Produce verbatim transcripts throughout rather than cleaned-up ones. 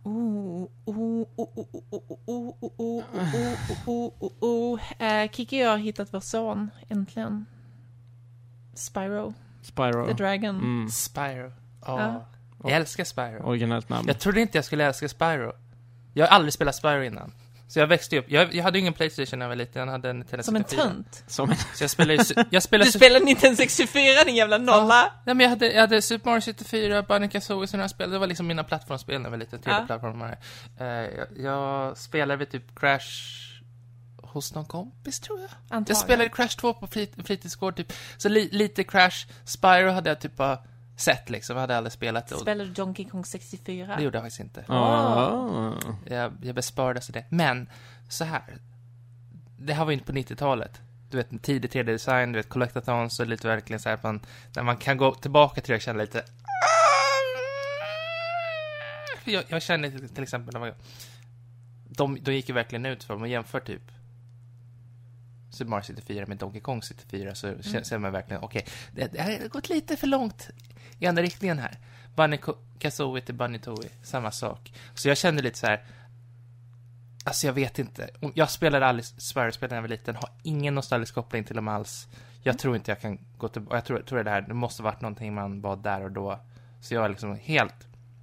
Oh, oh, oh, oh, oh, oh, oh, oh, oh, oh, oh. Uh, Kiki och jag har hittat vår son, äntligen. Spyro. Spyro. The Dragon. Mm. Spyro. Oh. Ja. Jag älskar Spyro. Originellt namn. Jag trodde inte jag skulle älska Spyro. Jag har aldrig spelat Spyro innan. Så jag växte upp. Jag, jag hade ingen PlayStation när jag var liten. Jag hade en Nintendo Som en sextiofyra. tönt. Som en... Så jag spelade ju... Jag spelade Du spelade Nintendo sextiofyra, din jävla nolla. Ja. Nej, men jag hade, jag hade Super Mario sextiofyra, Banjo-Kazooie, sådana här spel. Det var liksom mina plattformsspel när jag var liten. Tredje Ja. plattformar. Uh, jag, jag spelade vid typ Crash hos någon kompis, tror jag. Antagligen. Jag spelade Crash två på frit, fritidsgård, typ. Så li, lite Crash. Spyro hade jag typ bara sett, liksom. Jag hade aldrig spelat det. Spelade du Donkey Kong sextiofyra? Det gjorde jag faktiskt inte. Ah. Jag, jag besparades det. Men, så här. Det här var ju inte på nittiotalet. Du vet, tidig tre D-design, du vet, collectathons och lite verkligen så här, man, när man kan gå tillbaka till det och känna lite... Jag, jag känner till, till exempel, när man, de, de gick ju verkligen ut för om man jämför typ Super Mario sextiofyra med Donkey Kong sextiofyra, så mm. känner man verkligen, okej, okay, det, det har gått lite för långt i andra riktningen här. Banjo-Kazooie till Banjo-Tooie, samma sak. Så jag kände lite så här. Alltså jag vet inte. Jag spelade aldrig Spyro-spel när jag var liten. Har ingen nostalgisk koppling till dem alls. Jag tror inte jag kan gå tillbaka. Jag tror, tror det här, det måste varit någonting man var där och då. Så jag är liksom helt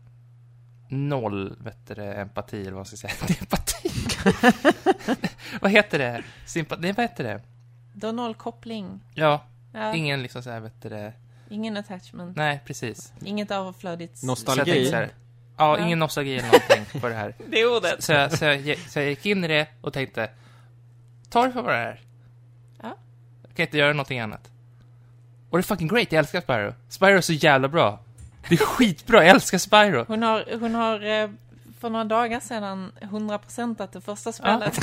noll, vet du, empati, eller vad man ska säga. Empati. Vad heter det? Sympati. Nej, vad heter det? Då noll koppling. Ja, Ja. ingen liksom så här, vet du det. Ingen attachment. Nej, precis. Inget överflödigt. Nostalgi. Så här, ja, Ja. ingen nostalgi eller någonting på det här. Det är ordet. Så jag, så, jag, så jag gick in i det och tänkte, ta det för vad det är. Ja. Jag kan inte göra någonting annat. Och det är fucking great, jag älskar Spyro. Spyro är så jävla bra. Det är skitbra, jag älskar Spyro. Hon har, hon har eh, för några dagar sedan hundra procent att det första spelet.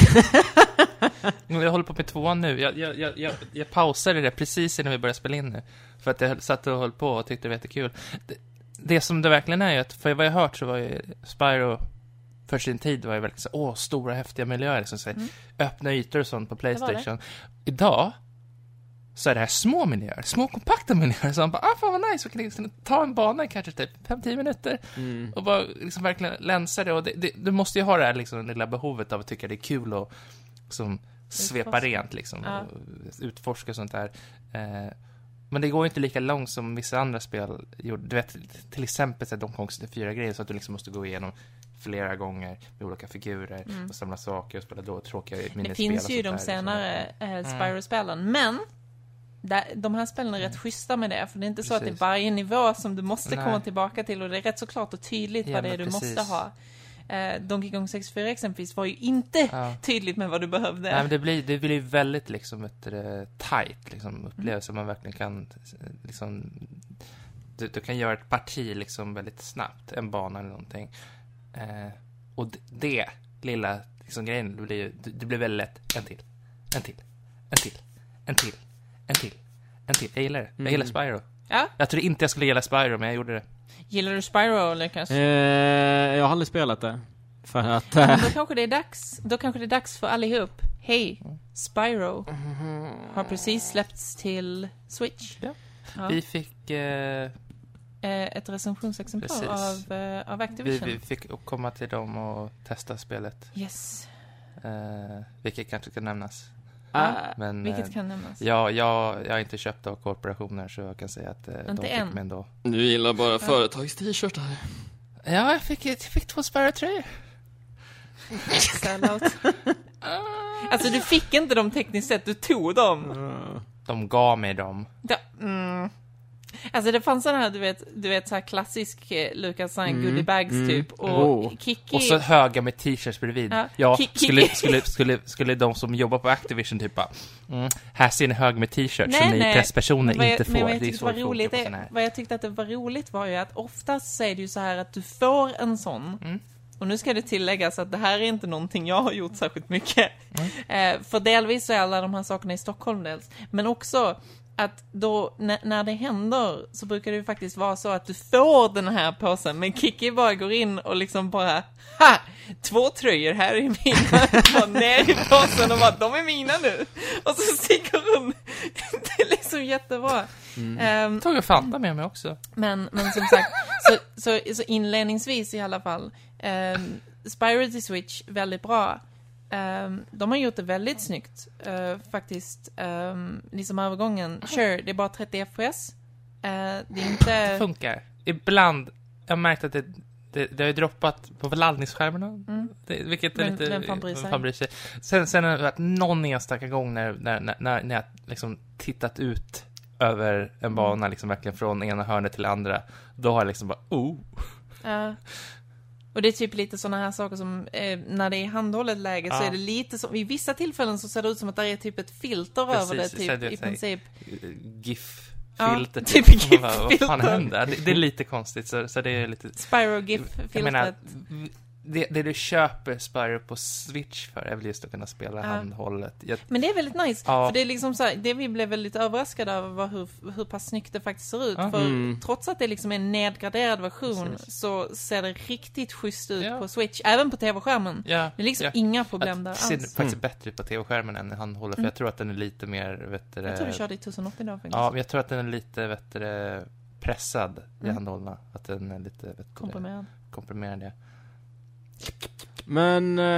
Jag håller på med tvåan nu. Jag, jag, jag, jag, jag pausade det precis innan vi började spela in nu. För att jag satt och höll på och tyckte det var jättekul. Det, det som det verkligen är, att för vad jag har hört så var ju Spyro för sin tid var ju verkligen så, åh, stora häftiga miljöer, liksom, så, mm. öppna ytor och sånt på PlayStation. Idag så är det här små miljöer, små kompakta miljöer. Så man bara, ah fan vad nice, vi kan liksom ta en bana i kanske typ fem till tio minuter mm. och bara liksom verkligen länsa det. Och det, det, du måste ju ha det här liksom, det lilla behovet av att tycka det är kul och som svepa rent liksom, ja. och utforska och sånt där. Eh, men det går ju inte lika långt som vissa andra spel gjorde. Du vet, till exempel så de Kong sextiofyra grejer, så att du liksom måste gå igenom flera gånger med olika figurer mm. och samla saker och spela då tråkiga minispel. Det finns ju de senare äh, Spyro-spelen, mm. men där, de här spelen är rätt schyssta med det, för det är inte så precis. Att det är varje nivå som du måste Nej. komma tillbaka till, och det är rätt så klart och tydligt ja, vad det är du precis. måste ha. Eh, Donkey Kong sextiofyra exempelvis var ju inte ja. tydligt med vad du behövde. Nej, men det blir det blir väldigt liksom ett uh, tight liksom upplevelse, mm. man verkligen kan liksom du, du kan göra ett parti liksom väldigt snabbt, en bana eller någonting. Eh, och det, det lilla liksom grejen, det blir det, det blir väldigt lätt, en till. En till. En till. En till. En till. En till. Jag gillar det. Jag gillar Spyro. Ja. Jag tror inte jag skulle gilla Spyro, men jag gjorde det. Gillar du Spyro, Lukas? Eh, jag har aldrig spelat det. För att... Eh... Då kanske det är dags. Då kanske det är dags för allihop. Hej, Spyro har precis släppts till Switch. Ja. Ja. Vi fick... Eh... ett recensionsexemplar av, uh, av Activision. Vi, vi fick komma till dem och testa spelet. Yes. Uh, vilket kanske kan nämnas. Ah, Men, vilket kan nämnas? Ja, jag, jag har inte köpt av korporationer, så jag kan säga att uh, de fick mig ändå. Du gillar bara ja. företags-t-shirtar. Ja, jag fick, jag fick två Spyro-tröjor. Alltså, du fick inte dem tekniskt sett, du tog dem. Mm. De gav mig dem. Ja, mm. Alltså det fanns sån här, du vet, du vet så här klassisk Lucas mm, goodie bags mm, typ och oh. Kiki... och så höga med t-shirts bredvid. Ja, ja skulle, skulle, skulle, skulle de som jobbar på Activision typ bara, mm, här ser ni hög med t-shirts som ni presspersoner jag, inte får. Men vad jag det är tyckte så var roligt det, är, vad jag tyckte att det var roligt var ju att oftast så är det ju så här att du får en sån. Mm. Och nu ska det tilläggas att det här är inte någonting jag har gjort särskilt mycket. Mm. Eh, för delvis så är alla de här sakerna i Stockholm dels. Men också att då, n- när det händer så brukar det ju faktiskt vara så att du får den här påsen, men Kiki bara går in och liksom bara, ha! Två tröjor här är mina, bara ner i påsen och bara, de är mina nu. Och så sticker hon. Det är liksom jättebra. Mm. Um, tog jag Fanta med mig också. Men, men som sagt, så, så, så inledningsvis i alla fall, Um, Spyro till Switch, väldigt bra. Um, de har gjort det väldigt snyggt. Uh, faktiskt, um, liksom övergången. Sure, det är bara trettio F P S. Uh, det är inte... Det funkar. Ibland, jag har märkt att det, det, det har ju droppat på laddningsskärmarna. Mm. Det, vilket är men, lite... Vem fan bryr sig? Fan bryr sig. Sen, sen har det varit någon enstaka gång när, när, när, när jag liksom tittat ut över en bana, liksom verkligen från ena hörnet till andra. Då har jag liksom bara, oh. Uh. Och det är typ lite såna här saker som eh, när det är handhållet läge ja. så är det lite som, i vissa tillfällen så ser det ut som att det är typ ett filter precis, över det typ det, i princip. GIF-filter. Ja, typ GIF-filter. Vad fan händer? Det, det är lite konstigt så, så det är lite... Spyro GIF-filtret. Det, det du köper Spyro på Switch för är väl just att kunna spela ja. handhållet. Jag... Men det är väldigt nice. Ja. För det är liksom så här, det vi blev väldigt överraskade över var hur, hur pass snyggt det faktiskt ser ut. Ja. För mm. trots att det liksom är en nedgraderad version Precis. så ser det riktigt schysst ut ja. på Switch. Även på tv-skärmen. Ja. Det är liksom ja. inga problem att där alls. Det ser alls. faktiskt bättre ut på tv-skärmen än handhållet. Mm. För jag tror att den är lite mer... Vet du, jag tror du körde i tusen åttio idag faktiskt. Ja, men jag tror att den är lite vet du, pressad i mm. handhållna. Att den är lite... Vet du, komprimerad. Komprimerad, ja. Men äh,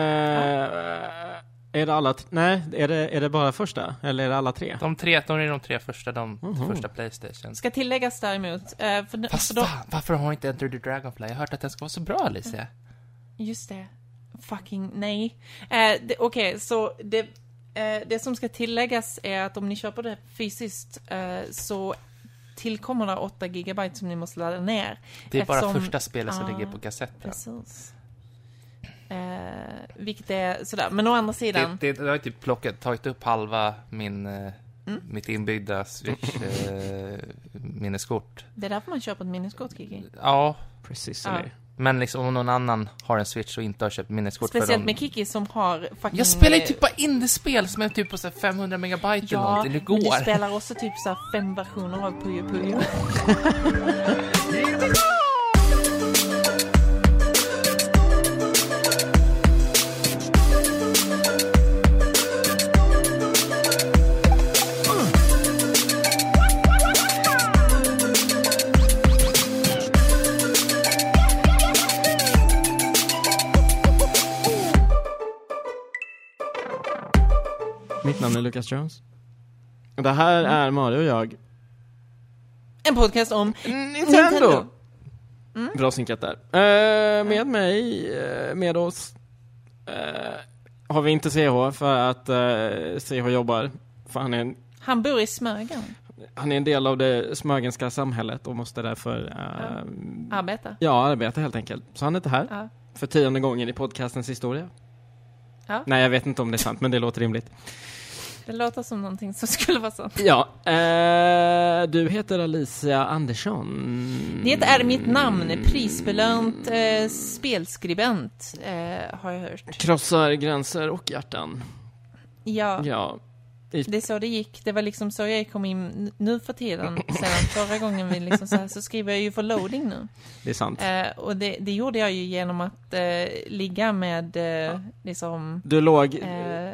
är det alla t- nej, är det är det bara första eller är det alla tre? De tre, de är de tre första de uh-huh. första PlayStation. Ska tilläggas däremot äh, för Fast för då, fan, varför har inte Enter the Dragonfly? Jag har hört att den ska vara så bra, Alicia. Just det. Fucking nej. Äh, Okej, okay, så det äh, det som ska tilläggas är att om ni köper det fysiskt äh, så tillkommer det åtta gigabyte som ni måste ladda ner. Det är eftersom, bara första spelet som ah, ligger på kassetten. Precis. Eh, vilket är sådär. Men å andra sidan... Det, det, det har ju typ plockat, tagit upp halva min, eh, mm. mitt inbyggda Switch eh, minneskort. Det är därför man köper ett minneskort, Kiki. Ja. Precis. Ja. Men liksom om någon annan har en Switch och inte har köpt minneskort speciellt för dem. med Kiki som har fucking... Jag spelar ju typ bara indie-spel som är typ på så femhundra megabyte ja, eller någonting. Det går. Men du spelar också typ så fem versioner av Puyo Puyo. Mitt namn är Lucas Jones. Det här är Mario och jag. En podcast om Nintendo. Nintendo. Mm. Bra synkat där. Uh, med mig, uh, med oss uh, har vi inte C H för att uh, C H jobbar. För han är en, han bor i Smögen. Han är en del av det smögenska samhället och måste därför uh, ja. arbeta. Ja, arbeta helt enkelt. Så han är inte här ja. för tionde gången i podcastens historia. Ja. Nej, jag vet inte om det är sant, men det låter rimligt. Det låter som någonting som skulle vara sant. Ja, eh, du heter Alicia Andersson. Det är mitt namn, prisbelönt eh, spelskribent, eh, har jag hört. Krossar gränser och hjärtan. Ja, ja. I... det är så det gick. Det var liksom så jag kom in nu för tiden. Sedan förra gången vi liksom så, här, så skriver jag ju för loading nu. Det är sant. Eh, och det, det gjorde jag ju genom att eh, ligga med eh, liksom... Du låg... Eh,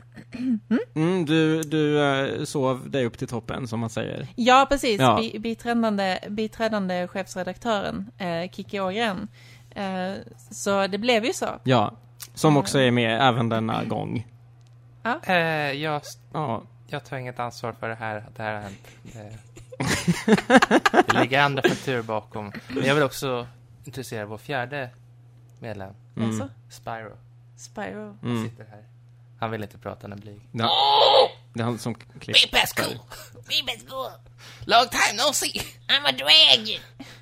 Mm, du du uh, sov dig upp till toppen, som man säger. Ja, precis. Ja. B- biträdande, biträdande chefsredaktören eh, Kiki Ågren. Eh, så det blev ju så. Ja, som också är med även denna gång. Ja. Eh, jag, ja. jag tar inget ansvar för det här. Det här har hänt. Det, det ligger andra fakturor bakom. Men jag vill också intressera vår fjärde medlem. Mm. Alltså? Spyro. Spyro. Han sitter här. Han vill inte prata när blyg. Ja. Det är han som klipper. Be best cool. Be best cool. Long time no see. I'm a drag.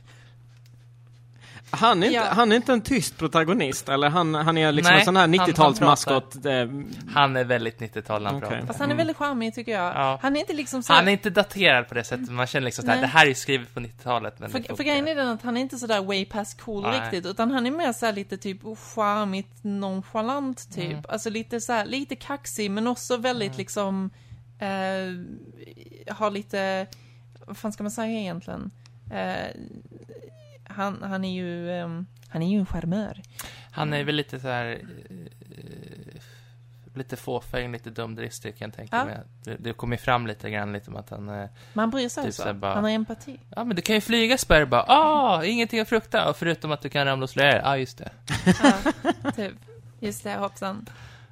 Han är, inte, ja. han är inte en tyst protagonist. Eller han, han är liksom Nej, en sån här nittio-talsmaskot. Han, han är väldigt nittio-tal när han okay. pratar. Fast han är väldigt charmig, tycker jag. Ja. Han är inte liksom så här... Han är inte daterad på det sättet. Man känner liksom att det här är skrivet på nittio-talet. Men för, för grejen är den att han är inte så där way past cool Nej. riktigt. Utan han är mer så här lite typ charmigt, nonchalant typ. Mm. Alltså lite så här, lite kaxig. Men också väldigt mm. liksom... Eh, har lite... Vad fan ska man säga egentligen? Eh, han, han är ju... Um, Han är ju en charmör. Han är väl lite så här... lite fåfäng, lite dumdristig kan jag tänka Ja. mig. Det, det kommer fram lite grann lite om att han... eh, Man bryr sig Typ så. så här bara- Han har empati. Ja, men du kan ju flyga spärr bara. Ah, ingenting att frukta. Och förutom att du kan ramla och slå er. Ja, ah, just det. Ja, typ. Just det, hoppsan.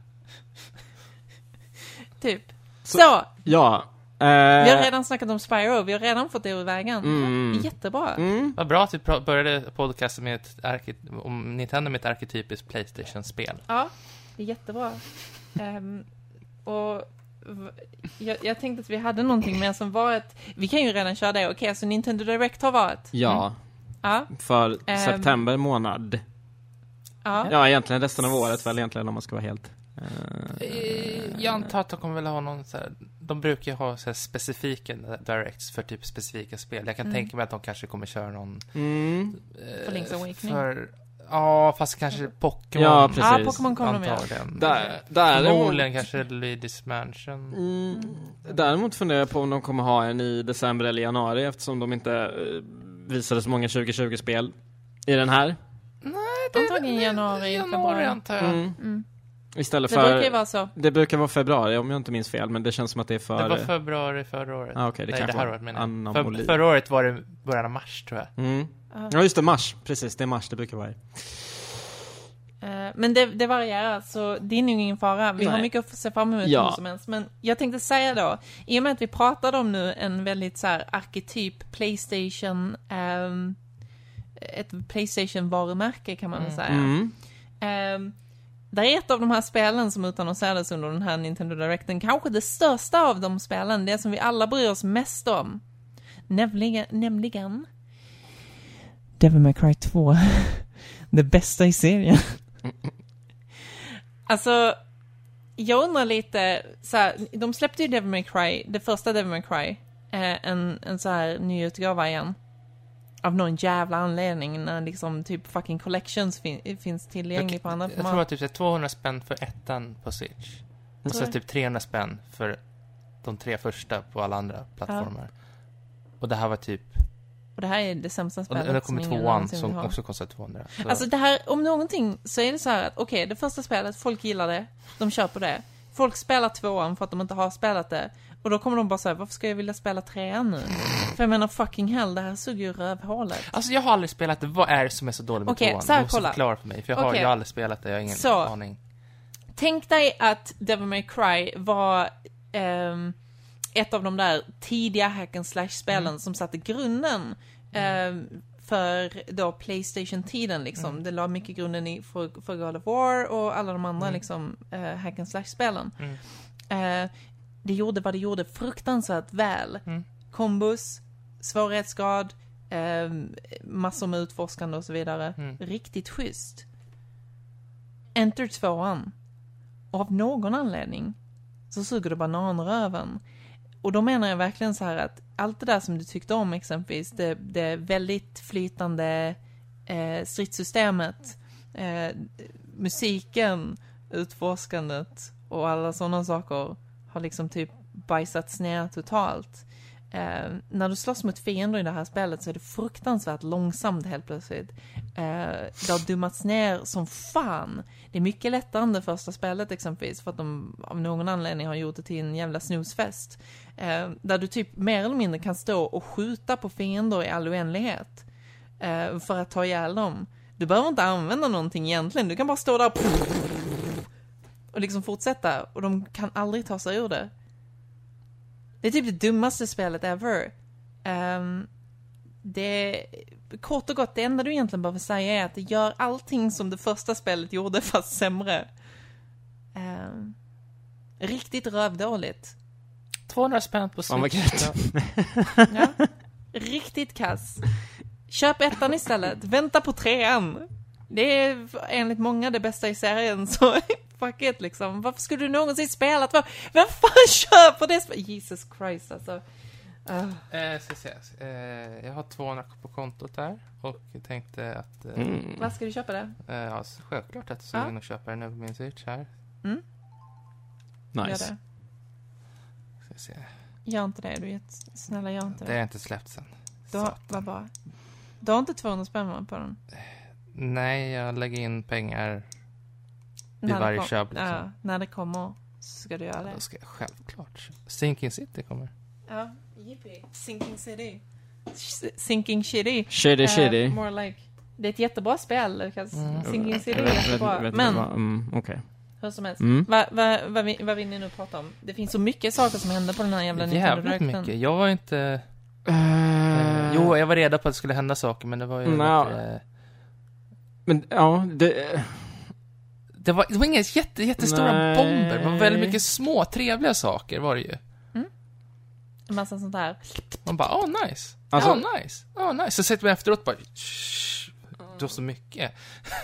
Typ. Så- Så, Ja. Eh, vi har redan snackat om Spyro. Vi har redan fått det ur vägen. Mm. Jättebra. Mm. Vad bra att vi pra- började podcasten med ett arke- om Nintendo med ett arketypiskt PlayStation-spel. Ja, det är jättebra. Ehm, och v- jag, jag tänkte att vi hade någonting mer som var ett... Vi kan ju redan köra det. Okej, så Nintendo Direct har varit. Ja, Ja, för Ehm. september månad. ja. Ja, egentligen resten av året väl egentligen om man ska vara helt... eh, Jag antar att de kommer väl ha någon så här, de brukar ju ha så här specifika directs för typ specifika spel. Jag kan Mm. tänka mig att de kanske kommer köra någon... Mm. eh, För Link's Awakening. För, ja, fast kanske Pokémon. Ja, precis. Ja, Pokémon kommer de göra. Antagligen. Där, däremot, Förmodligen kanske Luigi's Mansion. mm, däremot funderar jag på om de kommer ha en i december eller januari eftersom de inte eh, visade så många tjugo tjugo-spel i den här. Nej, Antagligen januari, januari februari. antar jag. Mm. Mm. Istället Det för... brukar ju vara så. Det brukar vara februari om jag inte minns fel, men det känns som att det är för... Det var februari förra året. Ah, okej, det Nej, kanske det här var året menar jag. anomali. För, förra året var det början av mars, tror jag. Mm. Ja. Ja, just det, mars. Precis, det är mars det brukar vara. Eh, Men det, det varierar, så det är nog ingen fara. Vi har Nej. mycket att se fram emot Ja. hur som helst. Men jag tänkte säga då, i och med att vi pratade om nu en väldigt så här arketyp PlayStation, ehm, ett PlayStation-varumärke kan man väl säga. Mm. Ehm, där är ett av de här spelen som utannonserades under den här Nintendo Directen, kanske det största av de spelen, det som vi alla bryr oss mest om. Nämligen, nämligen Devil May Cry två. Det bästa i serien. Alltså, jag undrar lite, så här, de släppte ju Devil May Cry, det första Devil May Cry, eh, en, en så här ny utgåva igen. Av någon jävla anledning när liksom typ fucking collections fin- finns tillgänglig på andra Jag tror att typ så här tvåhundra spänn för ettan på Switch. Och så Tror typ trehundra spänn för de tre första på alla andra plattformar. Och det här var typ... Och det här är det sämsta Och spelet det, det som kommer ingen tvåan någonsin som vill ha. också kostar tvåhundra. Så. Alltså det här, om någonting så är det så här att okej, det första spelet, folk gillar det, de köper det. Folk spelar tvåan för att de inte har spelat det. Och då kommer de bara säga, varför ska jag vilja spela trean nu? För jag menar, fucking hell, det här suger ju rövhålet. Alltså jag har aldrig spelat det. Vad är det som är så dåligt med Okej, tvåan? så här, Du måste kolla. förklara för mig. För jag har, Okej. jag har aldrig spelat det. Jag har ingen Så. aning. Tänk dig att Devil May Cry var ehm, ett av de där tidiga hack and slash-spelen Mm. som satte grunden ehm, för då PlayStation-tiden liksom. Mm. Det la mycket grunden i för, för God of War och alla de andra Mm. liksom eh, hack and slash-spelen. Mm. Eh, det gjorde vad det gjorde fruktansvärt väl. Mm. Kombos, svårighetsgrad, eh, massor med utforskande och så vidare. Mm. Riktigt schysst. Enter tvåan. Och av någon anledning så suger det bananröven. Och då menar jag verkligen så här att allt det där som du tyckte om exempelvis, det, det väldigt flytande eh, stridssystemet, eh, musiken, utforskandet och alla sådana saker har liksom typ bajsats ner totalt. Eh, när du slåss mot fiender i det här spelet så är det fruktansvärt långsamt helt plötsligt. Eh, det har dummats ner som fan. Det är mycket lättare än det första spelet exempelvis för att de av någon anledning har gjort det till en jävla snusfest. Eh, där du typ mer eller mindre kan stå och skjuta på fiender i all oändlighet. Eh, för att ta ihjäl dem. Du behöver inte använda någonting egentligen. Du kan bara stå där och, och liksom fortsätta. Och de kan aldrig ta sig ur det. Det är typ det dummaste spelet ever. Um, det kort och gott, det enda du egentligen behöver säga är att det gör allting som det första spelet gjorde fast sämre. Um, riktigt rövdåligt. tvåhundra spänn på Fan, vad Switch. gött. Ja. Riktigt kass. Köp ettan istället. Vänta på trean. Det är enligt många det bästa i serien, så fuck it liksom. Varför skulle du någonsin spela två? Vem fan köper det? sp- Jesus Christ alltså. Uh. Eh, ska se. Eh, jag har tvåhundra på kontot där. Och jag tänkte att... Eh, Mm. Vad ska du köpa det? eh, ja, så självklart att jag Ja. ska in och köpa den nu på min Switch här. Mm? Gör Nice. det. Ska se. Gör inte det, du är ett... Snälla gör inte Det det. är inte släppt sen. Du har, vad bara. Du har inte tvåhundra spänn på den? Nej, jag lägger in pengar vid varje kom, köp. Liksom. Ja, när det kommer så ska du göra det. Då ska jag självklart. Sinking City kommer. Ja, yippie. Sinking City. Sinking City. Shitty, Uh, shitty. more like. Det är ett jättebra spel, Lukas. Mm. Sinking City Jag är vet- jättebra. vet- vet Men, vad- mm, okej. hur som helst. Mm. Vad va, va, vi- vad vill ni nu prata om? Det finns så mycket saker som händer på den här jävla Nintendo Jävligt Directen. mycket. Jag var inte... Eh, Jo, jag var reda på att det skulle hända saker, men det var ju... Nå. vet du, Men ja, det... Det var, det var inga jätte, jättestora Nej. bomber. Det var väldigt mycket små, trevliga saker var det ju. En massa sånt här. Man bara, åh, oh, nice. Alltså- Åh, oh, nice. Åh, oh, nice. Så sitter man efteråt bara, shh, det var så mycket.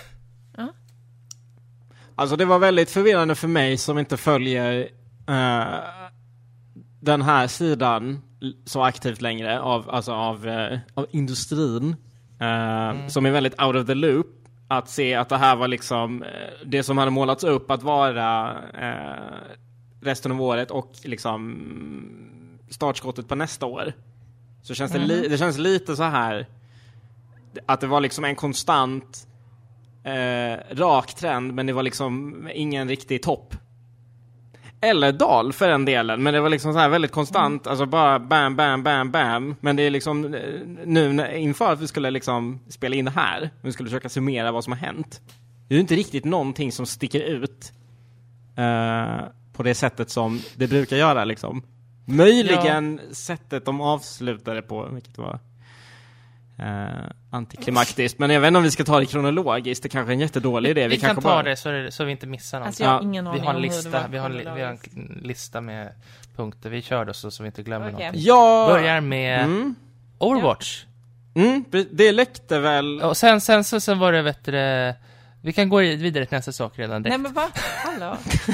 Alltså det var väldigt förvirrande för mig som inte följer eh, den här sidan l- så aktivt längre av, alltså av, eh, av industrin. eh, Mm. Som är väldigt out of the loop. Att se att det här var liksom eh, det som hade målats upp att vara eh, resten av året och liksom startskottet på nästa år. Så känns det, li- det känns lite så här att det var liksom en konstant eh, rak trend, men det var liksom ingen riktig topp. Eller dal för den delen, men det var liksom så här väldigt konstant, alltså bara bam, bam, bam, bam. Men det är liksom eh, nu när- inför att vi skulle liksom spela in det här, vi skulle försöka summera vad som har hänt. Det är ju inte riktigt någonting som sticker ut eh, på det sättet som det brukar göra liksom. Möjligen sättet de avslutade på, vilket var eh, antiklimaktiskt. Men jag vet inte om vi ska ta det kronologiskt. Det kanske är en jättedålig idé. Vi, Vi, kan kanske ta bara... det så, är det så vi inte missar något. Alltså jag har Ja, ingen vi aning har en om hur det lista, var vi har en, li- vi har kronologiskt. en lista med punkter. Vi kör då så, så vi inte glömmer Okej. någonting. Ja! Börjar med Mm. Overwatch. Mm, det läckte väl... Och sen, sen, så, sen var det, vet du, det- vi kan gå vidare till nästa sak redan direkt. Nej men vad? Hallå?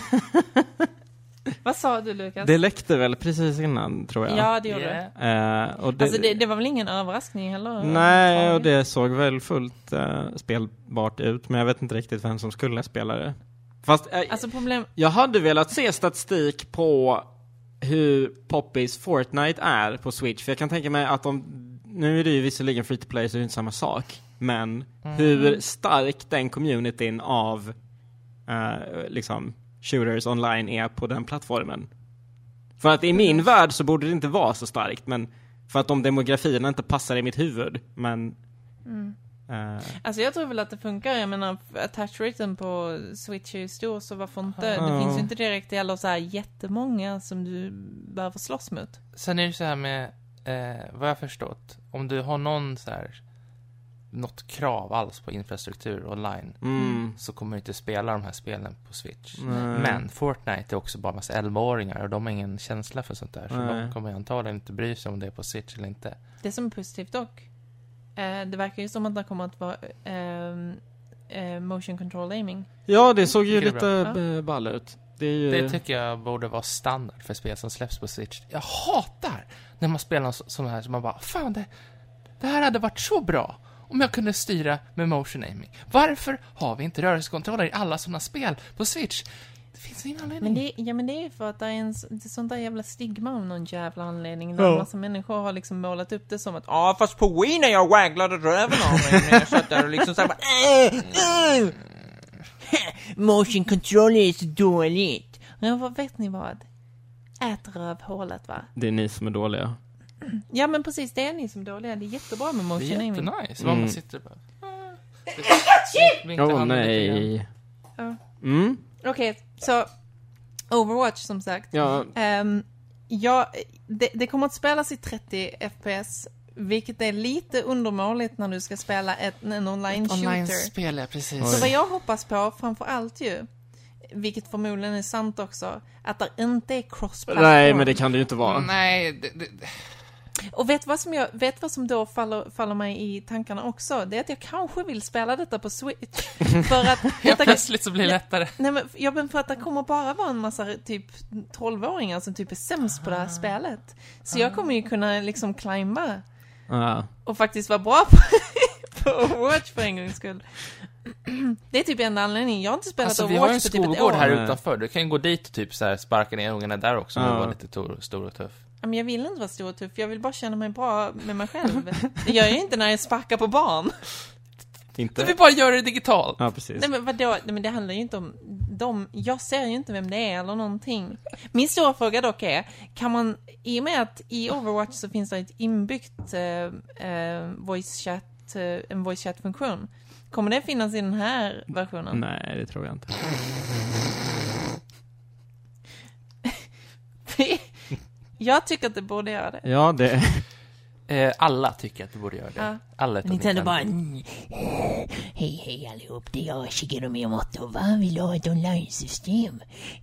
Vad sa du, Lukas? Det läckte väl precis innan, tror jag. Ja, det gjorde Yeah. det. Eh, och det... Alltså det, det var väl ingen överraskning heller? Nej, och det såg väl fullt eh, spelbart ut. Men jag vet inte riktigt vem som skulle spela det. Fast eh, Alltså problem... jag hade velat se statistik på hur poppis Fortnite är på Switch. För jag kan tänka mig att de... Nu är det ju visserligen free to play så det är inte samma sak. Men Mm. hur stark den communityn av eh, liksom shooters online är på den plattformen. För att i min värld så borde det inte vara så starkt. Men för att de demografierna inte passar i mitt huvud. Men... eh, Alltså jag tror väl att det funkar. Jag menar, attach raten på Switch är ju stor, så varför inte? Ja. Det finns ju inte direkt eller så här jättemånga som du behöver slåss mot. Sen är det så här med, eh, vad jag har förstått, om du har någon så här, något krav alls på infrastruktur online, mm, så kommer du inte spela de här spelen på Switch. Nej. Men Fortnite är också bara massa elvaåringar och de har ingen känsla för sånt där. Så Nej. de kommer antagligen inte bry sig om det är på Switch eller inte. Det som är positivt dock. Eh, det verkar ju som att det kommer att vara ehm, eh, motion control aiming. ja, det såg ju Tycker det lite är eh, ball ut. Det är ju... Det tycker jag borde vara standard för spel som släpps på Switch. Jag hatar när man spelar så- sådana här som man bara, fan det, det här hade varit så bra om jag kunde styra med motion aiming. Varför har vi inte rörelsekontroller i alla sådana spel på Switch? Det finns ingen anledning. Men det, ja, men det är för att det är en s- det är sånt där jävla stigma av någon jävla anledning. Där Ja. en massa människor har liksom målat upp det som att ja, fast på Wii när jag waglade röven av mig när jag satt där och liksom såhär bara, äh, äh. Motion control är så dåligt. Ja, vad vet ni vad? Ät rövhålet, va? Det är ni som är dåliga. Ja, men precis, det är ni som är dåliga. Det är jättebra med Det motion är aiming. jättenice. Mm. Man sitter bara... Åh oh, nej. Ja. Mm, Okej, så Overwatch som sagt. ja. Ehm, ja, det, det kommer att spelas i trettio F P S, vilket är lite undermåligt när du ska spela ett, en online-shooter. Online-spel, ja, precis. Så vad jag hoppas på, framför allt ju, vilket förmodligen är sant också, att det inte är cross-platform. Nej, men det kan det ju inte vara. Nej, det, det, Och vet vad som, jag, vet vad som då faller, faller mig i tankarna också? Det är att jag kanske vill spela detta på Switch. För att... helt detta, plötsligt så blir det lättare. nej, men, ja, men för att det kommer bara vara en massa typ tolv-åringar som typ är sämst på det här spelet. Så jag kommer ju kunna liksom climba Ja. och faktiskt vara bra på, på Overwatch för en gångs skull. Det är typ en anledning. Jag har inte spelat Alltså vi har ju en Overwatch på typ ett skolgård år. här Nej. utanför. Du kan ju gå dit och typ så här sparka ner ungarna där också om Ja. du var lite tor, stor och tuff. Men jag vill inte vara stor och tuff. Jag vill bara känna mig bra med mig själv. Det gör jag inte när jag sparkar på barn. Du Inte? vill bara göra det digitalt. Ja, precis. Nej men vadå? Nej, men det handlar ju inte om de, jag ser ju inte vem det är eller någonting. Min stora fråga dock är, kan man, i och med att i Overwatch så finns det ett inbyggt eh, eh, voice chat, eh, en voice chat-funktion. Kommer det finnas i den här versionen? Nej, det tror jag inte. Jag tycker att det borde göra det. Ja, det... Eh, alla tycker att du borde göra det. Ja. Alla utom Nintendo Nintendo. bara... "Mm, Hej, hej allihop. Det är jag, Shigeru Miyamoto. Va? Vill du ha ett online-system?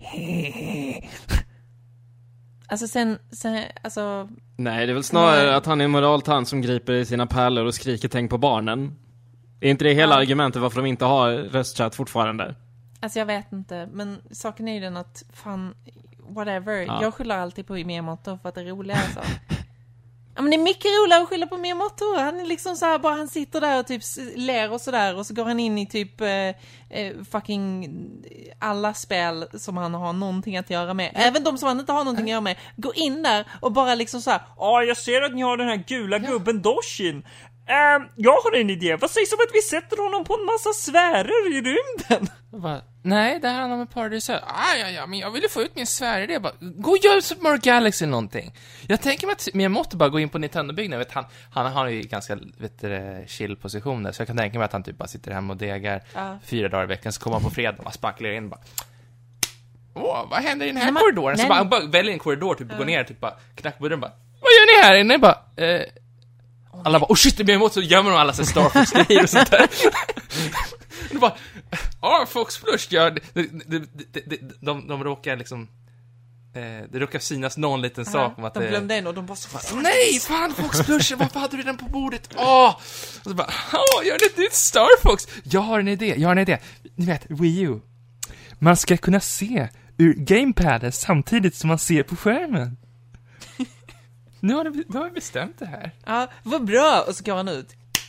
Alltså sen, sen alltså... Nej, det är väl snarare Nej. att han är en moraltant som griper i sina pärlor och skriker tänk på barnen. Är inte det hela Ja. argumentet varför de inte har röstchat fortfarande? Alltså jag vet inte, men saken är ju den att fan, whatever. Ja. Jag skyller alltid på Miyamoto för att det är roligare så. Ja, men det är mycket roligare att skylla på Miyamoto. Han är liksom så här, bara han sitter där och typ ler och sådär och så går han in i typ eh, eh, fucking alla spel som han har någonting att göra med. Även de som han inte har någonting att göra med. Gå in där och bara liksom så här. Ja, jag ser att ni har den här gula gubben Doshin. Um, jag har en idé. Vad sägs om att vi sätter honom på en massa sfärer i rymden? Jag bara, nej, det här handlar om ett paradis. Ah, ja, ja, men jag ville få ut min sfär. Bara, gå och gör Super Mario Galaxy någonting. Jag tänker mig att jag måste bara gå in på Nintendo-byggnaden. Vet, han, han har ju ganska vet du, chill positioner. Så jag kan tänka mig att han typ bara sitter hemma och degar Ja. fyra dagar i veckan. Så kommer han på fredag och bara spacklar in och bara... Åh, vad händer i den här Nej, men- korridoren? nej, Så bara, han bara väljer en korridor, typ, går ner, typ bara knackar på dörren bara, vad gör ni här inne? Bara, eh... Alla bara, oh shit, det blir emot, så gömmer de alla sig Star Fox-grejer och sånt där. Och bara, ja, Fox Plus, ja, det, det, det, det, det, de, de råkar liksom, eh, det råkar synas någon liten sak om att de det... glömde en och de bara så... Nej, fan, Fox Plus, varför hade du den på bordet? Åh! Och så bara, åh, gör det ett nytt Star Fox? Jag har en idé, jag har en idé. Ni vet, Wii U. Man ska kunna se ur gamepaden samtidigt som man ser på skärmen. Nu har, det, nu har vi bestämt det här. Ja, vad bra! Och så går han ut.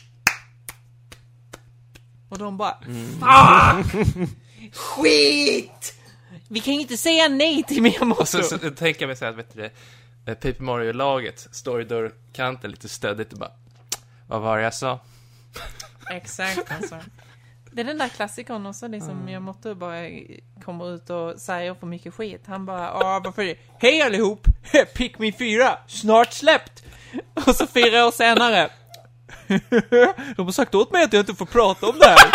Och de bara, fuck! Skit! Vi kan ju inte säga nej till Miyamoto. Och så, så tänker jag mig så här, vet du det, eh, Paper Mario-laget står i dörrkanten lite stödigt och bara, vad var det jag sa? Exakt, alltså. Det är den där klassikern också, liksom mm. Miyamoto bara kommer ut och säger för mycket skit. Han bara, ja, varför är det? Hej allihop! Pikmin fyra, snart släppt! Och så fyra år senare. De har sagt åt mig att jag inte får prata om det här.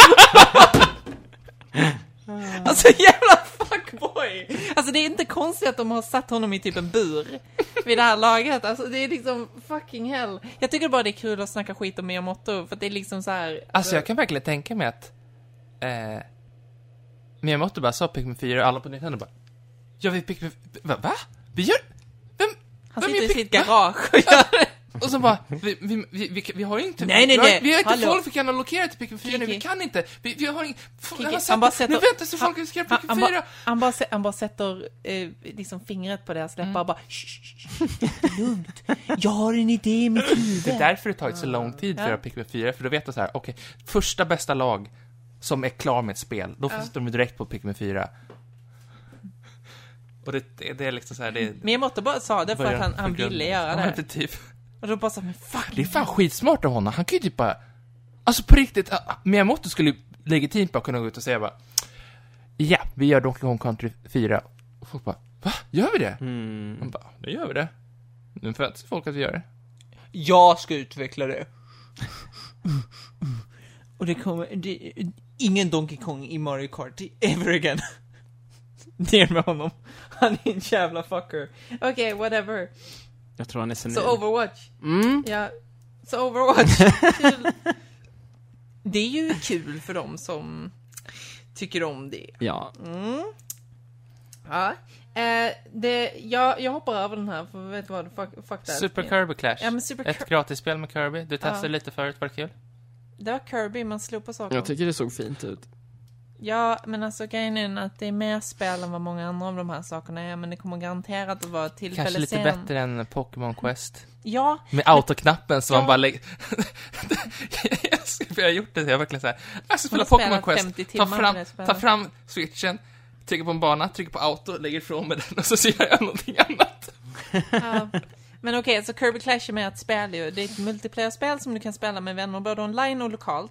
Alltså jävla fuckboy. Alltså det är inte konstigt att de har satt honom i typ en bur vid det här laget. Alltså det är liksom fucking hell. Jag tycker bara det är kul att snacka skit om Miyamoto, för det är liksom så här. Alltså jag kan verkligen tänka mig att eh, Miyamoto bara sa Pikmin fyra och alla på Nintendo bara, ja, vi Pikmin, va? va? Vi gör, vem? Han vem sitter i Pik- sitt garage och gör det. Och så bara, vi, vi, vi, vi, vi har ju inte... Nej, nej, vi har, nej. vi har inte Hallå. folk vi kan allokera till Pikmin fyra nu, vi Kiki. kan inte. Vi, vi har ingen... Kiki, Han, han bara sätter- nu väntar så folk han- ska Han, Pikmin han, fyra. bara, han, bara, sä- han bara sätter eh, liksom fingret på deras läppar och bara shh, shh, shh, lugnt. Jag har en idé i mitt huvud. Det är därför det tagit så lång tid för att Ja. göra Pikmin fyra, för då vet du så här, okej, första bästa lag som är klar med ett spel, då Ja. sitter de direkt på Pikmin fyra. Och det, det, det är liksom så här, det är... Miyamoto bara sa det för att han, han ville göra Ja, det. det typ. Och då bara så, men fuck. Det är fan skitsmart av honom. Han kan ju typ bara... Alltså på riktigt, uh, Miyamoto skulle ju legitimt bara kunna gå ut och säga bara, ja, vi gör Donkey Kong Country fyra. Och folk bara, va? Gör vi det? Mm. Man bara, nu gör vi det. Nu förväntar folk att vi gör det. Jag ska utveckla det. Och det kommer... Det, ingen Donkey Kong i Mario Kart ever again. Ner med honom. Han är en jävla fucker. Okej, okay, whatever. Jag tror han är senil. Så Overwatch. Mm. Ja, så Overwatch. Kul. Det är ju kul för dem som tycker om det. Ja. Mm. Ja. Eh, det, jag, jag hoppar över den här, för vet du vad? Fuck, fuck that. Super Kirby Clash. Ja, men Super Ett Kir- gratisspel med Kirby. Du testade Ja. lite förut, var det kul? Det var Kirby, man slog på saker. Jag tycker det såg fint ut. Ja, men alltså grejen är att det är mer spel än vad många andra av de här sakerna är, men det kommer garanterat att vara tillfälle Kanske lite sen. bättre än Pokémon Quest. Ja, Med autoknappen så Ja. man bara lägger... jag skulle ha gjort det, jag är verkligen så här. Jag ska spela Man har Pokémon spelat Quest. femtio Ta timmar fram, på det spelet. ta fram switchen, trycker på en bana, trycker på auto, lägger ifrån med den och så ser jag någonting annat. ja. Men okej, okay, så Kirby Clash är med ett spel ju. Det är ett multiplayer-spel som du kan spela med vänner både online och lokalt.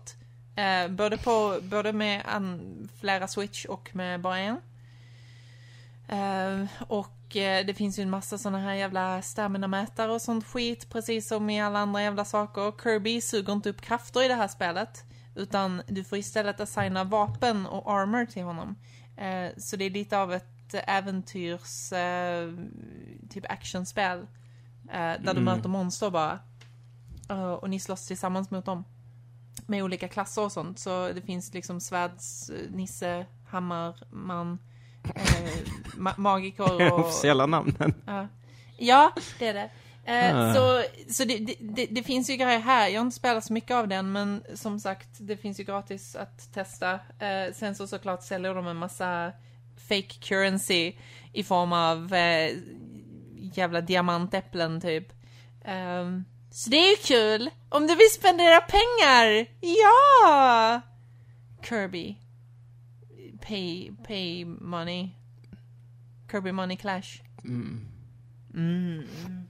Eh, både, på, både med an, flera Switch och med bara en. Eh, och eh, det finns ju en massa såna här jävla stamina-mätare och sånt skit, precis som i alla andra jävla saker. Kirby suger inte upp krafter i det här spelet, utan du får istället assigna vapen och armor till honom. Eh, så det är lite av ett äventyrs eh, typ actionspel. Eh, där mm. du möter monster bara. Uh, och ni slåss tillsammans mot dem. Med olika klasser och sånt. Så det finns liksom svärds, nisse, hammar, man, eh, ma- magiker och... Officiella namnen. Uh, ja, det är det. Eh, uh. Så, så det, det, det, det finns ju grejer här. Jag har inte spelat så mycket av den, men som sagt, det finns ju gratis att testa. Eh, sen så såklart säljer de en massa fake currency i form av eh, jävla diamantäpplen typ. Um, så det är ju kul. Om du vill spendera pengar. Ja! Kirby. Pay, pay money. Kirby money clash. Mm. Mm.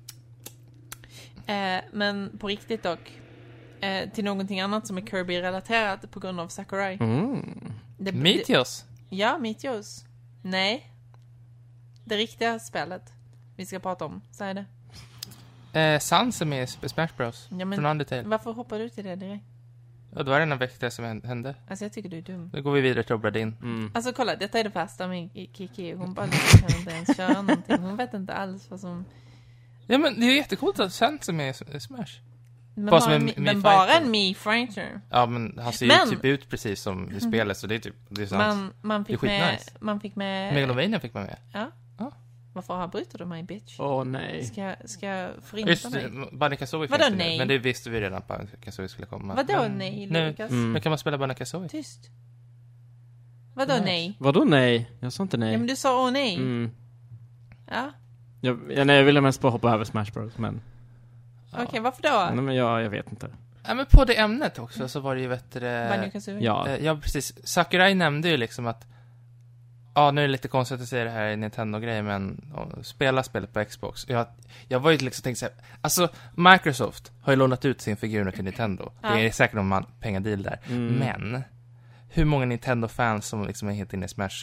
Eh, men på riktigt dock. Eh, till någonting annat som är Kirby-relaterat på grund av Sakurai. Mm. Det, Meteos? Det, ja, Meteos. Nej. Det riktiga spelet vi ska prata om. Säg det. Eh, Sans är med i Smash Bros. Ja, men från Undertale. Varför hoppar du till det direkt? Och då är det en väktare som hände. Alltså jag tycker du är dum. Då går vi vidare till Obradin. Mm. Alltså kolla, detta är det fasta med Kiki. Hon bara liksom kan inte ens köra någonting. Hon vet inte alls vad som... Ja, men det är jättecoolt att Sans är med i Smash. Men bara, bara, som en, en, en men bara en Mii-fighter. Ja, men han ser men, ju typ ut precis som i spelet, så det är typ det är sant. Man, man fick det är med... skitnice. Man fick med... Megalovania fick man med. Ja. Ja. Varför bryter du mig, bitch? Åh, oh, nej. Ska, ska jag förinta Just mig? Banjo-Kazooie Vadå finns det nej? nu, men det visste vi redan att Banjo-Kazooie skulle komma. Vadå men, nej, nu, Lukas? Mm. nu kan man spela Banjo-Kazooie. Tyst. Vadå Nej. nej? Vadå nej? Jag sa inte nej. Ja, men du sa åh nej. Mm. Ja. Jag, jag, nej, jag ville mest bara hoppa över Smash Bros, men... Okej, okay, varför då? Nej, men jag, jag vet inte. Ja, men på det ämnet också så var det ju bättre... Banjo-Kazooie? Ja. Eh, ja, precis. Sakurai nämnde ju liksom att ja, nu är det lite konstigt att säga det här i Nintendo-grejer, men ja, spela spelet på Xbox. Jag, jag var ju liksom tänkt så här, alltså Microsoft har ju lånat ut sin figur till Nintendo. Ja. Det är säkert någon pengadeal där. Mm. Men hur många Nintendo-fans som liksom är helt inne i Smash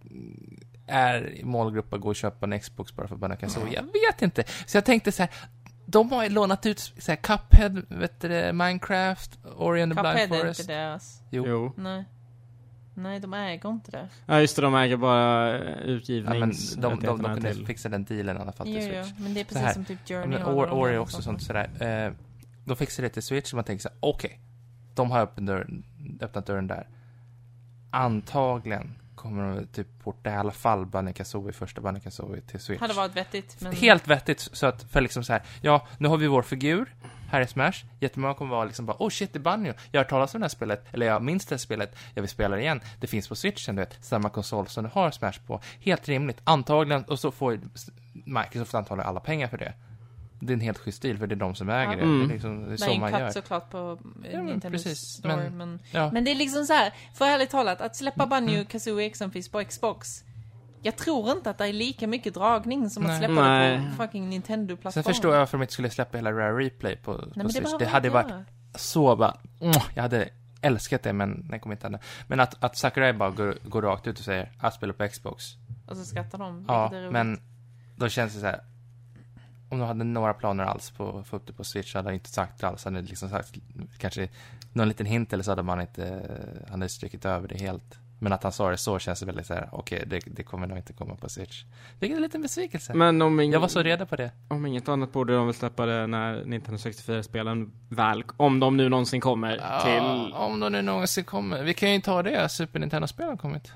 är i målgrupp att gå och köpa en Xbox bara för Banjo-Kazooie? Jag vet inte. Så jag tänkte så här, de har ju lånat ut så här, Cuphead, vet du, Minecraft, Ori and the Blind Cuphead är Forest. inte deras. Jo. Jo. Nej. Nej, de äger inte det. Ja, just det, de äger bara Ja, men utgivnings... de, de, de, de kunde till. fixa den dealen i alla fall till Jo, Switch. jo, men det är Så precis här. som typ Ja, Journey. men och Ori, de Ori här är också sakerna. sånt sådär. Eh, de fixar det till Switch och man tänker så här, okej, okay, de har öppnat dörren, öppnat dörren där. Antagligen kommer de typ porta i alla fall Banjo-Kazooie, första Banjo-Kazooie till Switch. Hade varit vettigt, men... Helt vettigt, så att för liksom så här, ja, nu har vi vår figur här i Smash. Jättemånga kommer vara liksom bara, oh shit, det är Banjo. Jag har hört talas om det här spelet, eller jag minns det här spelet, jag vill spela det igen. Det finns på Switchen, du vet, samma konsol som du har Smash på. Helt rimligt, antagligen, och så får Microsoft antagligen alla pengar för det. Det är en helt schysst stil, för det är de som äger Ja. det. Mm. Det är, liksom, det är Det så är en man cut gör. såklart på Ja, men Nintendo precis, Store, men- men... Ja. Men det är liksom så här, för ärligt talat, att släppa Banjo-Kazooie exempelvis på Xbox, jag tror inte att det är lika mycket dragning som Nej. att släppa Nej. det på fucking Nintendo-plattform. Sen förstår jag varför de inte skulle släppa hela Rare Replay på, på Nej, men det, Switch. bara Det hade varit göra. så bara, mm, jag hade älskat det, men den kommer inte hända. Men att, att Sakurai bara går, går rakt ut och säger att spela på Xbox. Och så skrattar de, Ja, vilket är roligt. men då känns det så här, om de hade några planer alls på att få upp det på Switch, så hade de inte sagt alls. Hade liksom sagt kanske någon liten hint, eller så hade man inte, han hade strykit över det helt. Men att han sa det så känns det väldigt så här, okej, okay, det, det kommer nog inte komma på Switch. Vilket är en liten besvikelse. Men om ing- Jag var så reda på det. om inget annat borde de väl släppa det när Nintendo sextiofyra-spelen väl, om de nu någonsin kommer Ja, till... om de nu någonsin kommer. Vi kan ju ta det, Super Nintendo-spel har kommit.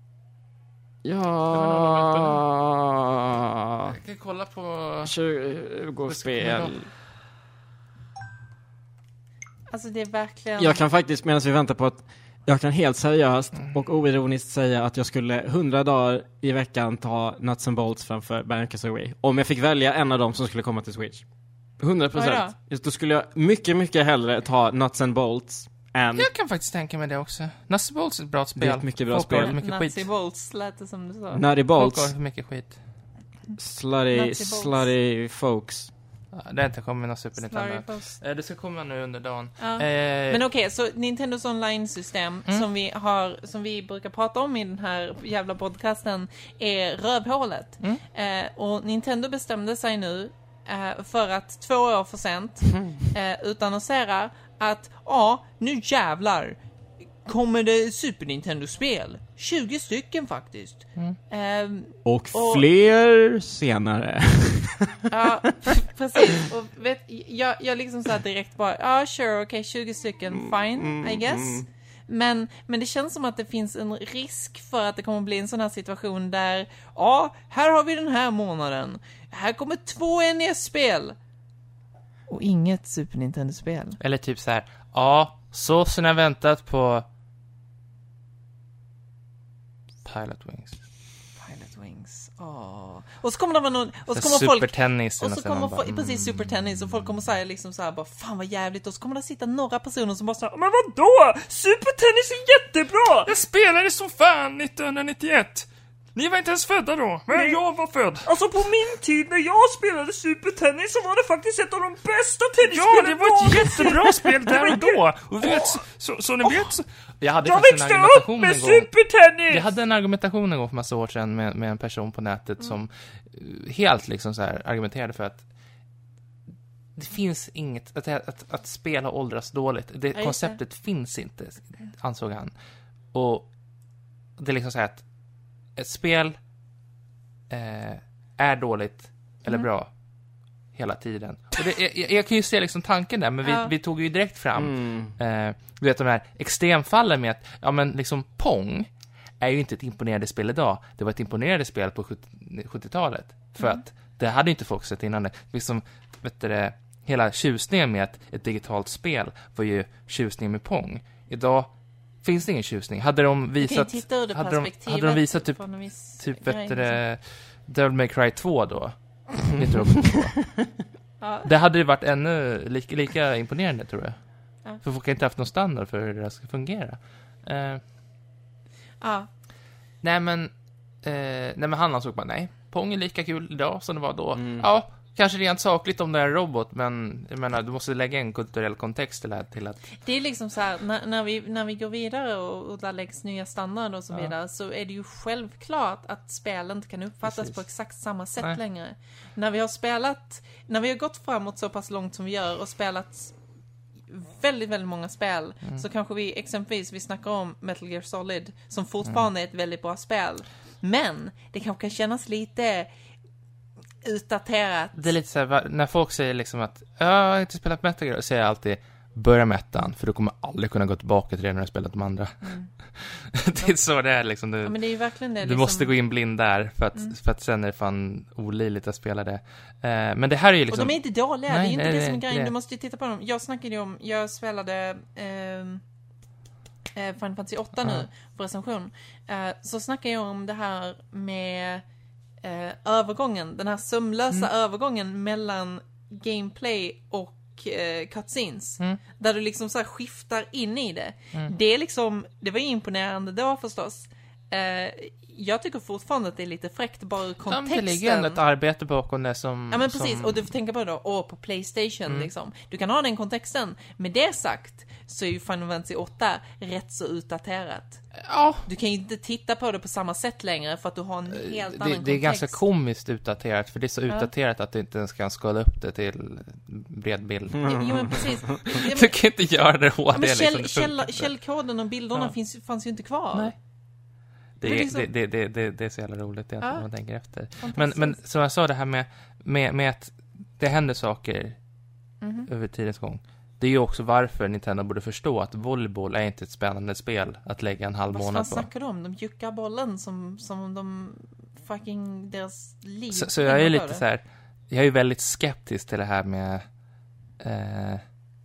Ja... Jag kan kolla på... tjugo spel. Alltså det är verkligen... Jag kan faktiskt, medan vi väntar på att jag kan helt seriöst och oironiskt säga att jag skulle hundra dagar i veckan ta Nuts and Bolts framför Banjo-Kazooie. Om jag fick välja en av dem som skulle komma till Switch. hundra procent. Just då skulle jag mycket, mycket hellre ta Nuts and Bolts än... Jag kan faktiskt tänka mig det också. Nazi Bolts är ett bra spel. Det är ett mycket bra Folk spel. har mycket Nazi skit. Bolts lät det som du sa. Nutty Folk Bolts. har för mycket skit. Slutty, Nazi Bolts. slutty folks. Det har inte kommit någon Super Nintendo. Slurrypost. Eh, Det ska komma nu under dagen. Ja. Eh, Men okej, så Nintendos online-system Mm. som vi har, som vi brukar prata om i den här jävla podcasten är rövhålet. Mm. Eh, och Nintendo bestämde sig nu eh, för att två år för sent eh, utannonsera att ja, nu jävlar kommer det Super Nintendo-spel. tjugo stycken faktiskt. Mm. Eh, Och Och- fler senare. Ja, precis. Och vet, jag, jag liksom så här direkt bara, ja, ah, sure, okej, okay, tjugo stycken, fine, I guess. Men, men det känns som att det finns en risk för att det kommer bli en sån här situation där, ja, här har vi den här månaden. Här kommer två N E S-spel. Och inget Super Nintendo-spel. Eller typ så här. Ja, så som jag väntat på Pilot Wings. Pilot Wings. Åh. Och så kommer det vara någon, och så kommer Super folk tennis. och så kommer folk, precis Super Tennis, och folk kommer säga liksom så här bara, fan vad jävligt, och så kommer det sitta några personer som bara säger, men vadå? Super Tennis är jättebra! Jag spelade som fan nittonhundranittioett. Ni var inte ens födda då, men Nej. jag var född. Alltså på min tid när jag spelade Super Tennis så var det faktiskt ett av de bästa Ja, tennisspelen det var ett någonsin. jättebra spel där och då. Och vet, så, så ni vet så... Jag hade Jag faktiskt en växte upp argumentation med en gång. Super Tennis! Jag hade en argumentation en gång för massa år sedan med, med en person på nätet som eh, helt liksom så här argumenterade för att det finns inget, att, att, att spela åldras dåligt. Det det. konceptet finns inte, ansåg han. Och det är liksom så här att ett spel eh, är dåligt eller bra hela tiden. Och det, jag, jag kan ju se liksom tanken där, men vi, Ja. vi tog ju direkt fram Mm. eh, du vet de här extremfallen med att, ja men liksom Pong är ju inte ett imponerande spel idag. Det var ett imponerande spel på sjuttiotalet. För Mm. att det hade inte folk sett innan det. Liksom, vet du det, hela tjusningen med ett, ett digitalt spel var ju tjusningen med Pong. Idag finns det ingen tjusning. Hade de Du kan ju visat, titta ur det hade de, perspektivet hade de visat typ, från en viss typ grej, vet du liksom. det, Devil May Cry två då. Vet du vad två? Ja. Det hade ju varit ännu lika, lika imponerande, tror jag. Ja. För folk har inte haft någon standard för hur det ska fungera. Eh, Ja. nej, men, eh, nej, men han ansåg bara, nej, Pong är lika kul idag som det var då. Mm. Ja, kanske rent sakligt om det är en robot, men jag menar, du måste lägga en kulturell kontext till, det här, till att... Det är liksom så här, när, när, vi, när vi går vidare och, och där läggs nya standarder och så Ja. vidare, så är det ju självklart att spel inte kan uppfattas Precis. på exakt samma sätt Nej. längre. När vi har spelat, när vi har gått framåt så pass långt som vi gör och spelat väldigt, väldigt många spel, Mm. så kanske vi exempelvis, vi snackar om Metal Gear Solid, som fortfarande är ett väldigt bra spel. Men det kanske kan kännas lite utdaterat. Det är lite så här, va- när folk säger liksom att jag har inte spelat Metal Gear, så säger jag alltid börja med ettan, för du kommer aldrig kunna gå tillbaka till det när du har spelat de andra. Mm. Det är så det är liksom. Du, Ja, men det är ju verkligen det. du liksom... måste gå in blind där, för att, Mm. för att sen är det fan olidligt att spela det. Eh, men det här är ju liksom... Och de är inte dåliga, Nej, det är ju inte nej, det som är nej, grejen. det- Du måste ju titta på dem. Jag snackade ju om, jag spelade ehm, eh, Final Fantasy åtta nu Ja. på recension. Eh, så snackade jag om det här med eh, övergången, den här sömlösa Mm. övergången mellan gameplay och eh, cutscenes. Mm. Där du liksom så här skiftar in i det. Mm. Det är liksom, det var ju imponerande då förstås. Eh, jag tycker fortfarande att det är lite fräckt bara ur Ja, men kontexten. det ligger ändå ett arbete bakom det som... Ja men precis, som... och du får tänka på det då, åh, på PlayStation Mm. liksom. Du kan ha den kontexten. Med det sagt så är ju Final Fantasy åtta rätt så utdaterat. Ja, Du kan ju inte titta på det på samma sätt längre för att du har en helt annan det, kontext. det är ganska komiskt utdaterat, för det är så Ja. utdaterat att du inte ens kan skala upp det till bred bild. Jo, jo men precis. Ja, men, Du kan inte göra det H D ja, men liksom. käll, det käll, funkar inte. källkoden och bilderna Ja. finns, fanns ju inte kvar. Nej. Det Men är, liksom- det, det, det, det, det är så jävla roligt egentligen Ja. när man tänker efter. Men, Fantastiskt. men som jag sa, det här med, med, med att det händer saker Mhm. över tidens gång. Det är ju också varför Nintendo borde förstå att volleyboll är inte ett spännande spel att lägga en halv Vad fan månad på. snackar du om? De juckar bollen som, som de fucking, deras liv. Så, så jag är hänger ju på lite det. så här. Jag är ju väldigt skeptisk till det här med eh,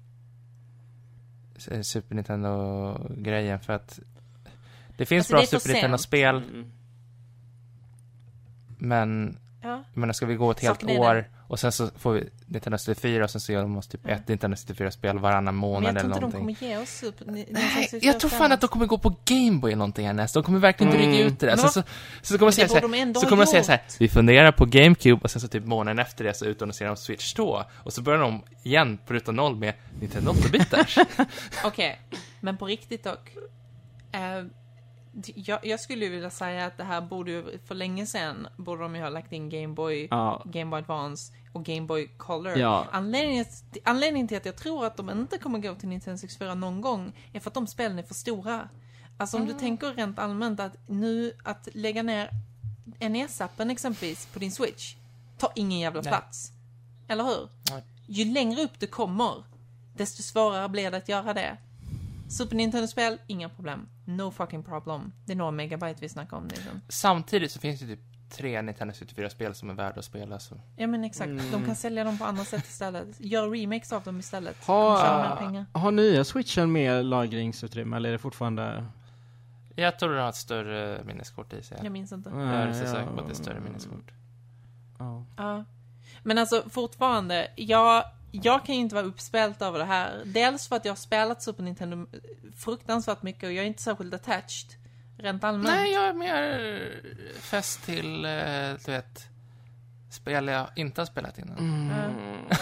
Super Nintendo-grejen, för att det finns Alltså, bra det är för Super Nintendo-spel, Mm. men Ja. jag menar, ska vi gå ett helt Saken är år den. Och sen så får vi Nintendo sextiofyra och sen så gör de oss typ ett Nintendo sextiofyra-spel varannan månad eller någonting. Men jag tror inte de kommer ge oss Super Nintendo Nej, sextiofyra. jag tror fan att de kommer gå på Game Boy eller någonting härnäst. De kommer verkligen Mm. dryga ut det där. Men Så, så, så kommer de säga så borde de här, ändå så ha kommer de säga gjort. så här, vi funderar på GameCube och sen så typ månaden efter det så utannonserar de Switch två. Och så börjar de igen på ruta noll med Nintendo åtta-bitars. Okej, men på riktigt dock. Eh, d- jag, jag skulle ju vilja säga att det här borde ju, för länge sedan, borde de ju ha lagt in Game Boy, Ja. Game Boy Advance och Game Boy Color. Ja. Anledningen, anledningen till att jag tror att de inte kommer gå till Nintendo sextiofyra någon gång är för att de spelen är för stora. Alltså om du tänker rent allmänt att nu att lägga ner N E S-appen exempelvis på din Switch tar ingen jävla Nej. plats. Eller hur? Nej. Ju längre upp du kommer, desto svårare blir det att göra det. Super Nintendo-spel, inga problem. No fucking problem. Det är några megabyte vi snackar om. Liksom. Samtidigt så finns det typ tre Nintendo sextiofyra-spel som är värda att spela. Så. Ja men exakt, de kan sälja dem på andra sätt istället. Gör remakes av dem istället. Ha- Kommer tjäna mer pengar. Har nya Switchen mer lagringsutrymme eller är det fortfarande... Jag tror det har ett större minneskort i sig. Jag minns inte. Jag är så säker på att det är större minneskort. Ja. Ja. Men alltså fortfarande, jag, jag kan ju inte vara uppspelt över det här. Dels för att jag har spelat Super Nintendo fruktansvärt mycket och jag är inte särskilt attached. Rent allmänt. Nej, jag är mer fäst till, eh, du vet, spel jag inte har spelat innan. Mm. Ja.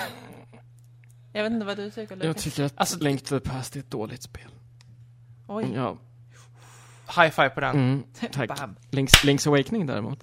Jag vet inte vad du tycker, Lucas. Jag tycker att Alltså- Link to the Past är ett dåligt spel. Oj. Ja. High five på den. Mm, tack. Bam. Link's, Link's Awakening däremot.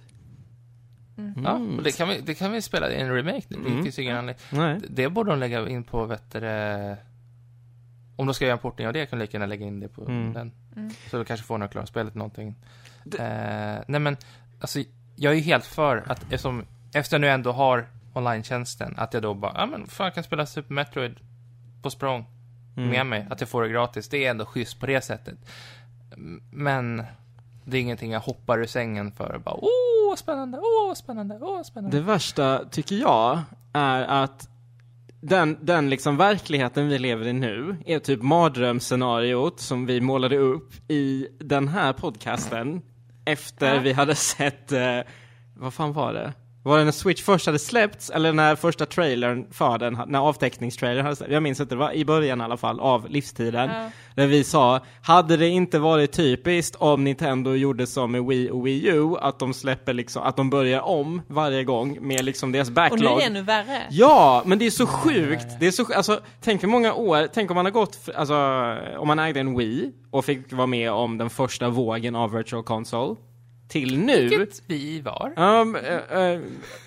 Mm. Ja, och det kan vi, det kan vi spela i en remake. Det Mm. finns ingen anledning. Nej. Det borde de lägga in på, vet du, det- om de ska göra en portning av det kan de lika gärna lägga in det på Mm. den. Mm. Så du kanske får några klara spelet någonting. Eh, nej men, alltså, jag är ju helt för att eftersom, efter jag nu ändå har online-tjänsten, att jag då bara, ja men fan, jag kan spela Super Metroid på språng Mm. med mig, att jag får det gratis. Det är ändå schysst på det sättet. M- Men det är ingenting jag hoppar ur sängen för. Bara, åh, spännande, åh, spännande, åh, spännande. Det värsta, tycker jag, är att den, den liksom verkligheten vi lever i nu är typ mardrömsscenariot som vi målade upp i den här podcasten efter Ja. vi hade sett, eh, vad fan var det? Var det när Switch först hade släppts eller när första trailern för den, när avteckningstrailern hade släppts? Jag minns inte, det var i början i alla fall av livstiden. Ja. Där vi sa, hade det inte varit typiskt om Nintendo gjorde som med Wii och Wii U, att de släpper liksom, att de börjar om varje gång med liksom deras Och backlog. nu är det ännu värre. Ja, men det är så sjukt. Det är så, alltså, tänk hur många år, tänk om man har gått, f- alltså, om man ägde en Wii och fick vara med om den första vågen av Virtual Console, till nu. Vilket vi var. Um, uh, uh,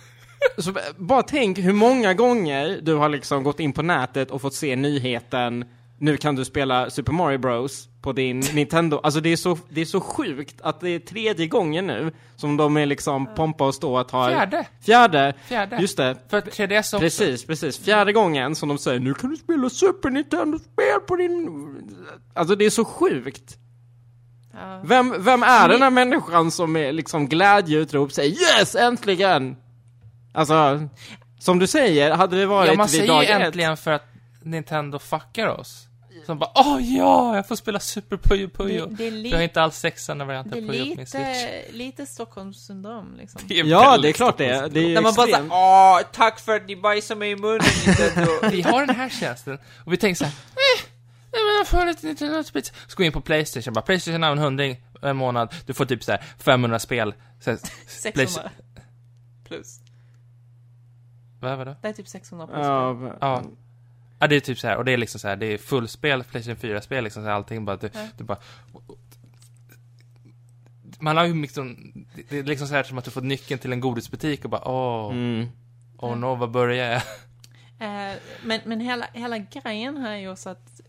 så b- bara tänk hur många gånger du har liksom gått in på nätet och fått se nyheten, nu kan du spela Super Mario Bros på din Nintendo. Alltså det är så, det är så sjukt att det är tredje gången nu som de är liksom pompa och stå att ha... Fjärde. Fjärde. Fjärde. Just det. För tre D S också. Precis, precis. Fjärde gången som de säger, nu kan du spela Super Nintendo-spel på din... Alltså det är så sjukt. Ja. Vem, vem är den här människan som är liksom glädjeutrop säger yes, äntligen! Alltså, som du säger, hade det varit Ja, man vid säger dag ju äntligen för att Nintendo fuckar oss. Som bara, åh ja, jag får spela Super Puyo Puyo. Det, det är, li- Jag har inte alls sexan det varianten är på Puyo på min Switch. lite, lite Stockholmssyndrom liksom. Det är Ja, väldigt det är klart det är. stort. Det är ju När man bara extremt. såhär, åh, tack för att ni bajsar mig i munnen Nintendo. Vi har den här tjänsten och vi tänker så här, eh, nej, men jag får lite Nintendo Switch. Så går vi in på PlayStation, bara PlayStation har en hundring en månad. Du får typ så här femhundra spel. Så här, sexhundra plus. vad var det? Det är typ sexhundra plus. Ja, men- Ja. Ja, det är typ så här, och det är liksom så här, det är fullspel, PlayStation fyra-spel, liksom så här, allting bara, du, Ja. du bara... Man har ju liksom, det är liksom så här som att du får nyckeln till en godisbutik och bara, åh, Mm. åh, nå, vad börjar jag? Eh, men men hela, hela grejen här är ju också att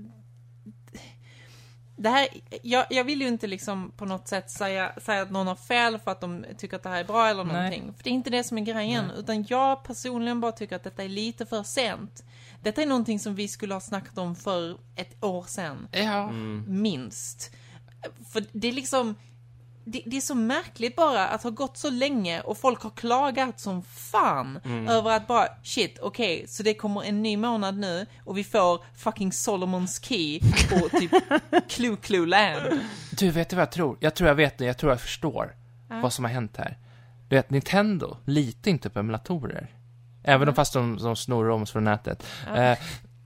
det här, jag, jag vill ju inte liksom på något sätt säga, säga att någon har fel för att de tycker att det här är bra eller Nej. någonting. För det är inte det som är grejen. Nej. Utan jag personligen bara tycker att detta är lite för sent. Detta är någonting som vi skulle ha snackat om för ett år sedan. Ja. Minst. För det är liksom... Det, det är så märkligt bara att ha gått så länge och folk har klagat som fan över att bara, shit, okej, okay, så det kommer en ny månad nu och vi får fucking Solomon's Key och typ Clue Clue Land. Du, vet du vad jag tror? Jag tror jag vet det, jag tror jag förstår Ja. vad som har hänt här. Du vet, Nintendo litar inte på emulatorer. Även om fast de, de snor roms från nätet. Ja. Eh,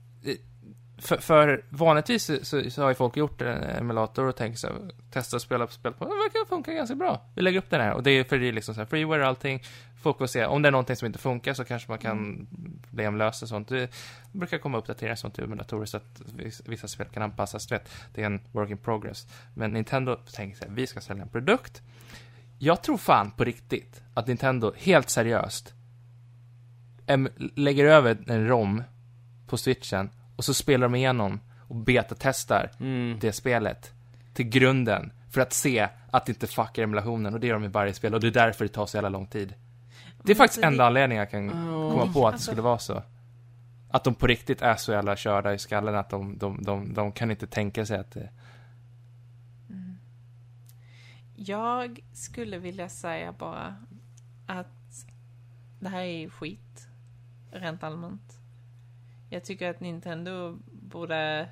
för, för vanligtvis så, så, så har ju folk gjort en emulator och tänkt så här, testa att spela på spel på. Det verkar funka ganska bra. Vi lägger upp den här. Och det är för det är liksom så här freeware och allting. Folk får se. Om det är någonting som inte funkar så kanske man kan mm. problemlösa och sånt. Det brukar komma uppdateringar sånt till emulatorer så att vissa spel kan anpassas. Vet, det är en work in progress. Men Nintendo tänker så här, vi ska sälja en produkt. Jag tror fan på riktigt att Nintendo helt seriöst äm, lägger över en ROM på Switchen och så spelar de igenom och beta-testar mm. det spelet till grunden för att se att det inte fuckar emulationen, och det gör de i varje spel, och det är därför det tar så jävla lång tid. Det är faktiskt enda det... anledningen jag kan oh. komma på att det skulle vara så. Att de på riktigt är så jävla körda i skallen att de, de, de, de kan inte tänka sig att det... Mm. Jag skulle vilja säga bara att det här är skit rent allmänt. Jag tycker att Nintendo borde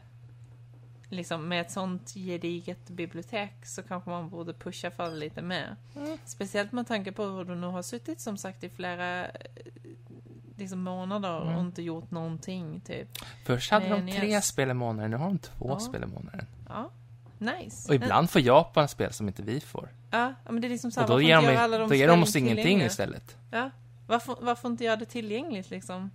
liksom med ett sånt gediget bibliotek så kanske man borde pusha för det lite mer. Mm. Speciellt med tanke på hur du nu har suttit som sagt i flera liksom månader mm. och inte gjort någonting typ. Först hade Men de tre jag... spel i månaden, nu har de två ja. spel i månaden. Ja, nice. Och ibland får Japan spel som inte vi får. Ja, men det är liksom så här, och då ger de, alla de då ger de oss ingenting istället. Ja, varför, varför inte göra det tillgängligt liksom?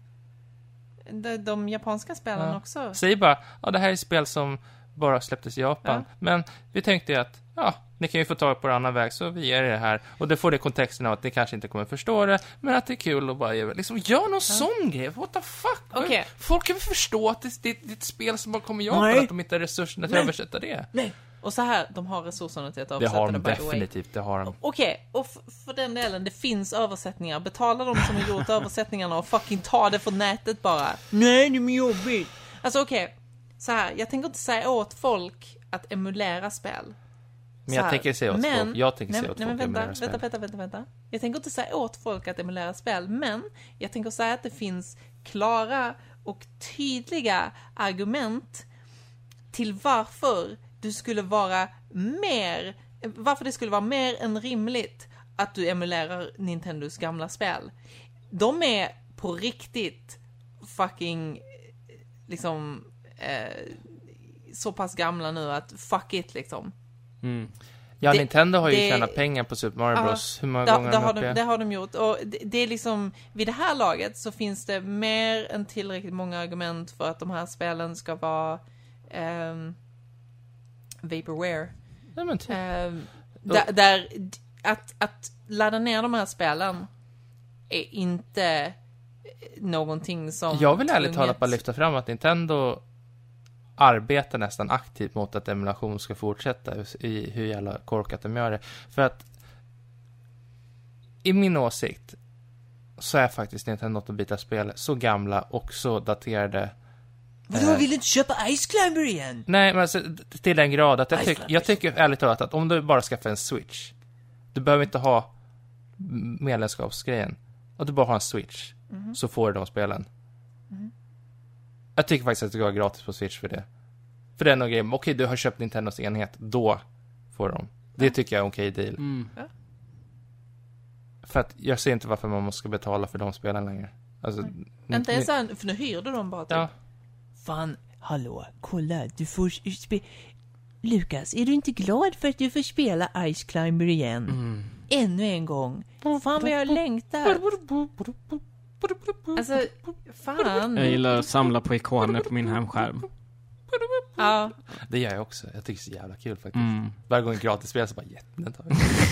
De, de japanska spelen ja. också. Säg bara, ja det här är spel som bara släpptes i Japan. Ja. Men vi tänkte ju att, ja, ni kan ju få ta på en annan väg så vi ger det här. Och det får det kontexten av att ni kanske inte kommer förstå det, men att det är kul att bara ge, liksom, gör någon ja. sån grej. What the fuck? Okay. Folk kan väl förstå att det, det, det är ett spel som bara kommer i Japan, att de inte har resurserna till att översätta det. Nej. Och så här, de har resurserna till att översätta det. Har de det, definitivt, det har de. Okej, okay, och f- för den delen, det finns översättningar. Betala de som har gjort översättningarna och fucking ta det från nätet bara. Nej, det är jobbigt. Alltså okej, okay, så här, jag tänker inte säga åt folk att emulera spel. Men jag tänker säga åt men, folk, jag tänker nej, säga åt nej, folk men vänta, emulera spel. vänta, vänta, vänta, vänta. Jag tänker inte säga åt folk att emulera spel, men jag tänker säga att det finns klara och tydliga argument till varför du skulle vara mer, varför det skulle vara mer än rimligt att du emulerar Nintendos gamla spel. De är på riktigt fucking liksom eh, så pass gamla nu att fuck it liksom. Mm. Ja, det, Nintendo har ju det, tjänat pengar på Super Mario Bros. Uh, Hur många da, gånger det har de, de, det har de gjort. Och det, det är liksom, vid det här laget så finns det mer än tillräckligt många argument för att de här spelen ska vara um, vaporware. Ja, men typ. um, där, där att, att ladda ner de här spelen är inte någonting som... Jag vill ärligt talat bara lyfta fram att Nintendo arbetar nästan aktivt mot att emulation ska fortsätta i hur jävla korkat de gör det. För att i min åsikt så är faktiskt Nintendo åtta-bitar-spel så gamla och så daterade. Vadå, vill du inte köpa Ice Climber igen? Nej, men alltså, till den grad att jag, tyck, jag tycker ärligt talat att om du bara skaffar en Switch, du behöver inte ha medlemskapsgrejen, och du bara har en Switch, mm-hmm. så får du de spelen. Mm. Jag tycker faktiskt att det ska vara gratis på Switch för det. För det är någon grej, okej, okay, du har köpt Nintendos enhet, då får de. Det ja. tycker jag är en okej okay deal. Mm. Ja. För att jag ser inte varför man måste betala för de spelen längre. Alltså, n- inte ens n- för nu hyr du dem bara typ. Ja. Fan, hallå, kolla, du får spe- Lukas, är du inte glad för att du får spela Ice Climber igen? Mm. Ännu en gång. Fan vad jag längtar. Alltså, fan. Jag gillar att samla på ikoner på min hemskärm. Ja. Det gör jag också. Jag tycker det är så jävla kul faktiskt. Mm. Varje gång gratis spel så bara jättebra.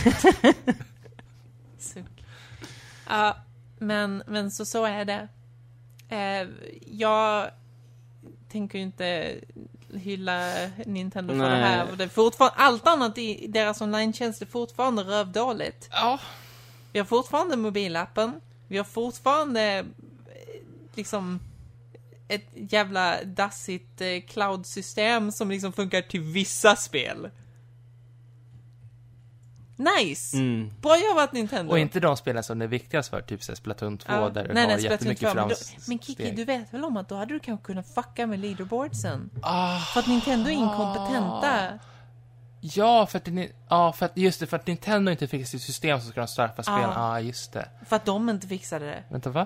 Suck. Ja, men, men så, så är det. Eh, jag tänker ju inte hylla Nintendo för Nej. det här. Det är fortfarande, allt annat i deras online-tjänst är fortfarande rövdåligt. Ja. Vi har fortfarande mobilappen. Vi har fortfarande liksom ett jävla dassigt eh, cloud-system som liksom funkar till vissa spel. Nice! Mm. Bra jobbat Nintendo. Och inte de spelen som är viktigast för, typ så Splatoon två, ja. där nej, du har nej, jättemycket framsteg. frams. Men Kiki, du vet väl om att då hade du kanske kunnat fucka med leaderboardsen? Ah. För att Nintendo är inkompetenta. Ja, för att, det, ja, för att just det, för att Nintendo inte fick sitt system så ska de straffa spelen. Ja, ah, just det. För att de inte fixade det. Vänta, va?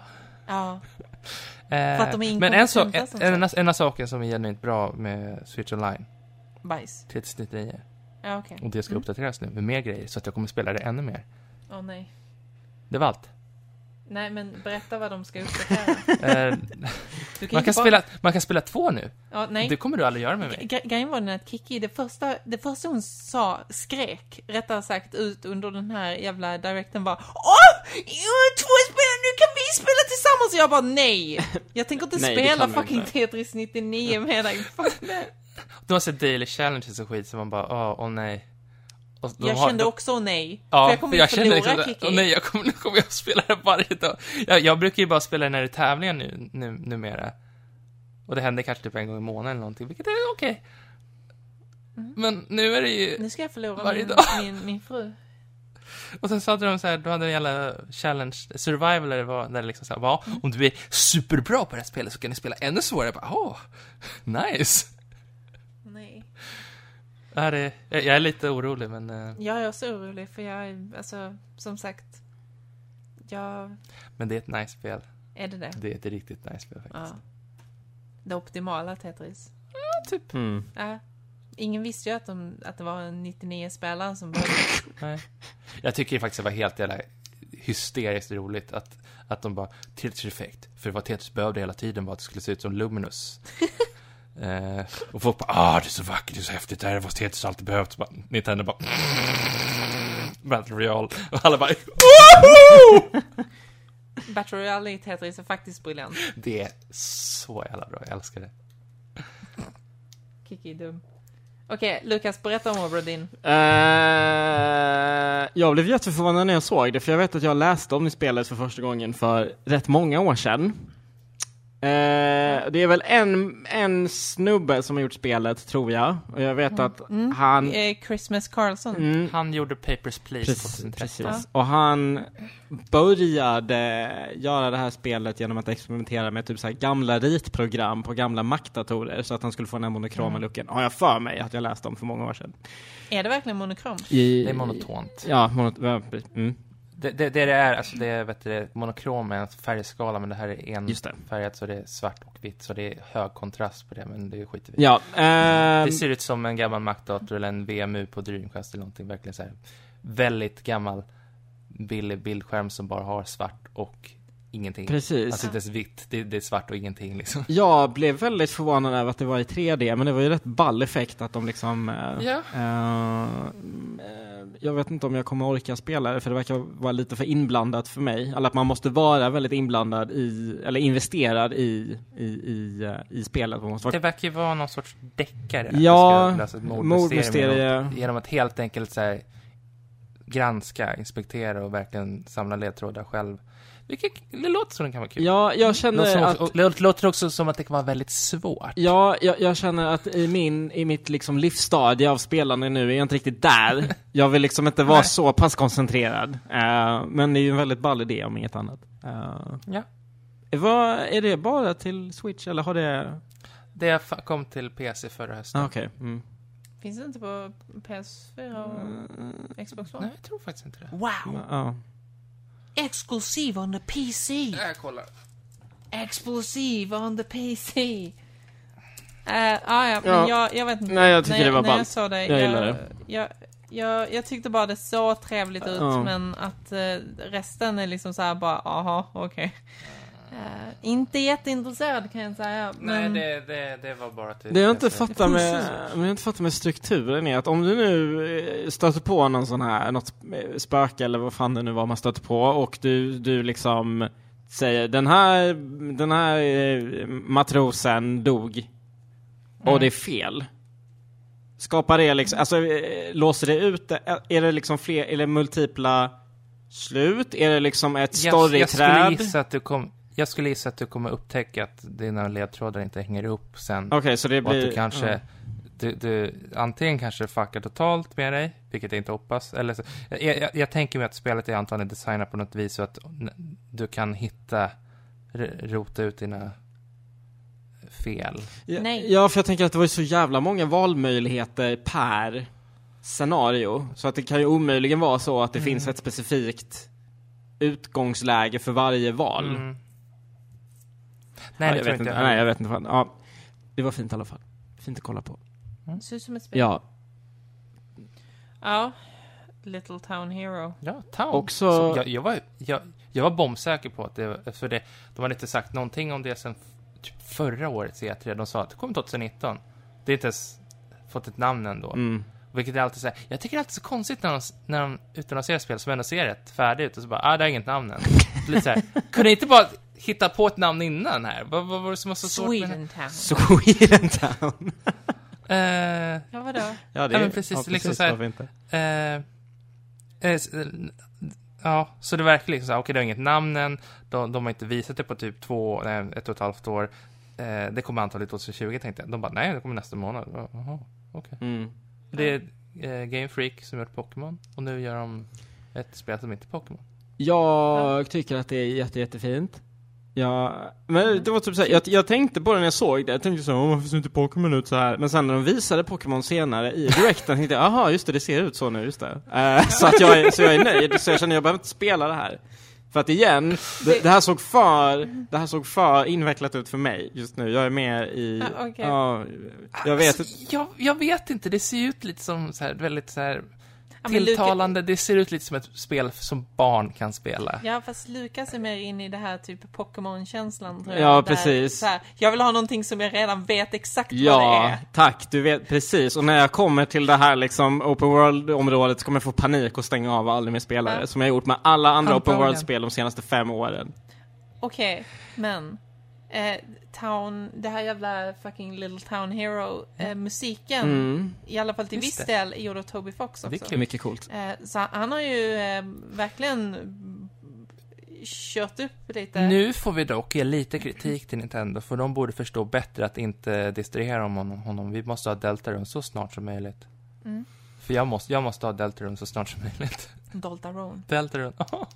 Ja. Eh, För att de är men en, sak, inkompetenta, som en, en, sagt. en av sakerna som är genuint bra med Switch Online, Bajs. trettio nittionio, Ja, okej. och det ska uppdateras nu med mer grejer, så att jag kommer spela det ännu mer. Åh nej. Det var allt. Nej, men berätta vad de ska uppdatera. Eh, Du kan man, inte kan bara- spela, man kan spela två nu. Ja, nej. Det kommer du aldrig göra med mig. Gre- Grejen var den att Kiki, det första, det första hon sa, skrek, rättare sagt, ut under den här jävla directen var åh! Två spelare, nu kan vi spela tillsammans! Och jag bara, nej! Jag tänker inte Nej, det spela kan man fucking inte. Tetris nittionio med dig. Fuck det. De har sett daily challenges och skit, så man bara, åh, åh nej. Och de Jag har- kände de- också nej. Ja, för jag kommer jag inte känner förlora, liksom, Kiki. åh nej, jag kommer, nu kommer jag att spela det varje dag. Jag, jag brukar ju bara spela när det är tävlingar nu, nu, numera. Och det händer kanske typ en gång i månaden eller någonting, vilket är okej. Men nu är det ju... Nu ska jag förlora Varje min, dag. min, min fru. Och sen så hade de så här, då hade en jävla challenge, survival eller vad, där det liksom så här, va, om du är superbra på det här spelet så kan ni spela ännu svårare. Jag bara, åh, nice. Nej. Det här är, jag jag är lite orolig, men... eh, Jag är också orolig, för jag är, alltså, som sagt, jag... Men det är ett nice spel. Är det det? Det är ett riktigt nice spel faktiskt. Ja. Det optimala Tetris. Typ. Mm. Ja. Ingen visste ju att, de, att det var en nittionio-spelare som började. Nej. Jag tycker faktiskt det var helt jävla hysteriskt roligt att, att de bara, Tetris-effekt. För vad Tetris behövde hela tiden var att det skulle se ut som Luminous. eh, och folk bara, ah, det är så vackert, det är så häftigt, det här är vad Tetris alltid behövt. Så bara, Nintendo bara, Battle Royale. Och alla bara, Battle Royale i Tetris är faktiskt briljant. det är så jävla bra, jag älskar det. Kiki är dum. Okej, Lukas, berätta om Obradin. Eh, jag blev jätteförvånad när jag såg det, för jag vet att jag läste om det spelet för första gången för rätt många år sedan. Eh, det är väl en, en snubbe som har gjort spelet, tror jag. Och jag vet att han... Eh, Christmas Carlson. Mm, Han gjorde Papers, Please precis, tjugohundratretton. precis. Och han började göra det här spelet genom att experimentera med typ så här gamla ritprogram på gamla Mac-datorer, så att han skulle få den här monokroma looken. Har jag för mig att jag läste om för många år sedan. Är det verkligen monokrom? I, Det är monotont. Ja, monot... Mm. Det, det, det det är, alltså det är, vet du, monokrom är en färgskala, men det här är en Just det. färgat, så det är svart och vitt, så det är hög kontrast på det, men det skiter vi. Ja, ehm, Det ser ut som en gammal Mac-dator eller en V M U på Dreamcast eller någonting, verkligen så här väldigt gammal billig bildskärm som bara har svart och ingenting. precis. Alltså inte ens vitt, det, det är svart och ingenting liksom. Jag blev väldigt förvånad över att det var i tre D, men det var ju rätt ball effekt att de liksom... eh, Ja. eh, jag vet inte om jag kommer orka spela det, för det verkar vara lite för inblandat för mig. Eller att man måste vara väldigt inblandad i, eller investerad i, i, i, eh, i spelet. Man måste vara... Det verkar ju vara någon sorts deckare. att Ja, du ska lösa ett mordmysterie. genom- Genom att helt enkelt så här, granska, inspektera och verkligen samla ledtrådar själv. Vilket, det låter som det kan vara kul. Ja, jag Det känner låter, att... också, det låter också som att det kan vara väldigt svårt. Ja, jag, jag känner att i, min, i mitt liksom livsstadie av spelande nu är jag inte riktigt där. Jag vill liksom inte vara Nej. så pass koncentrerad. Eh, men det är ju en väldigt ball idé om inget annat. Uh, Ja. vad, är det bara till Switch eller har det... Det fa- kom till P C förra hösten. Ah, Okej. Mm. Finns det inte på P S fyra och Xbox One? Nej, jag tror faktiskt inte det. Wow! Ja. Exclusive on the P C! Jag kollar. Exclusive on the P C! Uh, ah, ja, men Ja. jag, jag vet inte. Nej, jag tycker när, det var när jag ballt. såg det, Jag gillar jag, det. Jag, jag, jag tyckte bara det så trevligt ut, Ja. men att eh, resten är liksom så här bara, aha, okej. Eh, inte jätteintresserad kan jag säga, men... Nej, det, det, det var bara till... Det jag inte P C. fattar med, men jag inte fattar med strukturen är att om du nu eh, stöter på någon sån här, något spöke eller vad fan det nu var man stöter på, och du, du liksom säger den här, den här eh, matrosen dog och det är fel. Skapar det liksom, alltså eh, låser det ut det? Är det liksom fler, eller multipla slut? Är det liksom ett Jag, jag, skulle storyträd? gissa att du kom, jag skulle gissa att du kommer upptäcka att dina ledtrådar inte hänger upp sen. Okej, så det Och att blir... du kanske... ja. Du, du antingen kanske fuckar totalt med dig, vilket jag inte hoppas. Eller så, jag, jag, jag tänker mig att spelet är antagligen designat på något vis så att n- du kan hitta, r- rota ut dina fel. Ja, Nej. ja, för jag tänker att det var ju så jävla många valmöjligheter per scenario. Så att det kan ju omöjligen vara så att det Mm. finns ett specifikt utgångsläge för varje val. Mm. Nej, ja, det jag tror vet inte inte. jag. Nej, jag vet inte. Fan. Ja, det var fint i alla fall. Fint att kolla på. Det ser ut som ett spel. Ja. Ja. Little Town Hero. Ja, Town. Också... Så jag, jag, var, jag, jag var bombsäker på att det, för det, de hade inte sagt någonting om det sen typ förra årets E tre. De sa att det kommer tjugonitton. Det är inte ens fått ett namn ändå. Mm. Vilket är alltid så här, jag tycker det är alltid så konstigt när de, när de utannonserar spel som ändå ser rätt färdigt ut och så bara, ah, det är inget namn än. Lite så här, kunde inte bara hitta på ett namn innan här? Vad, vad var det som var så svårt med Sweden Town. Sweden Town. Eh, Ja, vadå? Ja, det Ja, är men precis, liksom så här- varför inte? Eh, eh, s- eh, ja, så det verkar liksom så här, okej, det har inget namn än. De, de har inte visat det på typ två, nej, ett och ett halvt år. Eh, det kommer antagligen tjugo tjugo, tänkte jag. De bara, nej, det kommer nästa månad. Jaha, okej. Mm. Det är eh, Game Freak som gjort Pokémon. Och nu gör de ett spel som inte är Pokémon. Jag tycker att det är jätte, jättefint. Ja, men det var typ så här, jag, jag tänkte på det när jag såg det. Jag tänkte så, varför ser inte Pokémon ut så här? Men sen när de visade Pokémon senare i direkten tänkte jag, aha, just det, det ser ut så nu, just det. Uh, så att jag är, så jag är nöjd, så jag känner jag behöver inte spela det här. För att igen, det, det här såg för det här såg för invecklat ut för mig just nu. Jag är med i Ah, okay. ja, jag vet Alltså, jag, jag vet inte, det ser ut lite som så här, väldigt så här Ja, men tilltalande. Det ser ut lite som ett spel som barn kan spela. Ja, fast Lukas är mer inne i det här typ Pokémon-känslan, tror jag. Ja, Där, precis. Så här, jag vill ha någonting som jag redan vet exakt vad det Ja, är. tack, du vet precis. Och när jag kommer till det här liksom open world-området så kommer jag få panik och stänga av och aldrig mer spelare. Ja. Som jag har gjort med alla andra open Antagligen. world-spel de senaste fem åren. Okej, men eh, Town, det här jävla fucking Little Town Hero eh, musiken, Mm. i alla fall till Just viss det. del, är gjord av Toby Fox Det är också. Det är mycket coolt. Eh, så han har ju eh, verkligen kört upp lite. Nu får vi dock ge lite kritik till Nintendo, för de borde förstå bättre att inte distrahera om honom. honom. Vi måste ha Deltarune så snart som möjligt. Mm. För jag måste, jag måste ha Deltarune så snart som möjligt. Deltarune. Deltarune.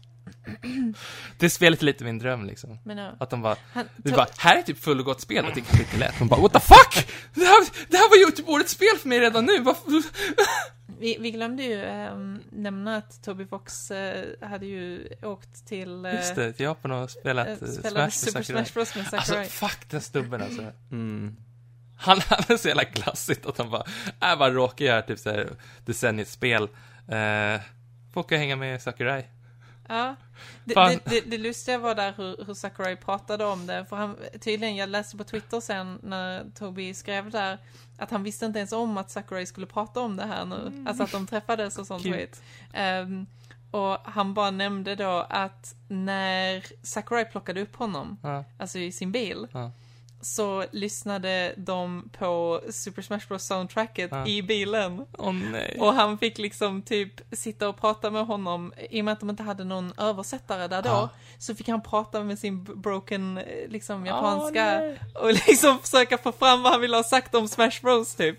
Det spelet är lite min dröm liksom. Men ja. Att de bara, Han, det to- bara, här är typ fullgott spel och det kan bli lite lätt. De bara, what the fuck? Det här, det här var ju typ årets spel för mig redan nu. Varför? vi, vi glömde ju ähm, nämna att Toby Fox äh, hade ju åkt till äh, Just det, Japan och spelat äh, uh, Smash spelade med Super Sakurai. Smash Bros med Sakurai. Alltså, fuck den stubben alltså. Mm. Han, han är så jävla klassigt att han bara, är bara råkar göra typ såhär decenniets spel. Uh, får åka hänga med Sakurai. Ja, det, Fan. det, det, det lustiga var där hur, hur Sakurai pratade om det. För han, tydligen, jag läste på Twitter sen när Toby skrev där att han visste inte ens om att Sakurai skulle prata om det här nu. Mm. Alltså att de träffades och sånt skit. Um, och han bara nämnde då att när Sakurai plockade upp honom, Ja. alltså i sin bil, Ja. så lyssnade de på Super Smash Bros soundtracket Ja. i bilen. Åh nej. Och han fick liksom typ sitta och prata med honom, i och med att de inte hade någon översättare där då, Ja. så fick han prata med sin b- broken, eh, liksom, Åh, japanska, nej. och liksom försöka få fram vad han ville ha sagt om Smash Bros, typ.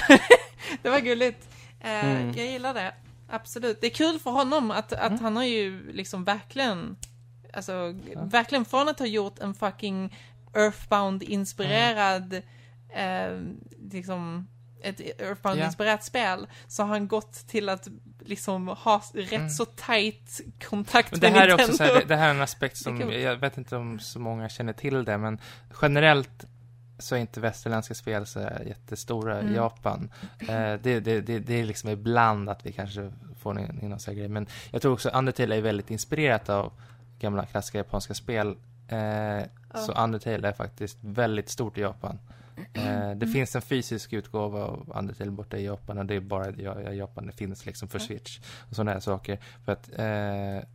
Det var gulligt. Eh, Mm. Jag gillar det. Absolut. Det är kul för honom att, att Mm. han har ju liksom verkligen, alltså, verkligen från att ha gjort en fucking Earthbound-inspirerad, eh, liksom, ett Earthbound-inspirerat spel, så har han gått till att liksom ha rätt Mm. så tight kontakt Men det med här är Nintendo. också så här, det, det här är en aspekt som, Det är kul. jag vet inte om så många känner till det, men generellt så är inte västerländska spel så här jättestora Mm. i Japan. Eh, det, det, det, det är liksom ibland att vi kanske får in, in någon sån här grej. Men jag tror också Undertale är väldigt inspirerat av gamla klassiska japanska spel. Eh, Så Undertale är faktiskt väldigt stort i Japan. Eh, det finns en fysisk utgåva av Undertale borta i Japan, och det är bara i Japan det finns liksom för Switch och sådana här saker. För att, eh,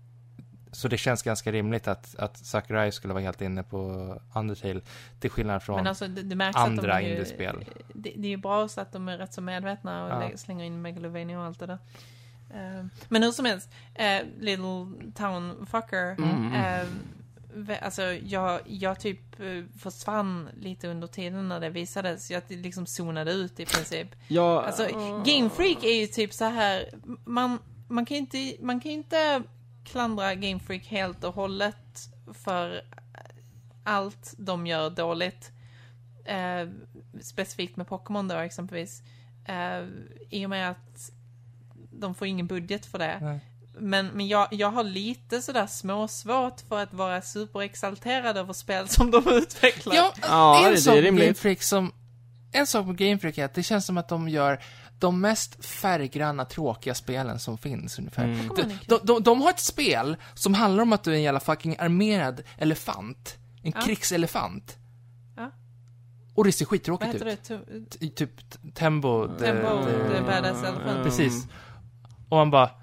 så det känns ganska rimligt att, att Sakurai skulle vara helt inne på Undertale, till skillnad från Men alltså, det, det märks andra att de är ju, indiespel. Det, det är ju bra så att de är rätt så medvetna och Ja. lä- slänger in Megalovania och allt det där. Eh, men hur som helst, eh, Little Town Fucker, Mm. eh, ve- alltså jag, jag typ eh, försvann lite under tiden när det visades. Jag liksom zonade ut i princip. Ja, Alltså, Game Freak är ju typ så här, man, man kan ju inte, man kan ju inte klandra Game Freak helt och hållet för allt de gör dåligt. Eh, specifikt med Pokémon då exempelvis. Eh, I och med att de får ingen budget för det. Nej. Men, men jag, jag har lite sådär småsvårt för att vara superexalterad över spel som de utvecklar. Ja, Ja, en det är sak med rimligt. Game Freak som... En sak med Game Freak är att det känns som att de gör de mest färggranna, tråkiga spelen som finns ungefär. Mm. De, de, de, de har ett spel som handlar om att du är en jävla fucking armerad elefant. En Ja. krigselefant. Ja. Och det ser Vad skittråkigt heter ut. det? Tu- T- Typ Tembo. the- Tempo, the- the badass elephant. Mm. Precis. Och man bara...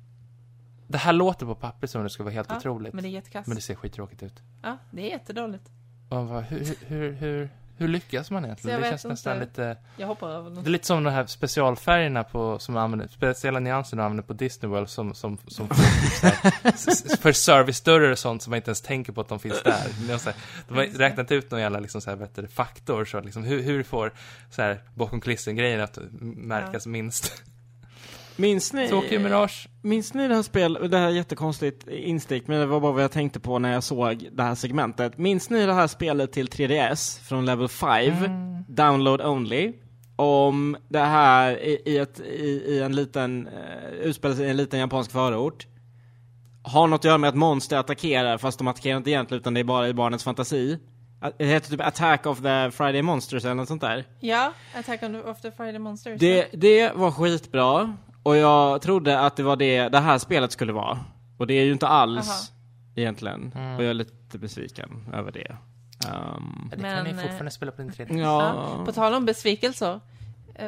Det här låter på papper som det ska vara helt Ja, otroligt. Men det är jättekast. Men det ser skittråkigt ut. Ja, det är jättedåligt. Och man bara, hur, hur, hur, hur lyckas man Så egentligen? jag Det vet känns nästan inte. lite... Jag hoppar över något. Det är lite som de här specialfärgerna på, som man använder, speciella nyanser de använder på Disney World som, som, som får typ så här, s- för service-dörrar och sånt som man inte ens tänker på att de finns där. De har, så här, de har räknat ut någon jävla liksom så här, vet du, faktor så liksom, hur, hur får så här, bakom kulissen-grejen att märkas minst. Minns ni, Tokyo Mirage. minns ni det här spelet, det här är jättekonstigt instick, men det var bara vad jag tänkte på när jag såg det här segmentet. Minns ni det här spelet till tre D S från Level fem, Mm. download only, om det här i, i, ett, i, i en liten, uh, utspelar sig i en liten japansk förort, har något att göra med att monster attackerar, fast de attackerar inte egentligen utan det är bara i barnets fantasi. Det heter typ Attack of the Friday Monsters eller något sånt där. Ja, Attack on the, of the Friday Monsters. Det, det var skitbra. Och jag trodde att det var det det här spelet skulle vara. Och det är ju inte alls Aha. egentligen. Mm. Och jag är lite besviken över det. Um, Ja, det Men, kan ni eh, fortfarande spela på din tre D. ja. Ja, på tal om besvikelser. Eh,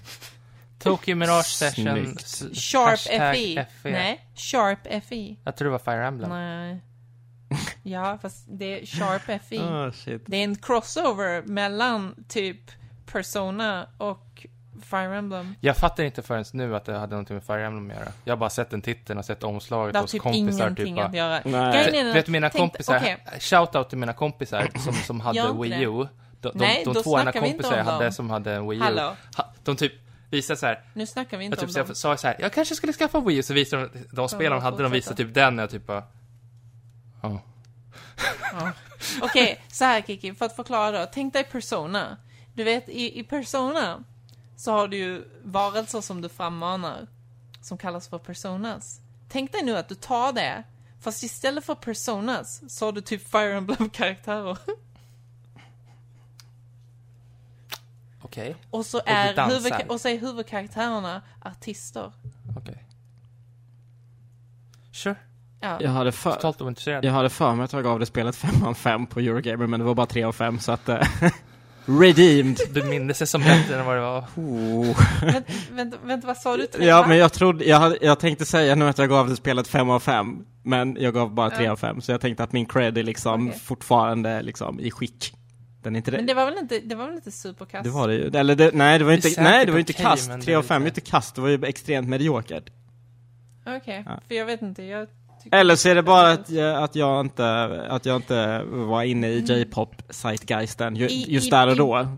Tokyo Mirage Session. Snyggt. s- Sharp hashtag F I. F E. Nej, Sharp F I. Jag tror det var Fire Emblem. Nej. Ja, fast det är Sharp F I. Oh, shit. Det är en crossover mellan typ Persona och Fire Emblem. Jag fattar inte förrän nu att det hade någonting med Fire Emblem att göra. Jag har bara sett den titeln och sett omslaget Det har hos typ kompisar. ingenting Typ, att göra. Nej. Grejen är den vet att- du, mina tänk- kompisar, okej. shoutout till mina kompisar som, som hade Gör inte Wii det. U. De, de, Nej, de då två ena snackar vi inte kompisar jag om hade dem. som hade en Wii U. Hallå, Ha, de typ visade så här, nu snackar vi jag inte typ om så dem. jag sa så här, jag kanske skulle skaffa Wii U, så visade de, de spel de hade, de visade typ den och jag typ bara, ja. Ja. Okej, så här Kiki, för att förklara då. Tänk dig Persona. Du vet, i, i Persona så har du ju varelser som du frammanar som kallas för personas. Tänk dig nu att du tar det, fast istället för personas så har du typ Fire Emblem-karaktärer. Okej, Och så du är, dansar. huvudka- och så är huvudkaraktärerna artister. okej. Sure, Ja. Jag hade för... totalt ointresserad. Jag hade för mig att jag gav det spelet fem av fem på Eurogamer, men det var bara tre av fem, så att... eh, redeemed. Du minns det som bättre än vad det var. Oh. Vänta, vänta, vänta, vad sa du? Tre, Ja, va? men jag trodde... Jag, hade, jag tänkte säga nu att jag gav det spelet fem av fem, men jag gav bara tre Ja. av fem, så jag tänkte att min cred är liksom Okej. fortfarande liksom i skick. Den är inte Men det. det var väl inte, det var väl inte superkast? Det var det ju. Eller det, nej, det var Det är inte, säkert nej, det var inte okej, kast. men det tre är av fem är inte- inte kast, det var ju extremt mediokert. Okej, Ja. för jag vet inte, jag tycker- Eller så är det bara att jag, att jag inte att jag inte var inne i J-pop-zeitgeisten ju, I- just i- där och i- då.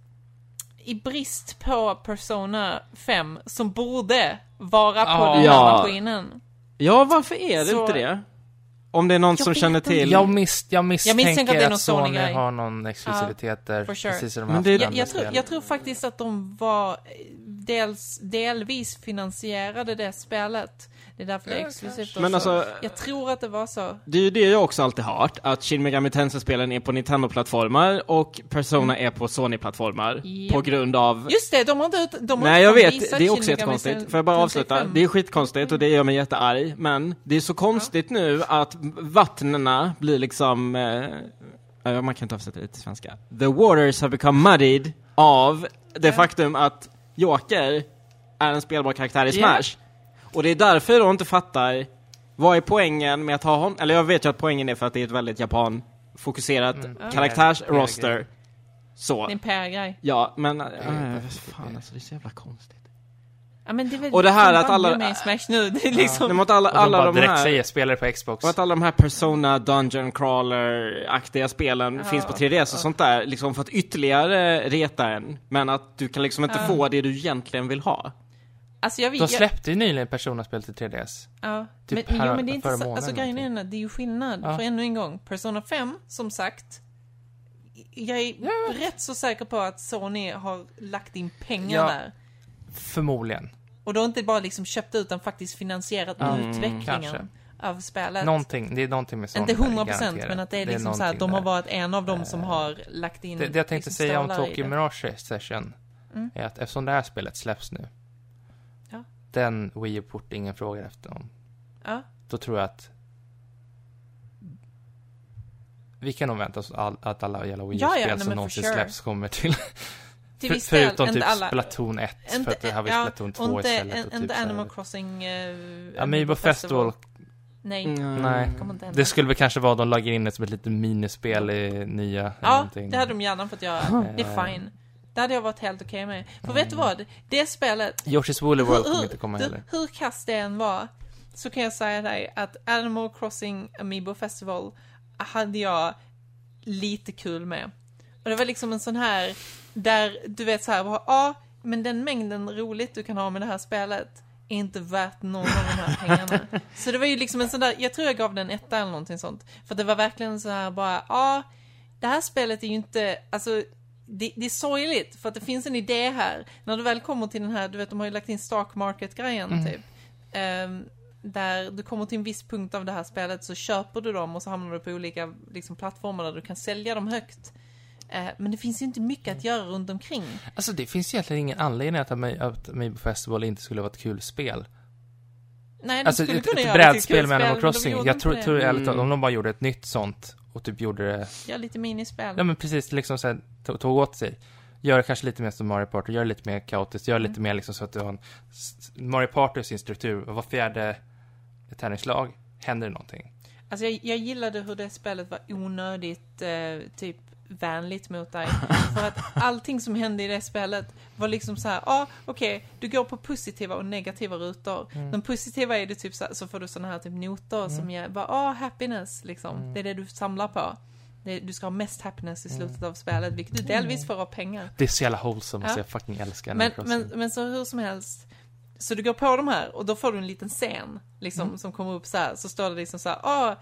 I brist på Persona fem som borde vara på Ja. den här Ja. maskinen. Ja, varför är det Så- inte det? Om det är någon Jag som vet känner inte. till... Jag, mis, jag misstänker misstänker att det är någon att Sony Sony-grej. har någon exklusivitet där. for sure. Precis som de Men haft det- med Jag, andra jag, tror, spel. jag tror faktiskt att de var eh, dels, delvis finansierade det spelet. Det är därför det är exklusivt Men också. alltså, Jag tror att det var så. det är ju det jag också alltid hört, att Shin Megami Tensei-spelen är på Nintendo-plattformar och Persona är på Sony-plattformar. Japp. På grund av... Just det, de har inte ut, de har Nej, inte jag vet, visat det är också Shin Megami jättekonstigt. Får jag bara Tensei avsluta? fem. Det är skitkonstigt och det gör mig jättearg. Men det är så konstigt nu att vattnena blir liksom... Eh, ja, man kan inte avsätta det till svenska. The waters have become muddied av det faktum att Joker är en spelbar karaktär i Ja. Smash. Och det är därför jag inte fattar vad är poängen med att ha honom. Eller jag vet ju att poängen är för att det är ett väldigt Japan-fokuserat Mm. karaktärsroster. Så. Det är en P R-grej. Ja, men... Äh, fan, alltså det är så jävla konstigt. Ja, men det är väl Och det här fan att alla- banne med i Smash nu. Det är liksom... Men mot alla, Och de alla bara de direkt här... säger spelare på Xbox. Och att alla de här Persona Dungeon Crawler-aktiga spelen Ja. finns på tre D S och sånt där, liksom för att ytterligare reta en, men att du kan liksom inte Ja. få det du egentligen vill ha. Alltså jag, De jag, släppte ju nyligen Persona-spel till tre D S. Ja, Typ men, här- jo, men det är inte förra så, månaden alltså grejen är någonting. den att det är ju skillnad, Ja. för ännu en gång, Persona fem, som sagt, jag är rätt så säker på att Sony har lagt in pengar Ja. där. Förmodligen. Och då inte bara liksom köpt utan faktiskt finansierat Mm, utvecklingen kanske. av spelet. Någonting, det är någonting med sånt. Inte hundra procent, garanterat. men att det är liksom någonting så här, de har där. varit en av dem som har lagt in Det, det jag tänkte liksom säga om stålar i Tokyo det. Mirage Session Mm. är att eftersom det här spelet släpps nu, Ja. den Wii U-port ingen frågar efter om, Ja. då tror jag att vi kan nog vänta oss all, att alla jävla Wii Ja, ja, U-spel nej, som men någonsin for sure. släpps kommer till... Till för, viss del, förutom inte typ alla. Splatoon ett, för Inte, att det har vi ja, Splatoon två och inte, istället. en- Och inte typ så här- Animal Crossing... Uh, Amiibo Festival, Nej, nej. kommer inte hända. Det skulle väl kanske vara de lägger in det som ett litet minispel i nya... eller Ja, någonting. det hade de gärna fått göra. Det är fine. Det hade jag varit helt okej med. För vet du vad? Det spelet... Yoshi's Woolly World kommer hur, inte komma du, heller. hur kast det än var, så kan jag säga dig att Animal Crossing Amiibo Festival hade jag lite kul med. Och det var liksom en sån här, där du vet så här, ja, ah, men den mängden roligt du kan ha med det här spelet är inte värt någon av de här pengarna. Så det var ju liksom en sån där, jag tror jag gav den etta eller någonting sånt. För det var verkligen så här bara, ja, ah, det här spelet är ju inte, alltså, det, det är sorgligt för att det finns en idé här. När du väl kommer till den här, du vet, de har ju lagt in stock market-grejen Mm. typ. Um, där du kommer till en viss punkt av det här spelet så köper du dem och så hamnar du på olika liksom, plattformar där du kan sälja dem högt. Uh, men det finns ju inte mycket att göra runt omkring. Alltså det finns egentligen ingen anledning att Ami- att Amiibo Festival inte skulle vara ett kul spel. Nej, de Alltså skulle ett, kunna ett göra det till brädspel kul med spel, Animal men de Crossing. gjorde Jag inte tror, det. tror ärligt talat, Mm. om de bara gjorde ett nytt sånt och typ gjorde det... Ja, lite minispel. Ja men precis, liksom så här, tog, tog åt sig. Gör det kanske lite mer som Mario Party, gör det lite mer kaotiskt, gör det lite mer liksom så att du har en... s- Mario Party och sin struktur, och var fjärde tärningslag händer det någonting. Alltså jag, jag gillade hur det spelet var onödigt eh, typ vänligt mot dig. För att allting som hände i det spelet var liksom så här, ja ah, okej, okay, du går på positiva och negativa rutor. Mm. De positiva är det typ så, så får du såna här typ noter som ger, bara, ah happiness liksom. Mm. Det är det du samlar på. Det, du ska ha mest happiness i slutet av spelet, vilket du delvis får av pengar. Det är så jävla wholesome, Ja. så jag fucking älskar Men, Animal men, Crossing. men så hur som helst. Så du går på de här och då får du en liten scen liksom, Mm. som kommer upp så här. Så står det liksom så här, ah,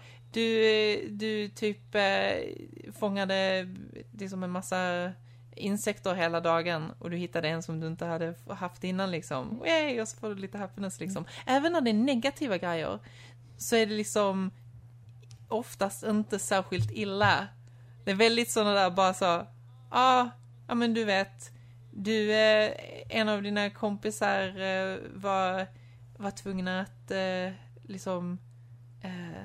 du, du typ eh, fångade liksom en massa insekter hela dagen och du hittade en som du inte hade haft innan liksom. Yay, och så får du lite happiness liksom. Även när det är negativa grejer så är det liksom oftast inte särskilt illa. Det är väldigt sådana där bara så, ja, ah, ja men du vet, du, eh, en av dina kompisar eh, var, var tvungna att eh, liksom eh,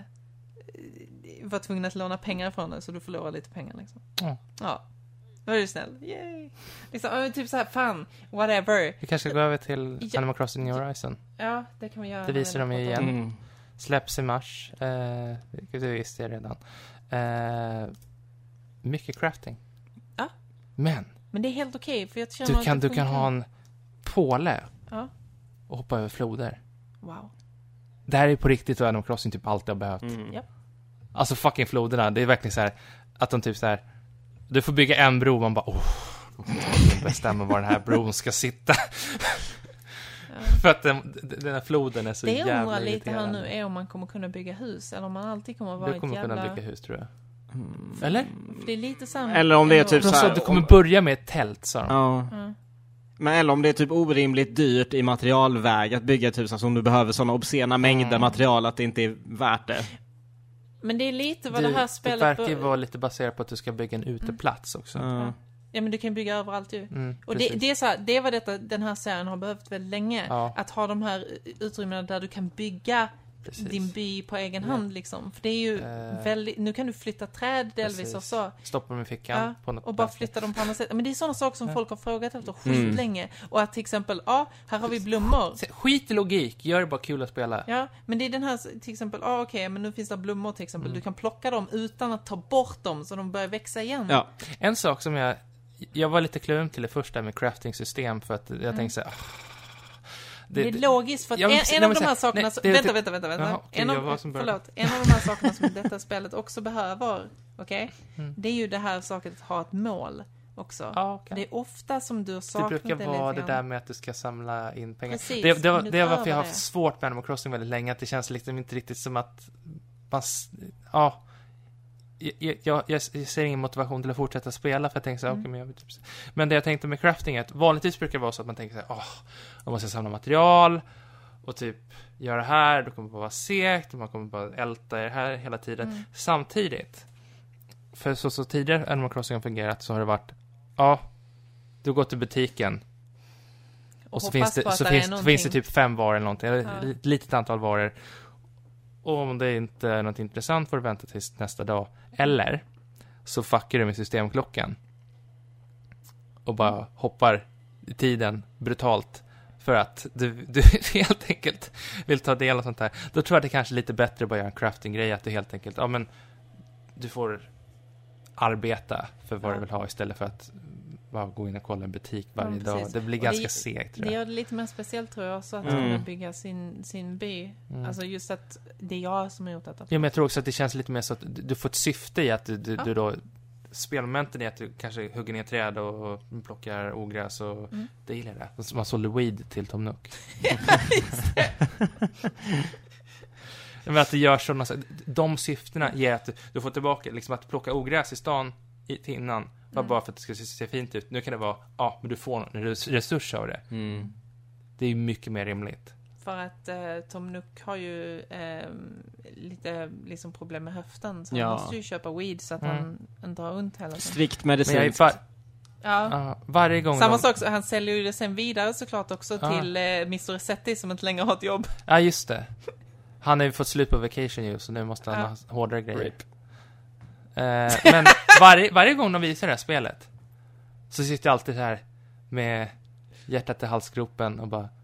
var tvungna att låna pengar från dig så du förlorar lite pengar liksom. Ja. Ja. Då är du snäll. Yay. Liksom, ja, typ så här, fan, whatever. Vi kanske går över till Ja. Animal Crossing New Horizon. Ja, det kan vi göra. Det visar de ju igen. Mm. Släpps i mars. Eh, vilket det visste jag redan. Eh, mycket crafting. Ja. Men Men det är helt okej, för jag känner du att kan, det du kan funkar. ha en påle Ja. och hoppa över floder. Wow. Det här är på riktigt vad Animal Crossing typ alltid har behövt. Mm. Ja. Alltså fucking floderna, det är verkligen så här att de typ så här, du får bygga en bro, man bara åh, då får jag bestämma var den här bron ska sitta. För att den, den här floden är så Det jag jävla undrar lite här irriterande. nu är om man kommer kunna bygga hus eller om man alltid kommer att vara Du kommer ett jävla... kunna bygga hus, tror jag. Mm. Eller? För det är lite samma... Eller om det är typ De så sa här- att du kommer börja med ett tält, sa de. Ja. Ja. Men eller om det är typ orimligt dyrt i materialväg att bygga ett hus, alltså om du behöver sådana obscena mängder Mm. material att det inte är värt det. Men det är lite vad det, det här det spelet... verkar ju bör- vara lite baserat på att du ska bygga en uteplats också. Ja. Ja, men du kan bygga överallt ju. Mm, Och det, precis. det är så här, det är vad detta, den här serien har behövt väldigt länge. Ja. Att ha de här utrymmena där du kan bygga Precis. din by på egen Ja. hand liksom. För det är ju Eh. väldigt... Nu kan du flytta träd delvis Precis. och så. Stoppa dem i fickan. Ja, på något och bara sätt. flytta dem på andra sätt. Men det är sådana saker som Ja. folk har frågat efter Mm. skitlänge. Och att till exempel, ja, här har vi blommor. Se, skit i logik, gör det bara kul att spela. Ja, men det är den här, till exempel, ja okej, men nu finns det blommor till exempel. Mm. Du kan plocka dem utan att ta bort dem så de börjar växa igen. Ja. En sak som jag jag var lite kluven till det första med crafting-system för att jag Mm. tänkte så här, ah, Det, det, är logiskt för att Ja, men en, precis, en nej, av men de här så- sakerna nej, som, det- vänta, det- vänta, vänta, vänta. Jaha, okej, en, jag av, var som började. förlåt, en av de här sakerna som detta spelet också behöver, okej? Mm. Det är ju det här saken att ha ett mål också. Ja, okej. Det är ofta som du har Det saknat det, brukar vara lite det grann. där med att du ska samla in pengar. Precis, det, det, var, men det var varför utöver jag har det. haft svårt med Animal Crossing väldigt länge. Att det känns liksom inte riktigt som att man... s- Ja. jag, jag, jag, jag ser ingen motivation till att fortsätta spela, för jag tänker så här, Mm. okay, men, jag, typ, men det jag tänkte med crafting är att vanligtvis brukar det vara så att man tänker så här, åh, jag måste samla material och typ göra det här, då kommer det bara vara segt och man kommer bara älta det här hela tiden. Mm. Samtidigt, för så, så tidigare Animal Crossing har fungerat, så har det varit, ja, du går till butiken och så, finns det, så, finns, så finns det typ fem varor eller någonting, eller Ja. ett litet antal varor. Och om det inte är något intressant får du vänta tills nästa dag. Eller så fuckar du med systemklockan och bara hoppar i tiden brutalt för att du, du helt enkelt vill ta del av sånt här. Då tror jag att det kanske är lite bättre att bara göra en crafting-grej, att du helt enkelt, ja men du får arbeta för vad Ja. du vill ha istället för att bara gå in och kolla en butik varje Ja, dag. precis. Det blir Och ganska det- segt, tror Det jag. gör det lite mer speciellt, tror jag, så att Mm. kunna bygga sin, sin by. Mm. Alltså just att det är jag som har gjort detta. Ja, men jag tror också att det känns lite mer så att du du får ett syfte i att du, du, Ja. du då spelmomenten är att du kanske hugger ner träd och plockar ogräs och Mm. det gillar jag det. Man sålde weed till Tom Nook. Men att det gör sådana, de syftena ger att du, du får tillbaka, liksom att plocka ogräs i stan i, till innan var Mm. bara för att det ska se, se fint ut. Nu kan det vara, ja, men du får en res- resurs av det. Mm. Det är ju mycket mer rimligt. För att eh, Tom Nook har ju eh, lite liksom problem med höften, så Ja. han måste ju köpa weed så att Mm. han inte har ont hela tiden. Strikt Men jag är medicinskt. var, Ja. ja, varje gång Samma de, sak, så han säljer ju det sen vidare såklart också Ja. till eh, mister Resetti som inte längre har ett jobb. Ja, just det. Han har ju fått slut på vacation ju, så nu måste han Ja. ha hårdare grejer. Rape. Eh, men varje, varje gång de visar det här spelet så sitter jag alltid så här med hjärtat i halsgropen och bara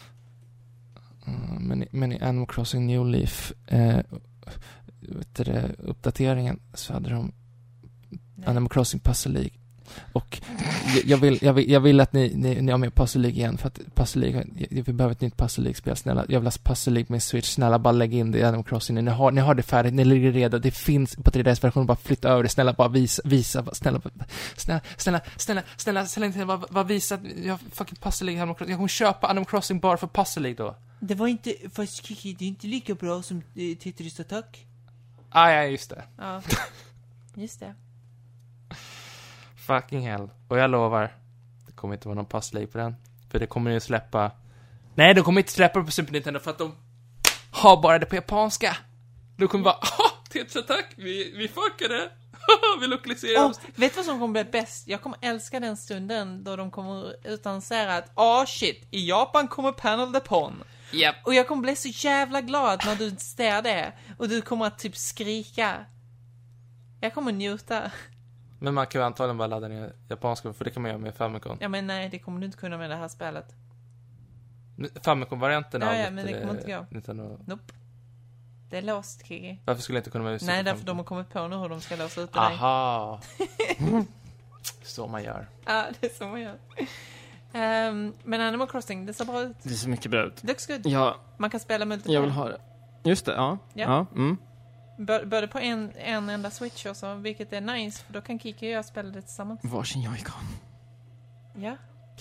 mm, men, i- men i Animal Crossing New Leaf eh, vet du det, uppdateringen så hade de Nej. Animal Crossing Puzzle League. Och jag- jag vill, jag vill, jag vill att ni, ni, ni har med Puzzle League igen, för att Puzzle League, jag, vi behöver ett nytt Puzzle League-spel, snälla. Jag vill ha Puzzle League med Switch, snälla bara lägg in det i Animal Crossing. Ni har, ni har det färdigt, ni ligger redo, det finns på tre D S-versionen, bara flytta över det, snälla bara visa, visa, snälla, snälla, snälla, snälla, snälla, snälla, snälla bara, bara visa, jag fucking Puzzle League, Animal Crossing. Jag kommer köpa Animal Crossing bara för Puzzle League då. Det var inte, fast Kiki, det är inte lika bra som eh, Tetris Attack. Ah, ja, just det. Ja. Just det. Fucking hell. Och jag lovar, det kommer inte vara någon Puzzle League på den. För det kommer ju släppa... Nej, de kommer inte släppa det på Super Nintendo för att de har bara det på japanska. Då kommer bara, ah, Tetris Attack, vi, vi fuckade. Vi lokaliserar Oh, oss. vet du vad som kommer bli bäst? Jag kommer älska den stunden då de kommer utannonsera att ah shit, i Japan kommer Panel Depon. Japp. Och jag kommer bli så jävla glad när du ser det. Och du kommer att typ skrika. Jag kommer njuta. Men man kan ju antagligen bara ladda ner japanska, för det kan man göra med Famicom. Ja men nej, det kommer du inte kunna med det här spelet. Famicom-varianten Ja, av ja, men det eh, kommer inte gå. Nintendo. Nope. Det är låst, Kiki. Varför skulle jag inte kunna vara Super Nej, därför Famicom? de har kommit på nu hur de ska låsa ut det dig. Aha. Så man gör. Ja, det är så man gör. Ehm, men Animal Crossing, det ser bra ut. Det ser mycket bra ut. Det looks good. Ja, Man kan spela multiplayer. jag vill ha det. Just det, ja. Ja. Ja, mm. Bör- Både på en, en enda Switch också, vilket är nice, för då kan Kiki och jag spela det tillsammans. Varsin Joy-Con. Ja.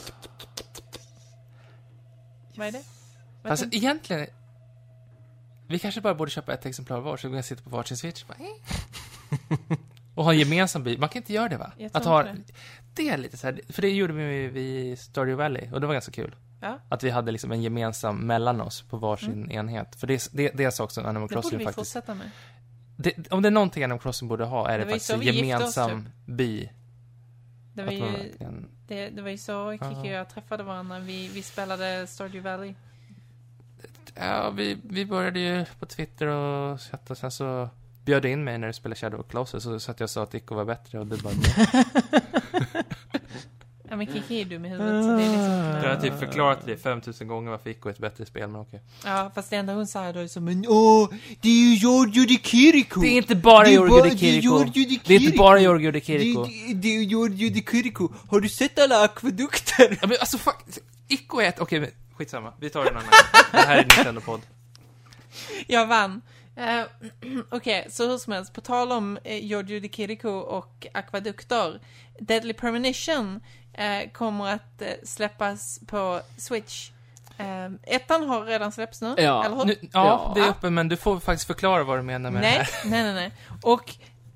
Vad är det? Vad Fast tänkte- egentligen, vi kanske bara borde köpa ett exemplar var, så vi kan sitta på varsin Switch. Bara, eh. Och ha en gemensam bil. Man kan inte göra det, va? Jag tror Att ha, inte det är lite så här, för det gjorde vi vid Stardew Valley, och det var ganska kul. Ja. Att vi hade liksom en gemensam mellan oss på varsin Mm. enhet. För det, det, det är en sak som Animal Det borde Crossing vi faktiskt... fortsätta med. Det, om det är någonting Animal Crossing borde ha, är det, Det var ju faktiskt så en vi gifte oss, gemensam by. Det var Att man ju, verkligen- det, det var ju så Kiki och jag träffade varandra. Vi, vi spelade Stardew Valley. Ja, vi, vi började ju på Twitter och chatta, sen så bjöd du in mig när du spelade Shadow of Closer, så satt jag och sa att Ico var bättre, och det bara... Ja, men Kiki är dum i huvudet, så det är liksom... Jag har typ förklarat det femtusen gånger varför Ico är ett bättre spel, men okej. Ja, fast det enda hon sa då är så, men Men åh, det är ju Giorgio de Chirico. Det är inte bara Det är Giorgio bara- de det är Chirico. Giorgio de Det är inte Chirico. bara Giorgio de Chirico. Det, det är ju Giorgio de Chirico. Har du sett alla akvedukter? Ja, men alltså fuck, Ico är ett... Okej, men skitsamma. Vi tar en annan. Det här är Nintendo-podd. jag vann. Uh, Okej, så hur som helst, på tal om uh, Giorgio de Chirico och akvadukter. Deadly Premonition uh, kommer att uh, släppas på Switch. Uh, ettan har redan släppts nu, Ja. eller hur? Nu, ja, Ja. det är uppe, men du får faktiskt förklara vad du menar med det Nej, här. nej, nej, nej. Och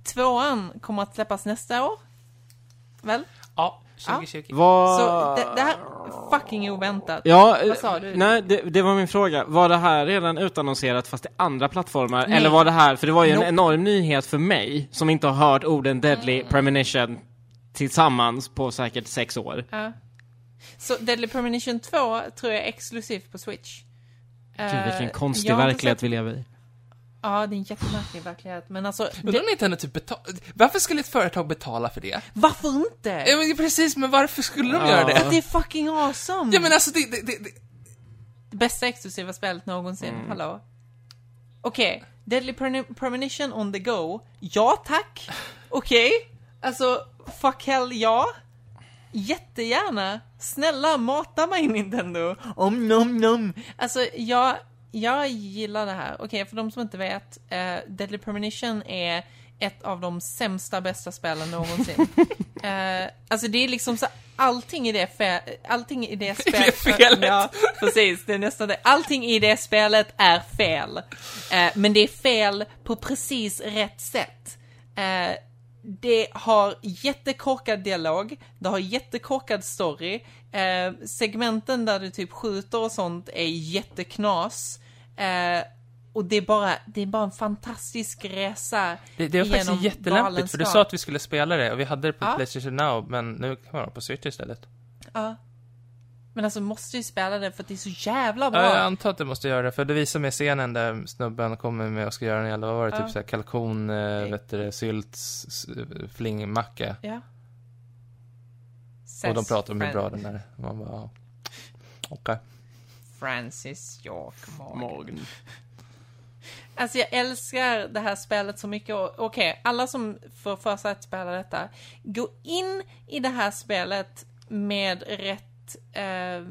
tvåan kommer att släppas nästa år. Väl? Ja, tjugo tjugo. Vad... Så det, det här är fucking oväntat. Ja, Vad sa du? Nej, det, det var min fråga. Var det här redan utannonserat fast i andra plattformar? Nej. Eller var det här, för det var ju en Nope. enorm nyhet för mig som inte har hört orden Deadly Mm. Premonition tillsammans på säkert sex år. Ja. Så Deadly Premonition två tror jag är exklusivt på Switch. Gud, vilken Eh, konstig jag har inte verklighet sett- vi lever i. Ja, det är en jättemärklig verklighet. Men alltså, Undrar det, om Nintendo typ betala... Varför skulle ett företag betala för det? varför inte? Ja, men precis, men varför skulle de Ja. göra För det? att det är fucking awesome! Ja, men alltså, det... det, det, det... Det bästa exklusiva spelet någonsin, Mm. hallå? Okej, Deadly Pre- Premonition on the go. Ja, tack! Okej, alltså, fuck hell, ja. Jättegärna. Snälla, mata mig Nintendo. Om nom nom. Alltså, jag, jag gillar det här. Okej, för de som inte vet, eh, Deadly Premonition är ett av de sämsta bästa spelen någonsin. eh, alltså det är liksom så, allting i det fe- allting i det spelet. felet. Ja, precis. Det är nästan det. Allting i det spelet är fel. Eh, men det är fel på precis rätt sätt. Eh, det har jättekorkad dialog, det har jättekorkad story. Eh, segmenten där du typ skjuter och sånt är jätteknas. Eh, och det är bara det är bara en fantastisk resa. Det, det var faktiskt genom jättelämpligt, för du galenskap. sa att vi skulle spela det och vi hade det på Ja. PlayStation Now, men nu kan man ha på Switch istället. Ja. Men alltså måste ju spela det för att det är så jävla bra. Ja, jag antar att du måste göra det, för det visar mig scenen där snubben kommer med och ska göra en jävla, vad var det, Ja. typ såhär kalkon, äh, vet du, sylt, s- flingmacka. Ja. Och de Says pratar om hur Fran- bra den är. Man bara, ja. Okej. Francis York Morgan. Morgan. Alltså jag älskar det här spelet så mycket. och- Okej, alla som får för sig att spela detta, gå in i det här spelet med rätt... Eh,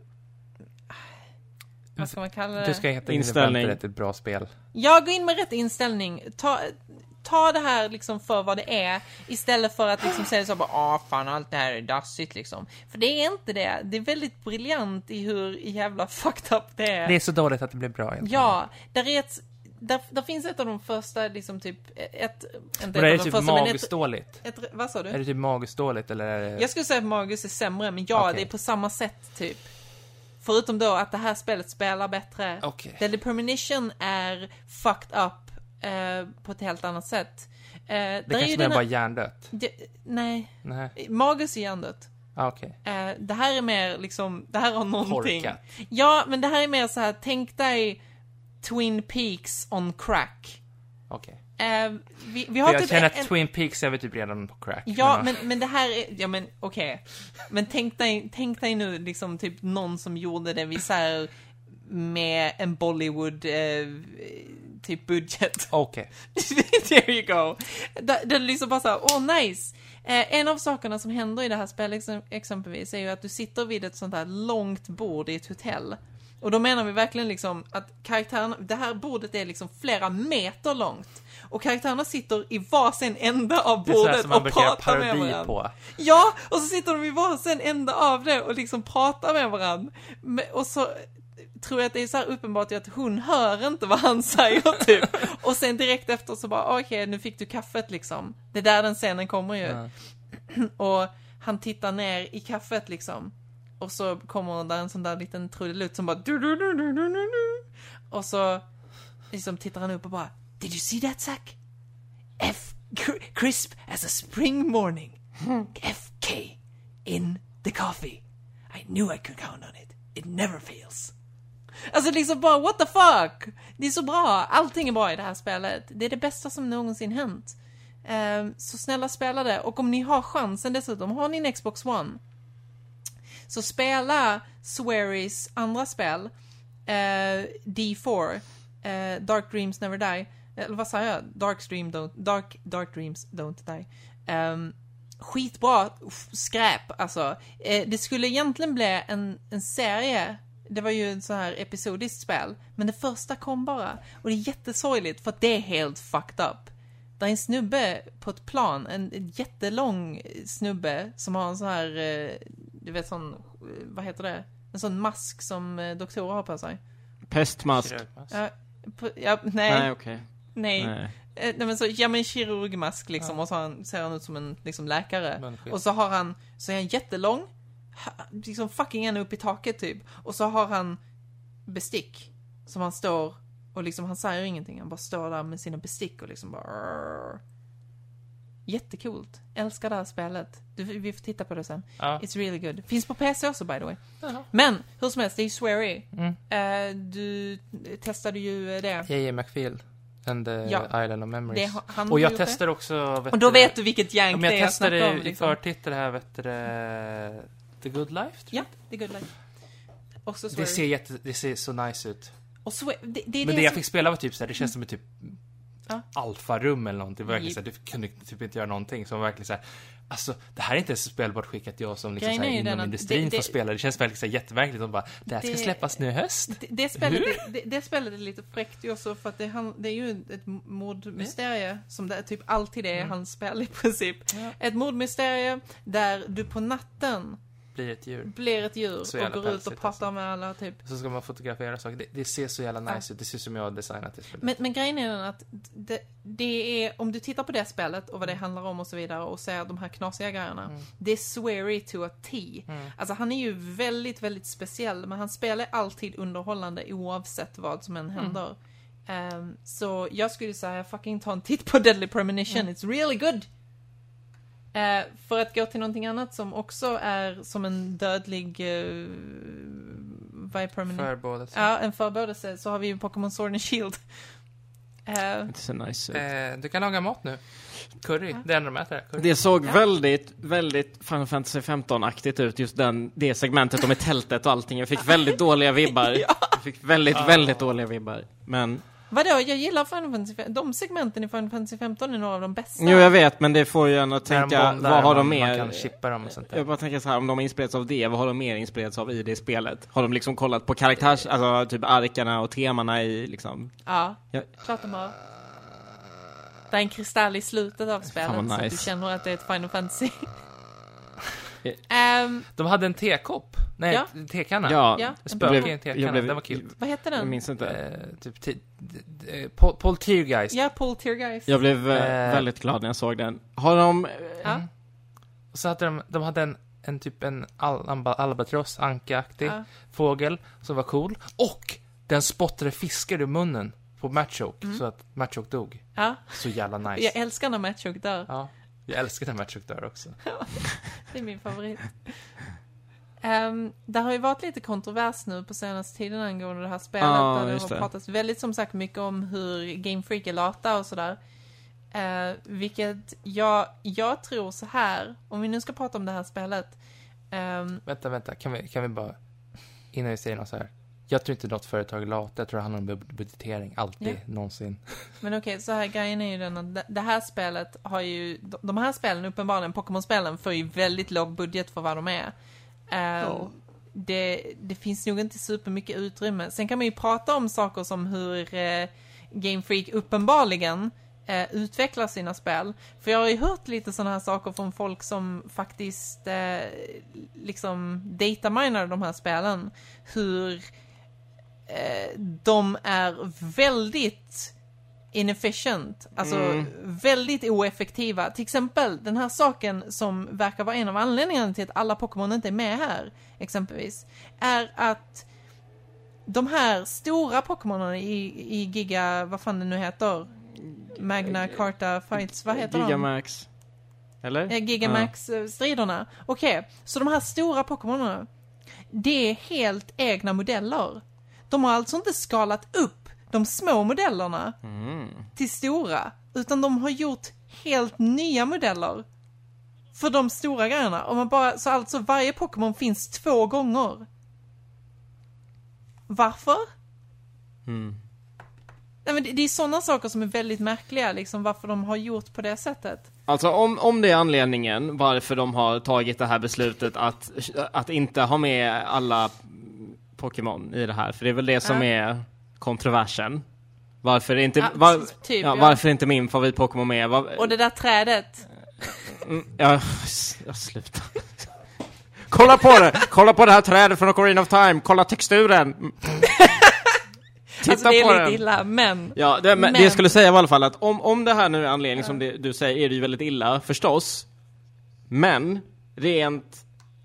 vad ska man kalla det? Du ska helt enkelt Inställning. vänta dig till ett bra spel. Ja, gå in med rätt inställning. Ta, ta det här liksom för vad det är, istället för att liksom säga så bara, ah fan, allt det här är dassigt liksom. För det är inte det. Det är väldigt briljant i hur jävla fucked up det är. Det är så dåligt att det blir bra egentligen. Ja, där är ett... Där, där finns ett av de första, liksom typ, ett... Inte Men ett är av det de typ första, men ett, magståligt? ett... Vad sa du? Är det typ magståligt eller är det... Jag skulle säga att Magus är sämre, men ja, Okej. det är på samma sätt, typ. Förutom då att det här spelet spelar bättre. Okej. Deadly Premonition är fucked up eh, på ett helt annat sätt. Eh, Det kanske är bara hjärndött. det, nej, Nej, Magus är hjärndött. ah, okej. Eh, det här är mer liksom, det här har någonting. Korkat. Ja, men det här är mer så här, tänk dig Twin Peaks on crack. Okej. Eh, vi, vi har För jag typ känner en, att Twin Peaks är väl typ redan på crack. Ja, men, men det här är, ja men okej. Men tänk dig, tänk dig nu liksom typ någon som gjorde det vi säger med en Bollywood eh, typ budget. Okej. There you go. Det, det är liksom bara så här, åh nice. Eh, en av sakerna som händer i det här spelet ex- exempelvis är ju att du sitter vid ett sånt här långt bord i ett hotell. Och då menar vi verkligen liksom att karaktärerna, det här bordet är liksom flera meter långt. Och karaktärerna sitter i varsin ända av Det är sådär bordet som man och brukar göra pratar med parodi varandra. på. Ja, och så sitter de i varsin ända av det och liksom pratar med varandra. Men- Och så tror jag att det är så här uppenbart att hon hör inte vad han säger typ. Och sen direkt efter så bara, okej, nu fick du kaffet liksom. Det är där den scenen kommer ju. Ja. Och han tittar ner i kaffet liksom. Och så kommer där en sån där liten trudelutt som bara du, du, du, du, du, du. Och så liksom tittar han upp och bara, did you see that, Zack? F crisp as a spring morning. F K in the coffee. I knew I could count on it. It never fails. Alltså liksom bara, what the fuck? Det är så bra. Allting är bra i det här spelet. Det är det bästa som någonsin hänt. Um, så snälla spela det. Och om ni har chansen dessutom, har ni en Xbox One, så spela Swearys andra spel, uh, D four, uh, Dark Dreams Never Die. Eller vad säger jag? Dark, Dream don't, Dark, Dark Dreams Don't Die. Um, skitbra f- skräp, alltså. Eh, det skulle egentligen bli en, en serie. Det var ju en så här episodiskt spel. Men det första kom bara. Och det är jättesorgligt för att det är helt fucked up. Det är en snubbe på ett plan, en, en jättelång snubbe som har en sån här, eh, du vet sån, eh, vad heter det? En sån mask som eh, doktorer har på sig. Pestmask. Kirurgmask. Ja, på, ja, nej. Nej, okej. Nej. Nej. Eh, nej men så, ja men kirurgmask liksom, Ja. och så har han, ser han ut som en liksom, läkare. Människa. Och så har han, så är han jättelång, ha, liksom fucking ända upp i taket typ. Och så har han bestick, som han står, och liksom han säger ingenting, han bara står där med sina bestick och liksom bara... Rrr. Jättecoolt. Älskar det här spelet. Du, vi får titta på det sen. Ja. It's really good. Finns på P C också by the way. Jaha. Men, hur som helst, det är ju sweary. Mm. Eh, du testade ju det. J J McField and the Ja. Island of Memories. det har- han och har jag gjort testar också... det. Och då vet du vilket ja, jank men det jag är snackar testade om. i Liksom. förtitel här, vet du, det, The Good Life, tror Ja, jag. det är good life. Också Det sweary. ser, jätte, det ser så nice ut. Och swe- det, det är Men det det jag som... fick spela var typ så här, det känns som ett typ Ja. alfarum eller någonting. Det var verkligen Jip. så här, du kunde typ inte göra någonting. Som var verkligen så här, alltså det här är inte ens spelbart skick att jag som liksom Grejen så är här, ju den inom att industrin det- får det- spela. Det känns verkligen så här jättemärkligt. De bara, det här ska Det- släppas nu i höst. Det, det, spelet, är, det, det spelet är lite fräckt ju också för att det, han, det är ju ett mordmysterie som det typ alltid är Mm. hans spel i princip. Ja. Ett mordmysterie där du på natten Blir ett djur. blir ett djur Så och jävla går ut och pälsigt, pratar alltså. med alla typ. Så ska man fotografera saker. Det, det ser så jävla nice ut. Det ser ut som jag har designat det spelet. Men, men grejen är den att det, det är, om du tittar på det spelet och vad det handlar om och så vidare och ser de här knasiga grejerna, Mm. det är sweary to a T. Mm. Alltså han är ju väldigt, väldigt speciell, men han spelar alltid underhållande oavsett vad som än händer. Ehm, så jag skulle säga, fucking ta en titt på Deadly Premonition, Mm. it's really good! Eh, för att gå till någonting annat som också är som en dödlig... Uh, vad är Premonition? Förbådelse. Ja, en förbådelse, så har vi ju Pokémon Sword and Shield. Eh, Det ser nice ut. Eh, du kan laga mat nu. Curry, det enda de äter. Curry. Det såg Ja. väldigt, väldigt Final Fantasy femton-aktigt ut, just den, det segmentet om i tältet och allting. Jag fick väldigt dåliga vibbar. Jag fick väldigt, Ah. väldigt dåliga vibbar. Men, vadå, jag gillar Final Fantasy femton. De segmenten i Final Fantasy femton är några av de bästa. jo jag vet, men det får ju en att När de tänka, bondar, vad har man, de Man mer? kan chippa dem och sånt där. Jag bara tänker så här, om de har inspirerats av det, vad har de mer inspirerats av i det spelet? Har de liksom kollat på karaktärs, alltså typ arkarna och temana i liksom... Ja, Ja. klart de har. Det är en kristall i slutet av spelet, Fan vad så att du nice. känner att det är ett Final Fantasy. Ja. Ehm, De hade en tekopp. Nej, Ja. tekanna. Ja, Ja. Spöke i en jag tekanna. blev- Den var cute. vad heter jag den? minns inte. Eh, typ ti- d- d- Paul, Paul Tiergeist. Ja, Paul Tiergeist. Jag blev eh, Eh. väldigt glad när jag såg den. Har de... Ja. Och så hade de, de hade en, en typ en al, amba, albatross, ankaaktig Ja. fågel som var cool. Och den spottade fiskar ur munnen på Machoke Mm. så att Machoke dog. Ja, Så jävla nice. jag älskar när Machoke dör. Ja, jag älskar när Machoke dör också. Det är min favorit. Um, det har ju varit lite kontrovers nu på senaste tiden angående det här spelet. Ja, där det just har det. pratats väldigt som sagt mycket om hur Game Freak är lata och sådär. Uh, vilket jag, jag tror så här, om vi nu ska prata om det här spelet. Um, Vänta, vänta. Kan vi, kan vi bara... Innan vi säger något så här. Jag tror inte något företag är lata. Jag tror det handlar om bud- budgetering. Alltid. Ja. Någonsin. men okej, så här grejen är ju den att det- det här spelet har ju, de- de här spelen, uppenbarligen Pokémon-spelen, får ju väldigt låg budget för vad de är. Uh, det, det finns nog inte supermycket utrymme. Sen kan man ju prata om saker som hur eh, Game Freak uppenbarligen eh, utvecklar sina spel. För jag har ju hört lite sådana här saker från folk som faktiskt eh, liksom dataminar de här spelen. Hur eh, de är väldigt inefficient, alltså Mm. väldigt oeffektiva. Till exempel den här saken som verkar vara en av anledningarna till att alla Pokémon inte är med här, exempelvis, är att de här stora Pokémonen i, i Giga, vad fan det nu heter, Magna Carta Fights, vad heter de? Gigamax. Eller? Eh, Gigamax-striderna. Okej, så de här stora Pokémonerna, det är helt egna modeller. De har alltså inte skalat upp de små modellerna Mm. till stora, utan de har gjort helt nya modeller för de stora grejerna. Och man bara, så alltså varje Pokémon finns två gånger. Varför? Mm. Nej, men det, det är sådana saker som är väldigt märkliga, liksom varför de har gjort på det sättet. Alltså om, om det är anledningen varför de har tagit det här beslutet att, att inte ha med alla Pokémon i det här, för det är väl det som Ja. är kontroversen. Varför är inte, Ja, var, typ, ja, ja. varför är inte min favorit Pokémon med? Var, Och det där trädet. mm, ja, jag slutar. Kolla på det! Kolla på det här trädet från Ocarina of Time! Kolla texturen! Mm. titta alltså, det är på lite den. illa, men... Ja, det, men, men- det jag skulle säga i alla fall att om, om det här nu är anledning som det, du säger är det ju väldigt illa, förstås. Men rent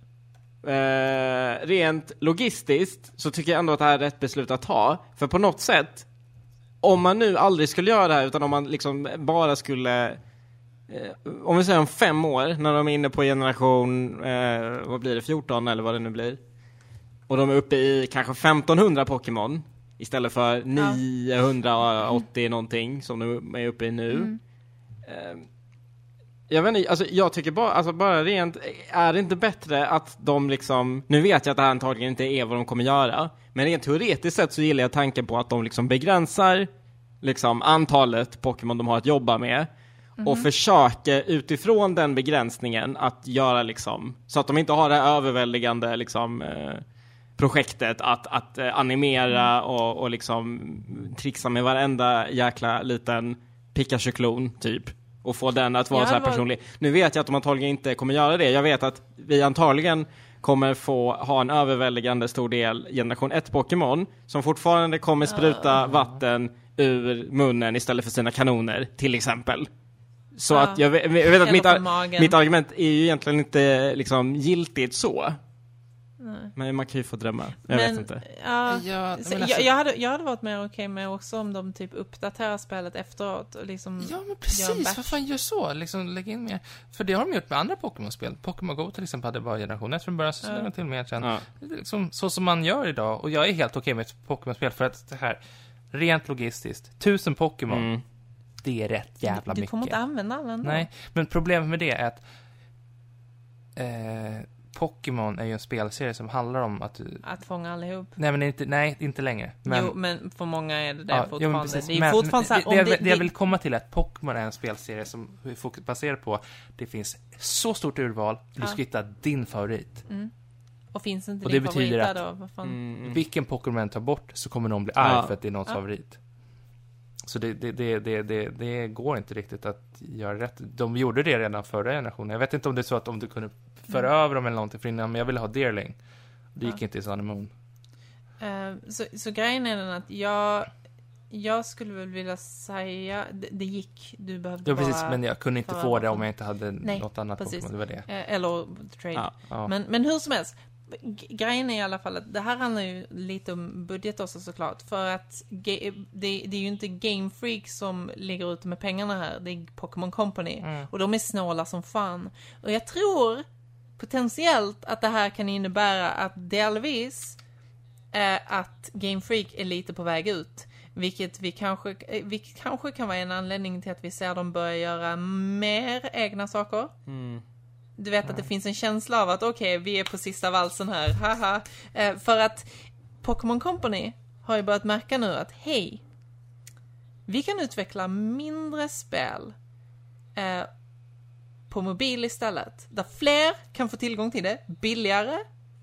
eh, rent logistiskt så tycker jag ändå att det här är rätt beslut att ta. För på något sätt, om man nu aldrig skulle göra det här utan om man liksom bara skulle eh, om vi säger om fem år när de är inne på generation eh, vad blir det, fjorton eller vad det nu blir, och de är uppe i kanske femtonhundra Pokémon istället för niohundraåttio någonting som de är uppe i nu. Mm. Eh, jag vet inte, alltså jag tycker bara, alltså bara rent, är det inte bättre att de liksom, nu vet jag att det här antagligen inte är vad de kommer göra, men rent teoretiskt sett så gillar jag tanken på att de liksom begränsar liksom antalet Pokémon de har att jobba med och försöker utifrån den begränsningen att göra liksom, så att de inte har det här överväldigande liksom eh, projektet att, att eh, animera och, och liksom trixa med varenda jäkla liten Pikachu-klon typ och få den att vara Ja, så här det var- personlig. Nu vet jag att de antagligen inte kommer göra det. Jag vet att vi antagligen kommer få ha en överväldigande stor del generation ett Pokémon som fortfarande kommer spruta vatten ur munnen istället för sina kanoner, till exempel. Så Ja. att jag vet, jag vet att Eller mitt, från ar- magen. mitt argument är ju egentligen inte liksom giltigt så. Nej. Men man kan ju få drömma. Jag men, vet inte. Ja, Ja, så, men jag, alltså- jag, hade, jag hade varit mer okej med också om de typ uppdaterar spelet efteråt och liksom Ja, men gör en precis. batch. Vad fan gör så? Liksom, lägg in mer. För det har de gjort med andra Pokémon-spel. Pokémon Go till exempel hade bara generation ett från början, så Ja. lägger de till mer sen. Ja. Det är liksom så som man gör idag. Och jag är helt okej med ett Pokémon-spel för att det här, rent logistiskt, tusen Pokémon, Mm. det är rätt jävla du, du mycket. kommer inte använda alla ändå. Nej, men problemet med det är att eh, Pokémon är ju en spelserie som handlar om att du... Att fånga allihop. Nej, men inte, nej, inte längre. Men, Jo, men för många är det det ja, jo, fortfarande. men precis. det är Men- fortfarande så här, det, om det, det, jag- det jag det- vill komma till är att Pokémon är en spelserie som är fokus- baserad på det finns så stort urval, du Ja. ska hitta din favorit. Och finns inte Och din det betyder favorit där att- då? Vad fan? Mm. Vilken Pokémon tar bort så kommer någon bli arg Ja. för att det är någons Ja. favorit. Så det, det, det, det, det, det går inte riktigt att göra rätt. De gjorde det redan förra generationen. Jag vet inte om det är så att om du kunde föra Mm. över dem eller någonting för innan, men jag ville ha Deerling. Det gick Ja. inte i Sun and Moon. Eh, så, så grejen är den att jag, jag skulle väl vilja säga, det, det gick, du behövde Ja, precis, bara, men jag kunde inte föra få det över om jag inte hade Nej, något annat precis. Pokémon. Det var det. eh, eller trade. Ja. Ja. Men, men hur som helst, g- grejen är i alla fall att det här handlar ju lite om budget också såklart. För att ge, det, det är ju inte Game Freak som ligger ute med pengarna här, det är Pokémon Company. Mm. Och de är snåla som fan. Och jag tror potentiellt att det här kan innebära att delvis eh, att Game Freak är lite på väg ut. Vilket vi kanske, eh, vilket kanske kan vara en anledning till att vi ser dem börja göra mer egna saker. Mm. Du vet att det finns en känsla av att okej, vi är på sista valsen här, haha. Eh, för att Pokémon Company har ju börjat märka nu att hej, vi kan utveckla mindre spel eh, på mobil istället. Där fler kan få tillgång till det, billigare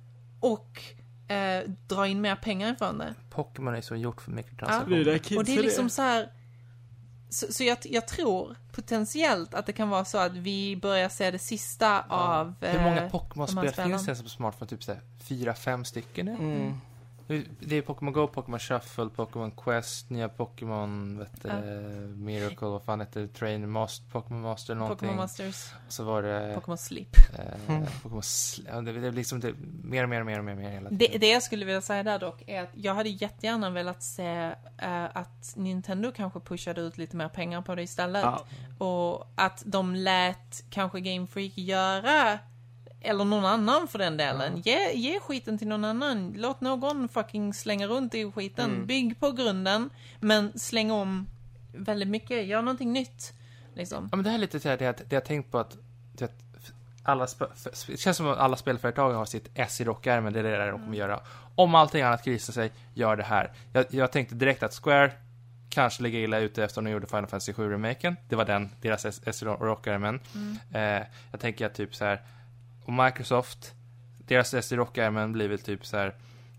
och eh, dra in mer pengar ifrån det. Pokémon är så gjort för Det mikrotransaktioner. där kids Och det är är liksom så här. Så, så jag, jag tror potentiellt att det kan vara så att vi börjar se det sista av Hur många eh, de här Pokémon-spel spelen. finns det som smartphone? Typ såhär fyra, fem stycken nu? Mm. Det är Pokémon Go, Pokémon Shuffle, Pokémon Quest, nya Pokémon, vet du, Ja. Miracle, vad fan heter det? Train Master, Pokémon Master, någonting. Pokémon Masters, Så var det Pokémon Sleep. eh, Pokémon Sl- ja, det, det är liksom det, mer och mer och mer och mer, och mer hela Det, tiden. det jag skulle vilja säga där dock är att jag hade jättegärna velat se eh, att Nintendo kanske pushade ut lite mer pengar på det istället. Ja. Och att de lät kanske Game Freak göra, eller någon annan för den delen. Ge, ge skiten till någon annan. Låt någon fucking slänga runt i skiten. Mm. Bygg på grunden, men släng om väldigt mycket. Gör någonting nytt. Liksom. Ja, men det här är lite så här, det, det jag har tänkt på att du vet, alla sp- f- det känns som att alla spelföretag har sitt S i rockärmen, det är det där de kommer göra. Om allting annat krisar sig, gör det här. Jag, jag tänkte direkt att Square kanske ligger illa ute efter att de gjorde Final Fantasy sju-remaken. Det var den, deras S S i rockärmen. Eh, jag tänker att typ så här, och Microsoft, deras S i rockärmen blir väl typ så här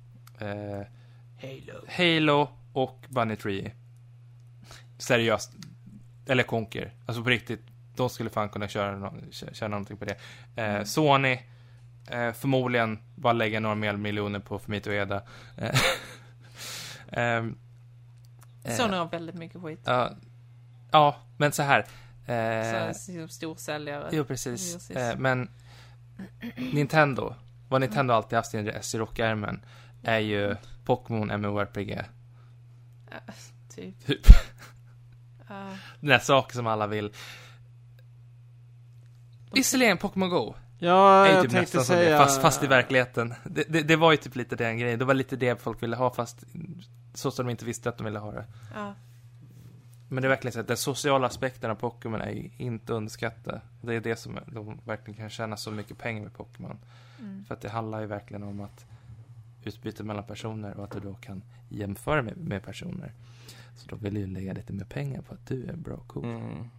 eh, Halo. Halo och Bunny Tree. Seriöst. Eller Conker. Alltså på riktigt. De skulle fan kunna köra, no- köra någonting på det. Eh, Sony. Eh, förmodligen bara lägga några mer miljoner på Fumito Ueda. Eh, ehm, Sony har väldigt mycket skit. Ja, ja men så här. Eh, Så storsäljare. jo, precis. Precis. Eh, men Nintendo, vad Nintendo alltid haft i en S i rockärmen är ju Pokémon MMORPG. Uh, typ. Typ. Uh, Den där saken som alla vill. Visserligen Pokémon Go. Ja, är ju jag typ tänkte nästan som säga... det, fast, fast i verkligheten. Det, det, det var ju typ lite den grejen. Det var lite det folk ville ha, fast så som de inte visste att de ville ha det. uh. Men det är verkligen så att den sociala aspekten av Pokémon är ju inte underskattad. Det är det som de verkligen kan tjäna så mycket pengar med Pokémon. Mm. För att det handlar ju verkligen om att utbyta mellan personer och att du då kan jämföra med, med personer. Så då vill ju lägga lite mer pengar på att du är bra cool. Mm.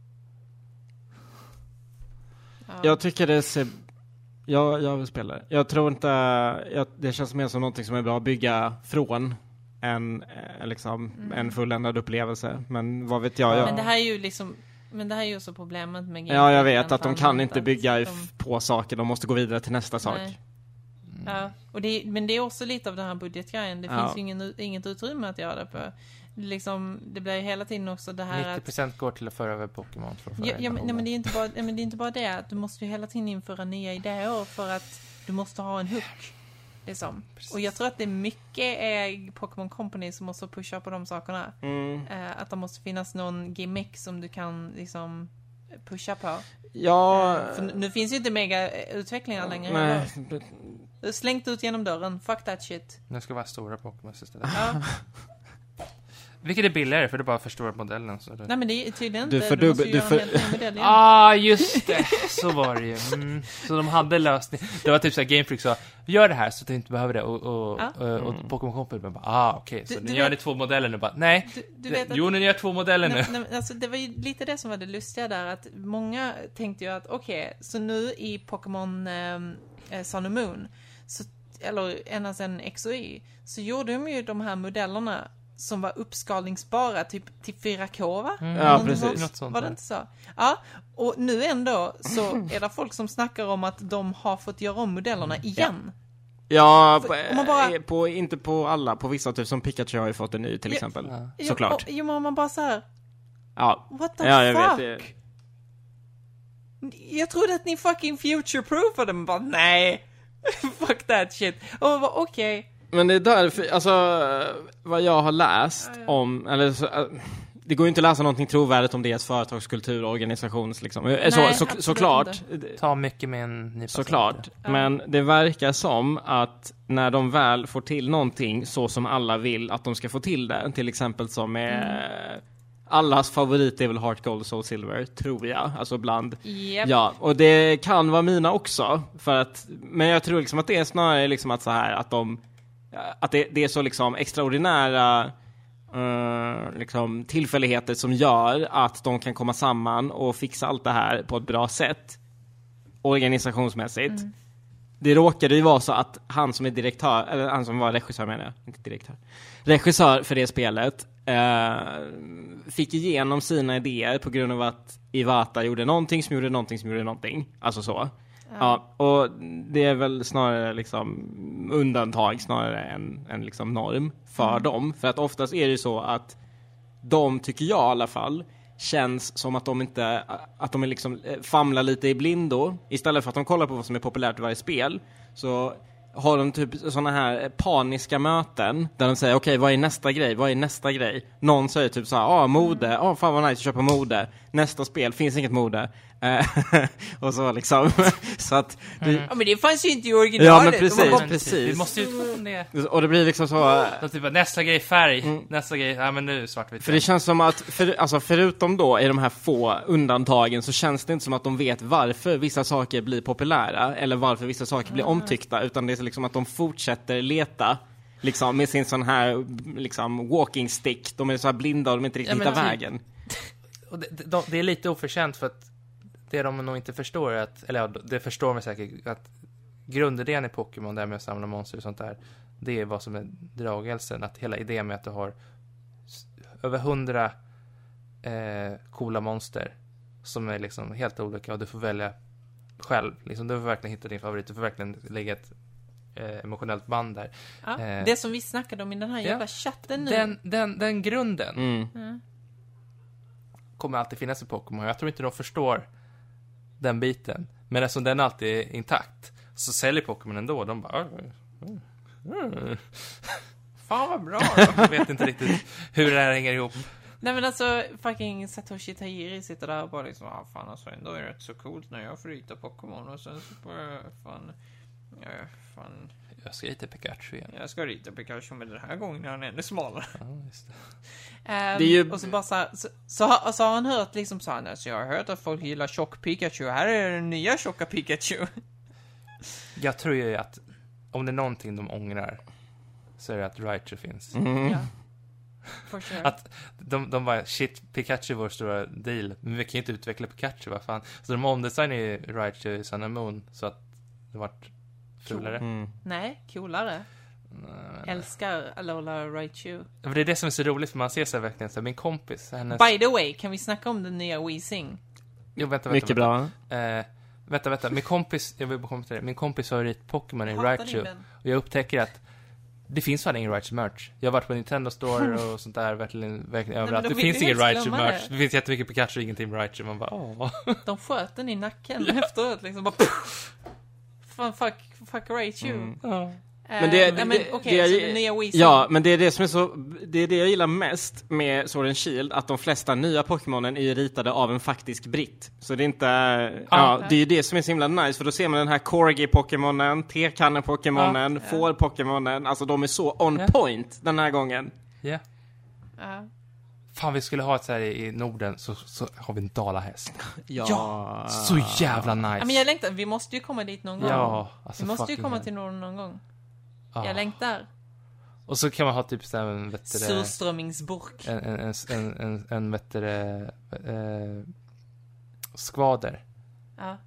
Ja. Jag tycker det ser... Jag, jag vill spela det. Jag tror inte... Jag, det känns mer som någonting som är bra att bygga från en, eh, liksom, Mm. en fulländad upplevelse. Men vad vet jag? jag Men det här är ju liksom... Men det här är ju också problemet med Game ja, jag Pass, vet att de kan inte att bygga de- f- på saker. De måste gå vidare till nästa sak. Nej. Ja, och det, men det är också lite av den här budgetgrejen. Det Ja. finns ju ingen, inget utrymme att göra det på. Liksom, det blir ju hela tiden också det här nittio att... procent går till att föra över Pokémon för att föra Ja, ja, in men, nej, alla. men, det är inte bara, ja, men det är inte bara det. Att du måste ju hela tiden införa nya idéer för att du måste ha en hook. Liksom. Och jag tror att det är mycket är Pokémon Company som måste pusha på de sakerna. Mm. Eh, att det måste finnas någon gimmick som du kan liksom pusha på. Ja... För nu, nu finns ju inte mega-utvecklingar längre. Nej. Du har slängt ut genom dörren. Fuck that shit. Det ska vara stora Pokémon istället. Ja. Vilket är billigare, för det är bara förstora modellen. Så det... Nej, men det är tydligen Du inte. får Du måste dubbel- ju du göra får- en helt ny modell igen. Ah, just det. Så var det ju. Mm. Så de hade lösning. Det var typ så här Game Freak sa, gör det här så att du inte behöver det. Och, och, Ja. och, och Pokémon Company bara, ah, okej. Okay. Så Du- ni du gör vet- ni två modeller nu bara, nej. Du, du Det- vet att, jo, ni gör två modeller nu. nej, nej, men alltså, det var ju lite det som var det lustiga där. Att många tänkte ju att okej, okay, så nu i Pokémon eh, Sun och Moon, så, eller ända sedan X och Y, så gjorde de ju de här modellerna som var uppskalningsbara typ till fyra K, va? Mm. Ja, Någonting precis. sånt. Något sånt Var det där. inte så? Ja, och nu ändå så är det folk som snackar om att de har fått göra om modellerna igen. Ja, Så på, om man bara- eh, på, inte på alla. På vissa, typ som Pikachu har ju fått en ny till Ja. exempel. Ja. Ja, Såklart. och- Jo, men om man bara så här, Ja, what the ja jag fuck? vet det. Jag trodde att ni fucking future-proofade, men bara nej. Fuck that shit. Och man bara okej. Men det är därför, alltså vad jag har läst Ja, ja. om, eller så, äh, det går ju inte att läsa någonting trovärdigt om deras företagskultur och organisations liksom. Eh, så, Nej, så, absolut såklart. Ta mycket med en nypa Såklart. salt. Ja. Men det verkar som att när de väl får till någonting så som alla vill att de ska få till det, till exempel som är Mm. allas favorit är väl Heart Gold Soul Silver, tror jag. Alltså bland Yep. ja, och det kan vara mina också för att, men jag tror liksom att det är snarare liksom att så här att de att det, det är så liksom extraordinära uh, liksom tillfälligheter som gör att de kan komma samman och fixa allt det här på ett bra sätt organisationsmässigt. Mm. Det råkade ju vara så att han som är direktör, eller han som var regissör menar jag, inte direktör, regissör för det spelet eh, fick igenom sina idéer på grund av att Iwata gjorde någonting som gjorde någonting som gjorde någonting. Alltså så. Ja, och det är väl snarare liksom undantag snarare än, än liksom norm för Mm. dem. För att oftast är det ju så att de, tycker jag i alla fall, känns som att de inte, att de är liksom eh, famlar lite i blindo. Istället för att de kollar på vad som är populärt i varje spel, så har de typ såna här paniska möten där de säger okej, okay, vad är nästa grej? Vad är nästa grej? Någon säger typ så här, ah, mode. Ja, ah, fan vad nice att köpa mode. Nästa spel finns inget mode. Eh, och så liksom så att det, Ja, men det fanns ju inte i originalet. Ja, men De precis. var bara- Men precis. typ, Vi måste utgå från det. och det blir liksom så. Så typ, nästa grej färg, Mm. nästa grej, ja men nu svartvitt. För det känns som att, för, alltså förutom då i de här få undantagen, så känns det inte som att de vet varför vissa saker blir populära eller varför vissa saker blir omtyckta, utan det är så liksom att de fortsätter leta liksom med sin sån här liksom walking stick. De är så här blinda och de inte riktigt Ja, men hittar typ- vägen. Och det, det, det är lite oförtjänt för att det de nog inte förstår är att, eller ja, det förstår man säkert, att grundidén i Pokémon, där med att samla monster och sånt där, det är vad som är dragälsen. Att hela idén med att du har s- över hundra eh, coola monster som är liksom helt olika och du får välja själv. Liksom, du får verkligen hitta din favorit. Du får verkligen lägga ett eh, emotionellt band där. Ja, Eh, det som vi snackade om i den här ja. jävla chatten nu. Den, den, den grunden Mm. Mm. kommer alltid finnas i Pokémon. Jag tror inte de förstår den biten. Men eftersom den alltid är intakt så säljer Pokémon ändå. De bara... "Mm, mm." Fan vad bra. Jag vet inte riktigt hur det här hänger ihop. Nej men alltså, fucking Satoshi Tajiri sitter där och bara liksom, ah fan alltså ändå är det rätt så coolt när jag får rita Pokémon och sen så bara, fan, ja, fan, Jag ska rita Pikachu igen. jag ska rita Pikachu med den här gången är han ännu smalare. Ja, just det. Ehm, Det är ju- Och så bara så, här, så, så, har- så har han hört liksom så här, alltså, jag har hört att folk gillar tjock Pikachu, här är den nya tjocka Pikachu. Jag tror ju att om det är någonting de ångrar så är det att Raichu finns. Mm. Ja. For sure. Att de, de bara, shit, Pikachu är vår stora deal. Men vi kan ju inte utveckla Pikachu, vad fan. Så de omdesignade ju Raichu i Sun and Moon så att det vart fulare. Mm. Nej, coolare. Nej. Älskar Alola Raichu. Men det är det som är så roligt, för man ser så här verkligen så här, min kompis, hennes... By the way, kan vi snacka om den nya Weezing? Jo, vänta, vänta, Mycket vänta. bra. Eh, vänta, vänta. Min kompis, jag vill bara komma till det. Min kompis favorit Pokémon är Hatar Raichu. din vän. Och jag upptäcker att det finns fan ingen Raichu-merch. Jag har varit på Nintendo Store och sånt där, verkligen, verkligen men överallt. då Det vill finns du ingen helst glömma Raichu-merch. det. Det finns jättemycket Pikachu och ingenting Raichu. Man bara, åh. De sköt den i nacken efteråt liksom bara puff. Fan, fuck, fuck Raichu. Mm. Ja. Men det- Eh, nej, men det- okej, det- så den nya Weezing. Ja, men det är det som är så, det är det jag gillar mest med Sword and Shield, att de flesta nya Pokémonen är ju ritade av en faktisk britt. Så det är inte, ja, det är ju det som är så himla nice, för då ser man den här Corgi-Pokémonen, Tekanne-Pokémonen, Ja. Får-Pokémonen, alltså de är så on Ja. point den här gången. Ja. Ja. Fan, vi skulle ha ett så här i i Norden, så, så har vi en dalahäst. Ja. Så jävla nice. Ja, men jag längtar, vi måste ju komma dit någon gång. Ja, alltså vi måste ju fucking komma hell. till Norden någon gång. Ja. Jag längtar. Och så kan man ha typ så här en, vet du det, Surströmmingsburk. en, en, en, en, en, en vet du det, eh, skvader. Ja.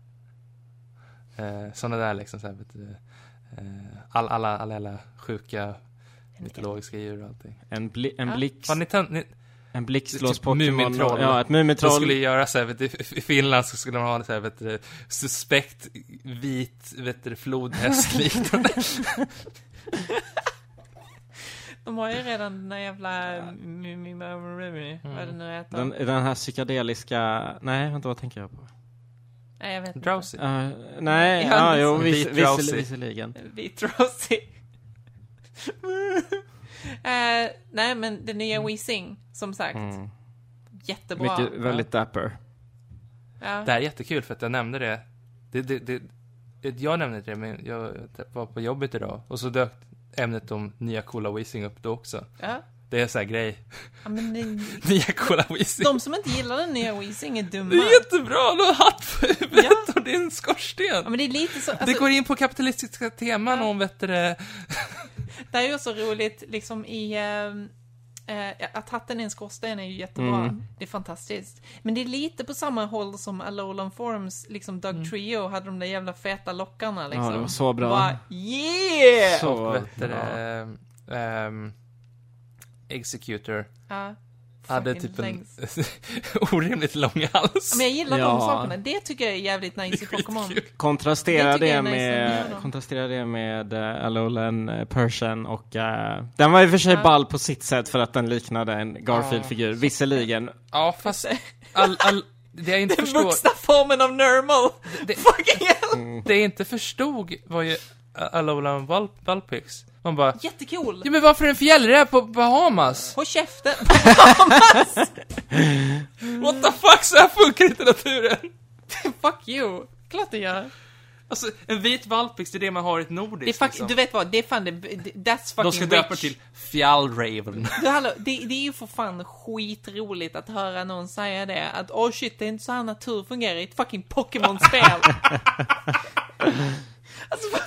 Eh, sådana där liksom så här, vet du, eh, all, alla, alla, alla sjuka mytologiska djur och allting. En, bli, en Ja. blixt, Fan, Nintendo, ni, en blixtlås typ Pokémon. Mumintroll. Ja, ett de Mumintroll. skulle göra så här, vet du, i Finland så skulle de ha så här, vet du, suspekt vit, vet du, flodhäst liknande. De har ju redan den där jävla... Vad är det nu heter? Den, den här psykedeliska, nej, vänta, vad tänker jag på? Nej, jag vet inte. Drowsy. Uh, nej, Ja, ja, det- jo, Vit vis, Drowsy. vis, visserligen. Vit Rosie. eh, nej, men det nya Weezing, som sagt. Mm. Jättebra. Mycket, väldigt dapper. Ja. Det här är jättekul för att jag nämnde det. Det, det, det, det jag nämnde det, men jag var på jobbet idag. Och så dök ämnet om nya coola Weezing upp då också. Ja. Det är så här grej. Ja, men det, Nya coola Weezing. de som inte gillar den nya Weezing är dumma. Det är jättebra, du har hatt på huvudet Ja. och det är en skorsten. Ja, men det är lite så... det Alltså, går in på kapitalistiska teman Ja. om, vet du det. det är ju så roligt, liksom i... ehm, eh, att hatten i en skorsten är ju jättebra. Mm. Det är fantastiskt. Men det är lite på samma håll som Alolan Forms, liksom Doug Trio hade de där jävla feta lockarna, liksom. Ja, det var så bra. Bara, yeah! Så Och, vet du bra. det. ehm, Executor Ja. hade Fucking typ en längst. orimligt lång hals. Ja, men jag gillar de Ja. sakerna. Det tycker jag är jävligt nice i Pokémon. Skitkul. Kontrastera Det tycker det, jag är nice när de gör med dem. kontrastera det med uh, Alolan uh, Persian och uh, den var i och för sig Ja. ball på sitt sätt för att den liknade en Garfield-figur, visserligen. Ja, fast all, all, det jag inte Den förstår, vuxna formen av Nermal. det, Fucking hell! det jag inte förstod var ju Alolan Val, Valpix. Man bara, Jättecool. ja men varför en fjällräv på Bahamas? Håll käften. What the fuck, så här funkar inte naturen. Fuck you. Klart det gör. Alltså, en vit Valpix, det är det man har i ett Det är nordiskt. fuck, liksom. Du vet vad, det är fan det, det- that's fucking De ska rich. döpa till Fjällräven. Du, hallå, det, det är ju för fan skitroligt att höra någon säga det. Att oh shit, det är inte så här natur fungerar i ett fucking Pokémon-spel. Alltså, vad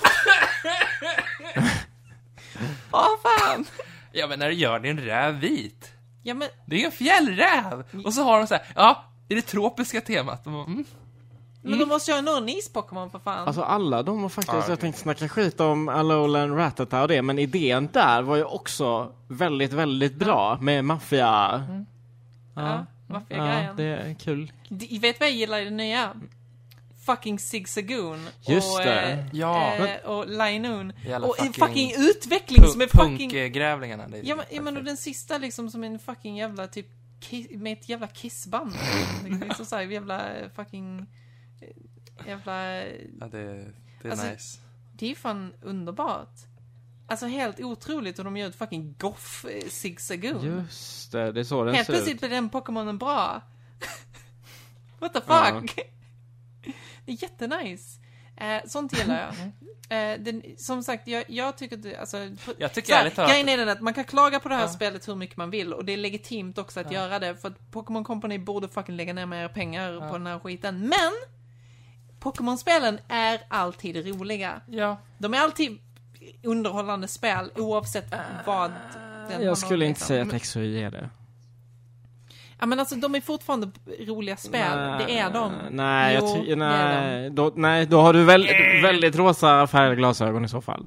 Åh fan. Ja, men när du gör din räv vit. Ja men, Det är ju en fjällräv. Och så har de så här, ja, i det tropiska temat. De bara, mm. men de måste ju ha någon is-Pokémon för fan. Alltså alla de har faktiskt, Ja, jag okej. tänkte snacka skit om Alolan Rattata och det, men idén där var ju också väldigt, väldigt bra med maffia. ja, Ja, maffiagrejen. det är kul. D- Vet vad jag gillar i det nya? fucking Zigzagoon. Just och, det. Eh, Ja. eh, och Linoon. Jävla Och en fucking fucking utveckling som är fucking... Punkgrävlingarna. Det är Ja men, ja, men och perfekt. den sista liksom som en fucking jävla typ ki- med ett jävla kissband. Det är så såhär jävla eh, fucking eh, jävla... Ja, det, det är Alltså, nice. Det är ju fan underbart. Alltså helt otroligt och de gör ett fucking goff eh, Zigzagoon. Just det, det är så den Helt ser ut. plötsligt blir den Pokémonen bra. What the Ja. fuck? Det är jättenice. Eh, sånt gillar jag. Eh, den, som sagt, jag, jag tycker att det, alltså, Jag tycker så här, ärligt talat- grejen är den att man kan klaga på det här Ja. spelet hur mycket man vill och det är legitimt också att göra det för att Pokémon Company borde fucking lägga ner mer pengar Ja. på den här skiten. Men Pokémon-spelen är alltid roliga. Ja. De är alltid underhållande spel oavsett vad den har Jag skulle någon, inte liksom. säga att X och Y är det. Ja men alltså de är fortfarande roliga spel. Det är de. Nej, Jo, jag ty- det är nej, då, nej, då har du väldigt, väldigt rosa färgade glasögon i så fall.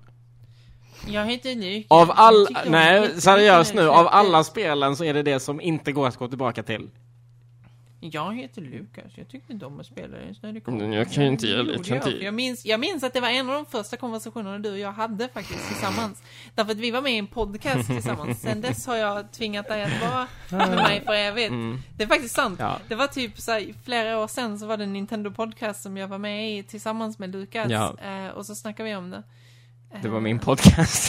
Jag heter Luke. Av Jag all, tycker om nej, jättemycket seriöst nu, av fett. alla spelen så är det det som inte går att gå tillbaka till. Jag heter Lukas. Jag tyckte inte om att spela det när det kom. Mm, jag kan ju inte- jag Jo, kan det gör inte- jag. Jag minns, jag minns att det var en av de första konversationerna du och jag hade faktiskt tillsammans. Därför att vi var med i en podcast tillsammans. Sen dess har jag tvingat dig att vara med mig för evigt. Mm. Det är faktiskt sant. Ja. Det var typ så här, flera år sedan så var det en Nintendo podcast som jag var med i tillsammans med Lukas. Ja. Eh, och så snackade vi om det. Det var Eh, min podcast.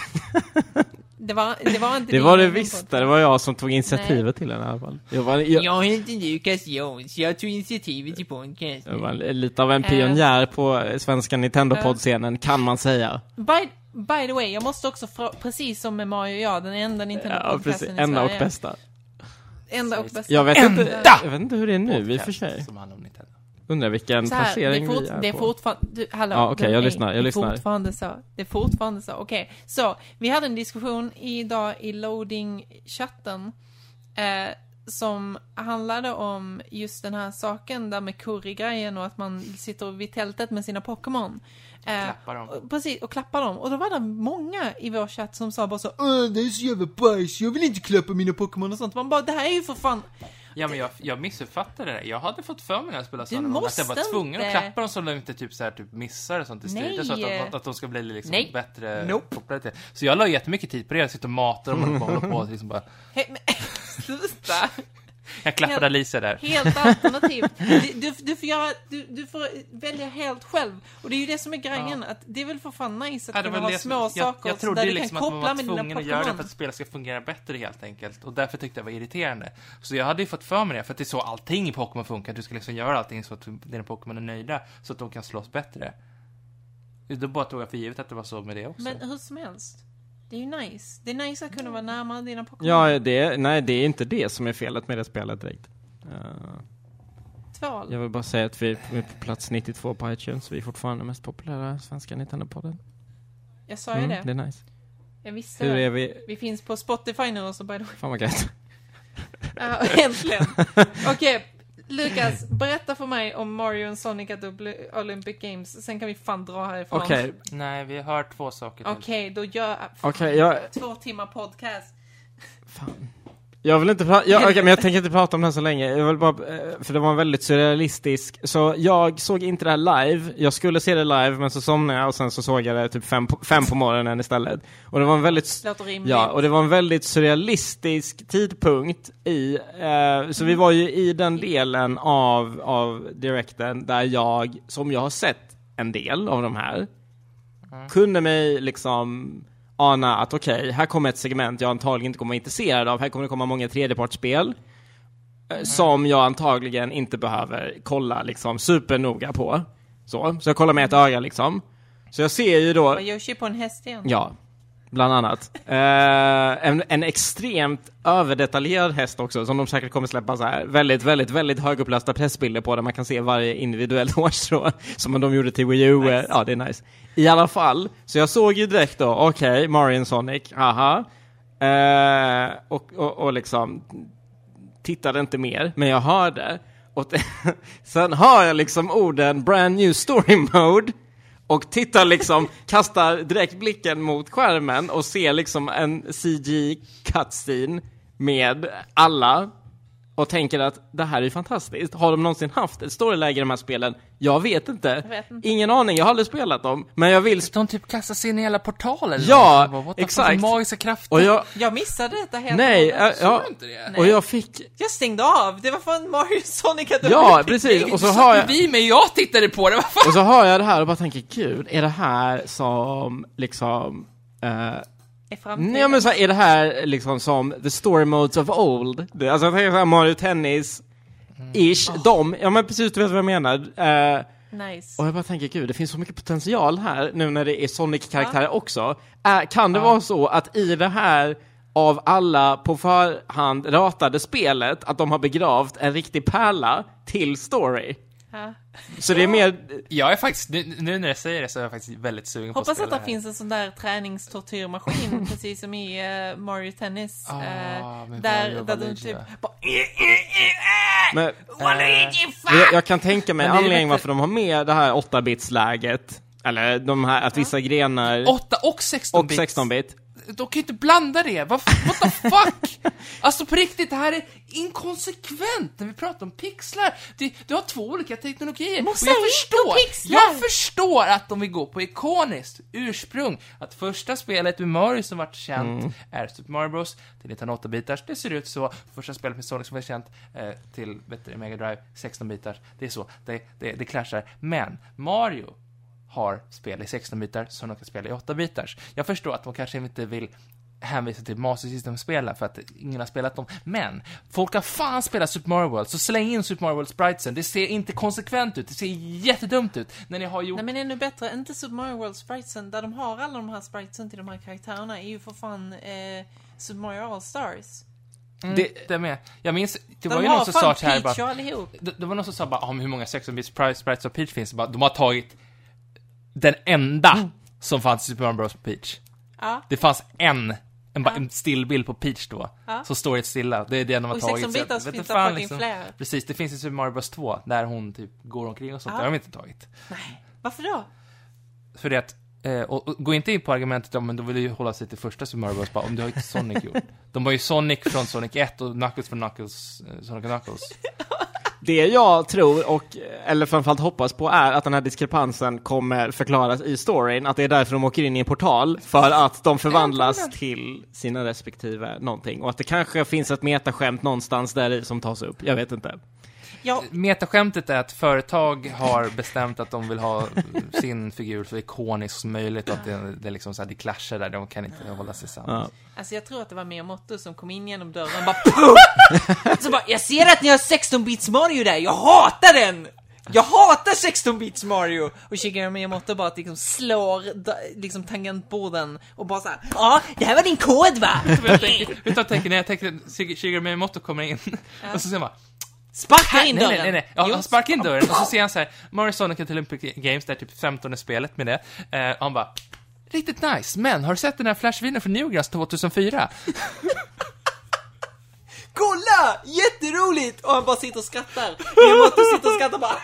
Det var, det var inte Det din var det egen visst, podcast. det var jag som tog initiativet till den i alla fall. Jag var, jag, Jag heter Lukas Jones. Jag tog initiativet till podcasten. jag var lite av en pionjär på svenska Nintendo-poddscenen, kan man säga. By, by the way, jag måste också fra, precis som med Mario och jag, den enda Nintendo-podcasten Ja, precis. i Enda och Sverige. bästa. Enda och bästa. Jag vet, Enda! inte, jag vet inte hur det är nu, i och för sig. Som handlar om Nintendo. Undrar vilken Så här, det är, placering fort, vi är det är på. fortfarande... Du, hallå, Ja, okej, du, jag nej, lyssnar, jag det är lyssnar. fortfarande så. Det är fortfarande så. Okej, så. Vi hade en diskussion idag i loading-chatten eh, som handlade om just den här saken där med curry-grejen och att man sitter vid tältet med sina Pokémon. Eh, Klappar dem. och- Precis, och klappar dem. Och då var det många i vår chatt som sa bara så Åh, det är så jävla bajs, jag vill inte klappa mina Pokémon och sånt. Man bara, det här är ju för fan... Ja, men jag, jag missuppfattade det. Jag hade fått för mig när jag spelade Du sådana gånger att jag var måste tvungen att inte. klappa dem så de inte typ, så här, typ missar och sånt i Nej. strider. Så att, att, att de ska bli liksom Nej. bättre Nope. kopplade till. Så jag la jättemycket tid på det. Jag sitter och matar dem och bara håller på och liksom bara... He, men, sluta! Jag klappade Helt- Alicia där. Helt alternativt. Du, du, du, får göra, du, du får välja helt själv. Och det är ju det som är grejen, att det är väl för fan nice att Ja, det kunna var ha det som- små jag, saker jag trodde där ju du liksom kan att man koppla var med dina tvungen att göra det för Pokémon. att spelet ska fungera bättre helt enkelt. Och därför tyckte jag det var irriterande. Så jag hade ju fått för mig det, för att det är så allting i Pokémon funkar. Du ska liksom göra allting så att dina Pokémon är nöjda, så att de kan slåss bättre. Då bara tog jag för givet att det var så med det också. Men hur som helst. Det är ju nice. Det är nice att kunna vara närmare dina Pokémon. Ja, det, nej, det är inte det som är felet med det spelet direkt. Uh, Tvål. jag vill bara säga att vi är på plats nittiotvå på iTunes. Vi är fortfarande mest populära svenska Nintendo-podden. Jag sa ju Mm, det. det är nice. Jag visste Hur det. är vi? Vi finns på Spotify nu också, by the way. Fan vad gött. Ja, äntligen. Okej, Lukas, berätta för mig om Mario och Sonic at Obli- Olympic Games. Sen kan vi fan dra härifrån. Okej, Nej, vi har två saker till. Okej, då gör... okej, jag... Två timmar podcast. Fan. Jag vill inte prata, ja, okej, men jag tänker inte prata om den så länge. Jag vill bara, eh, för det var en väldigt surrealistisk. Så jag såg inte det här live. Jag skulle se det live, men så somnade jag och sen så såg jag det typ fem på, fem på morgonen istället. Och det var en väldigt... Låter rimligt. Ja, och det var en väldigt surrealistisk tidpunkt i, eh, så vi var ju i den delen av, av direkten där jag, som jag har sett en del av de här, Mm. kunde mig liksom ana att okej, okay, här kommer ett segment jag antagligen inte kommer vara intresserad av. Här kommer det komma många tredjepartsspel mm. som jag antagligen inte behöver kolla liksom supernoga på. Så, så jag kollar med ett öga liksom. Så jag ser ju då... Var Yoshi på en häst igen? Ja, bland annat. Eh, en, en extremt överdetaljerad häst också, som de säkert kommer släppa så här. Väldigt, väldigt, väldigt högupplösta pressbilder på där man kan se varje individuell hårstrå. Som de gjorde till Wii U. Nice. Ja, det är nice. I alla fall, så jag såg ju direkt då, okej, okay, Mario och Sonic, haha. Eh, och, och, och liksom tittade inte mer, men jag hörde. Och sen hör jag liksom orden brand new story mode. Och tittar liksom, kastar direkt blicken mot skärmen och ser liksom en C G cutscene med alla. och tänker att det här är fantastiskt. Har de någonsin haft ett storyläge i de här spelen? Jag vet inte. Jag vet inte. Ingen aning, jag har aldrig spelat dem. Men jag vill... De typ kastar sig in i hela portaler. Ja, What exakt. Magiska krafter. Och jag... Jag missade detta helt. Nej, och hållet. äh, ja, inte det? och jag fick... Jag stängde av. Det var fan Mario Sonic hade Ja, precis. Och så har jag... vi med jag tittade på det. Vad fan? Och så har jag det här och bara tänker, gud, är det här som liksom... Uh, I framtiden. nej, men så här, är det här liksom som the story modes of old? Det, alltså jag tänker så här, Mario Tennis ish, mm. de, ja men precis, du vet vad jag menar. Uh, nice. och jag bara tänker, gud, det finns så mycket potential här nu när det är Sonic-karaktärer ja. också. Uh, kan det ja. vara så att i det här av alla på förhand ratade spelet att de har begravt en riktig pärla till story? Ja. Så det är mer... Jag är faktiskt, nu, nu när jag säger det så är jag faktiskt väldigt sugen på att hoppas spela att det här. finns en sån där träningstortyrmaskin precis som i uh, Mario Tennis. Ah, uh, men där Mario där de Valigia. typ bara, Men, Waluigi, fuck! jag, jag kan tänka mig Men det är anledningen bättre- varför de har med det här åtta-bits-läget. Eller de här, att vissa grenar... åtta och sexton och bits. sexton-bit. De kan ju inte blanda det. Vad what the fuck? Alltså på riktigt, det här är inkonsekvent när vi pratar om pixlar. Du, du har två olika teknologier. Och jag förstår, jag förstår att de vill gå på ikoniskt ursprung. Att första spelet med Mario som varit känt mm. är Super Mario Bros. Till nitton åtta-bitars. Det ser ut så. Första spelet med Sonic som var känt eh, till vet du, Mega Drive sexton-bitars. Det är så. Det, det, det clashar. Men Mario har spel i sexton-bitar som de kan spela i åtta-bitars. Jag förstår att de kanske inte vill hänvisa till Master System-spelare för att ingen har spelat dem. Men folk har fan spelat Super Mario World, så släng in Super Mario World spritesen. Det ser inte konsekvent ut. Det ser jättedumt ut när ni har gjort... Nej, men ännu bättre, inte Super Mario World spritesen där de har alla de här spritesen till de här karaktärerna är ju för fan eh, Super Mario All-Stars. Mm, Det- det är med. Jag minns, det De var ju har någon som sa fan så här Peach bara... och allihop. Det, det var någon som sa bara om hur många sexton-bits sprites av Peach finns. Bara, de har tagit den enda Mm. som fanns i Super Mario Bros. Peach. Ja. Det fanns en, en, Ja. en stillbild på Peach då. Ja. Så står det stilla. Det är det de har Och i tagit. sexton-bitars Så jag vet finns inte det fan, fucking fler. Precis, det finns i Super Mario Bros. två där hon typ går omkring och sånt. Ja. Det har de inte tagit. Nej. Varför då? För det att, eh, och, och gå inte in på argumentet om men då vill du ju hålla sig till första Super Mario Bros. Bara, om du har inte Sonic gjort. De har ju Sonic från Sonic ett och Knuckles från Knuckles, eh, Sonic och Knuckles. Det jag tror, och, eller framförallt hoppas på, är att den här diskrepansen kommer förklaras i storyn. Att det är därför de åker in i en portal. För att de förvandlas till sina respektive någonting. Och att det kanske finns ett metaskämt någonstans där i som tas upp. Jag vet inte. Ja, Metaskämtet är att företag har bestämt att de vill ha sin figur så ikonisk som möjligt och att det, det, liksom så här, det clashar där, de kan inte hålla sig samman. Ja. alltså jag tror att det var Miyamoto som kom in genom dörren och bara så bara, jag ser att ni har sexton-bits Mario där, jag hatar den! Jag hatar sexton-bits Mario! Och Shigeru Miyamoto bara liksom slår da, liksom tangentborden och bara så här, ja, det här var din kod va? Vet du vad jag tänker? Vet du vad jag tänker när jag tänker att Shigeru Miyamoto kommer in och så säger man Sparka in nej, dörren! nej, nej, nej. Ja, Jo. han sparkar in dörren och så ser han så här Mario Sonic till Olympic Games, där typ femtonde spelet med det. Eh, och han bara, riktigt nice, men har du sett den här flashvideon från Newgrounds tvåtusenfyra? Kolla! Jätteroligt! Och han bara sitter och skrattar. Miyamoto sitter och skrattar bara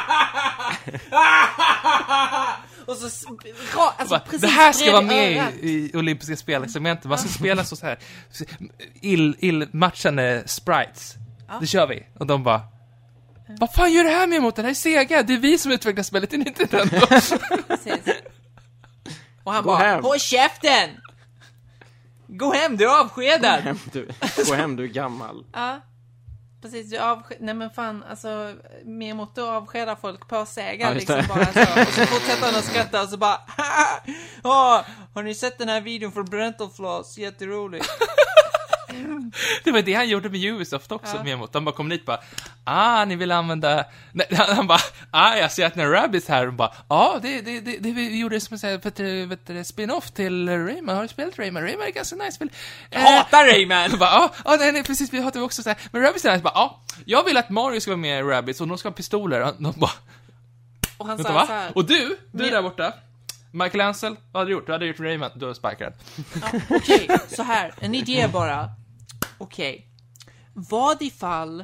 och så ra, alltså, Bara, precis det här ska vara bredvid med örat. i, i olympiska spelsegmentet. Man ska spela så, så här ill, ill matchande sprites. Det kör vi. Och de bara, vad fan gör det här med mot den här Sega? Det är vi som utvecklar spelet, inte Nintendo. Precis. Och han Gå bara, hem. håll käften! Gå hem, du är avskedad! Hem, du. Gå hem, du är gammal. Ja, precis, du avsked... Nej men fan, alltså Miyamoto avskedar folk på Sega Ja, just liksom det. bara så. Och så fortsätter han att skratta och så bara oh, har ni sett den här videon för Parental Flaws? Jätteroligt. Det var det han gjorde med Ubisoft också, Ja. Miyamoto. Han bara kom dit och bara, ah, ni vill använda... Nej, han bara, ah, jag ser att ni har Rabbids här. Och bara, ja, ah, det, det, det, det vi gjorde som en vet du, vet du, spin-off till Rayman. Har du spelat Rayman? Rayman är ganska nice. Vill... Jag hatar Rayman! Och bara, ja, ah, ah, nej, nej, precis, vi hatar också så här. Men Rabbids är nice. Bara, ja, ah, jag vill att Mario ska vara med i Rabbids och de ska ha pistoler. Och de bara, Och han vänta, sa va? så här, Och du, du Men- där borta. Michael Ansel, vad hade du gjort? Du hade gjort Rayman, du är sparkad. ja, okej, så här, en idé bara. Okej. Vad ifall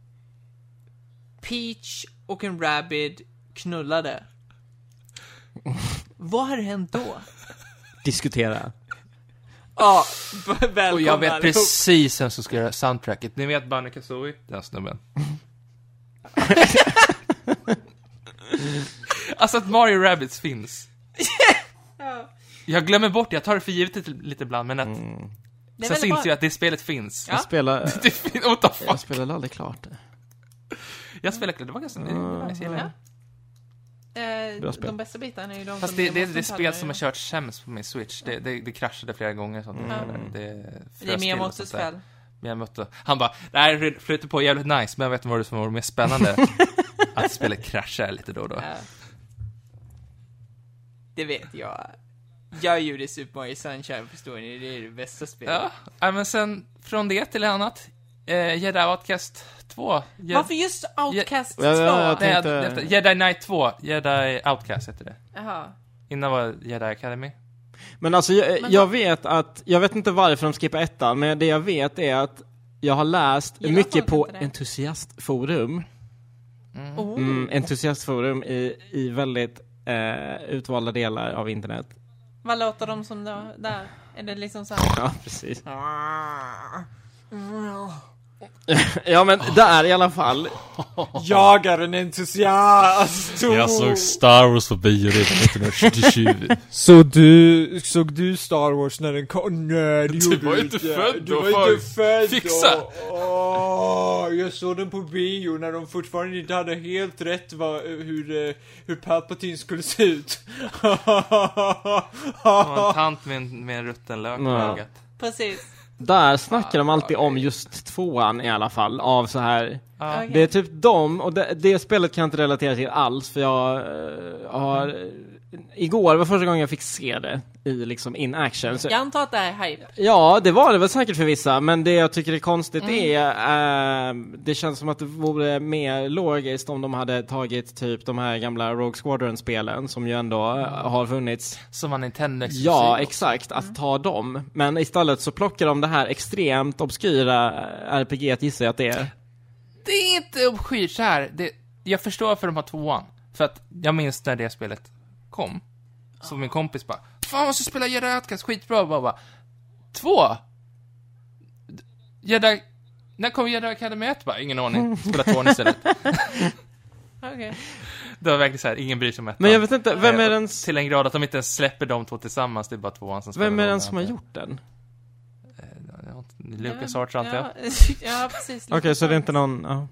Peach och en Rabbid knullade? Vad hade hänt då? Diskutera. Ja, välkomna. Och jag vet precis vem som ska göra soundtracket. Ni vet Banjo Kazooie? Den snubben. Alltså att Mario Rabbids finns. Ja. Jag glömmer bort det, jag tar det för givet lite ibland, men att Mm. Det är sen väldigt syns bra. ju att det spelet finns. Ja. Jag spelar... Det finns, what the fuck? Jag spelade aldrig klart det. Jag spelade klart, det var ganska det var nice, jag gillar det. Eh, Bra spel. de bästa bitarna är ju de Fast som det, det är måste det ta spel det, som ja. har kört sämst på min Switch. Det, det, det kraschade flera gånger. Sånt. Mm. Det, det, Det är Miyamotos spel. Miyamoto. Han bara, det här flyter på jävligt nice, men jag vet inte vad det som var mer spännande. Att spelet kraschar lite då och då. Ja. Det vet jag. Jag gjorde Super Mario Sunshine, förstår ni? Det är det bästa spelet. Ja, ja, men sen från det till annat. Eh, Jedi Outcast två. Je- Varför just Outcast Ja, ja, ja, två? jag Nej, tänkte- efter, Jedi Knight två. Jedi Outcast heter det. Jaha. Innan var Jedi Academy. Men alltså, jag, Men jag vad- vet att... Jag vet inte varför de skippar ettan, men det jag vet är att jag har läst Gillar mycket folk på inte det? entusiastforum. Oh. Mm, entusiastforum i, i väldigt eh, utvalda delar av internet. Vad låter de som då, där? Är det liksom så här? Ja, precis. Ja, men där i alla fall. Jag är en entusiast. Star Wars på bio redan nittonhundrasjuttiosju. Så du, såg du Star Wars när den kom? Nej, det Du gjorde var du inte inte. född Du då, var fan. inte född Fixa. då. Åh, jag såg den på bio när de fortfarande inte hade helt rätt vad, hur, eh, hur Palpatine skulle se ut. Det var en tant med en, med en rutten lök på Ja. ögat. Precis. Där snackar de alltid om just tvåan i alla fall. Av så här... Ja. Okej. Det är typ dem, och det, det spelet kan jag inte relatera till alls, för jag eh, har... Igår var första gången jag fick se det i liksom in action. Så, Jag antar att det är hype. ja, det var det väl säkert för vissa, men det jag tycker är konstigt Mm. är... Eh, det känns som att det vore mer logiskt om de hade tagit typ de här gamla Rogue Squadron-spelen, som ju ändå eh, har funnits. Som var Nintendo exklusiv. Ja, exakt, att ta dem. Men istället så plockar de det här extremt obskyra R P G, gissar jag att det är. Det är inte uppskyrt så här. Det, jag förstår för de har tvåan. För att jag minns när det spelet kom. Så min kompis bara, fan jag måste spela Jedi Outcast, skitbra. Bara, bara, två? Jedi... När kom Jedi Academy ett? Bara, ingen aning. Spela tvåan istället. Okej. Det var verkligen så här, ingen bryr sig om ettan. Men jag vet inte, vem är Eh, den... och Till en grad att de inte ens släpper de två tillsammans. Det är bara tvåan som spelar Vem är den rollen, som har antar jag. gjort den? Lucas Arts, antar jag. Ja, ja, precis. Okej, så det är inte någon... Ja.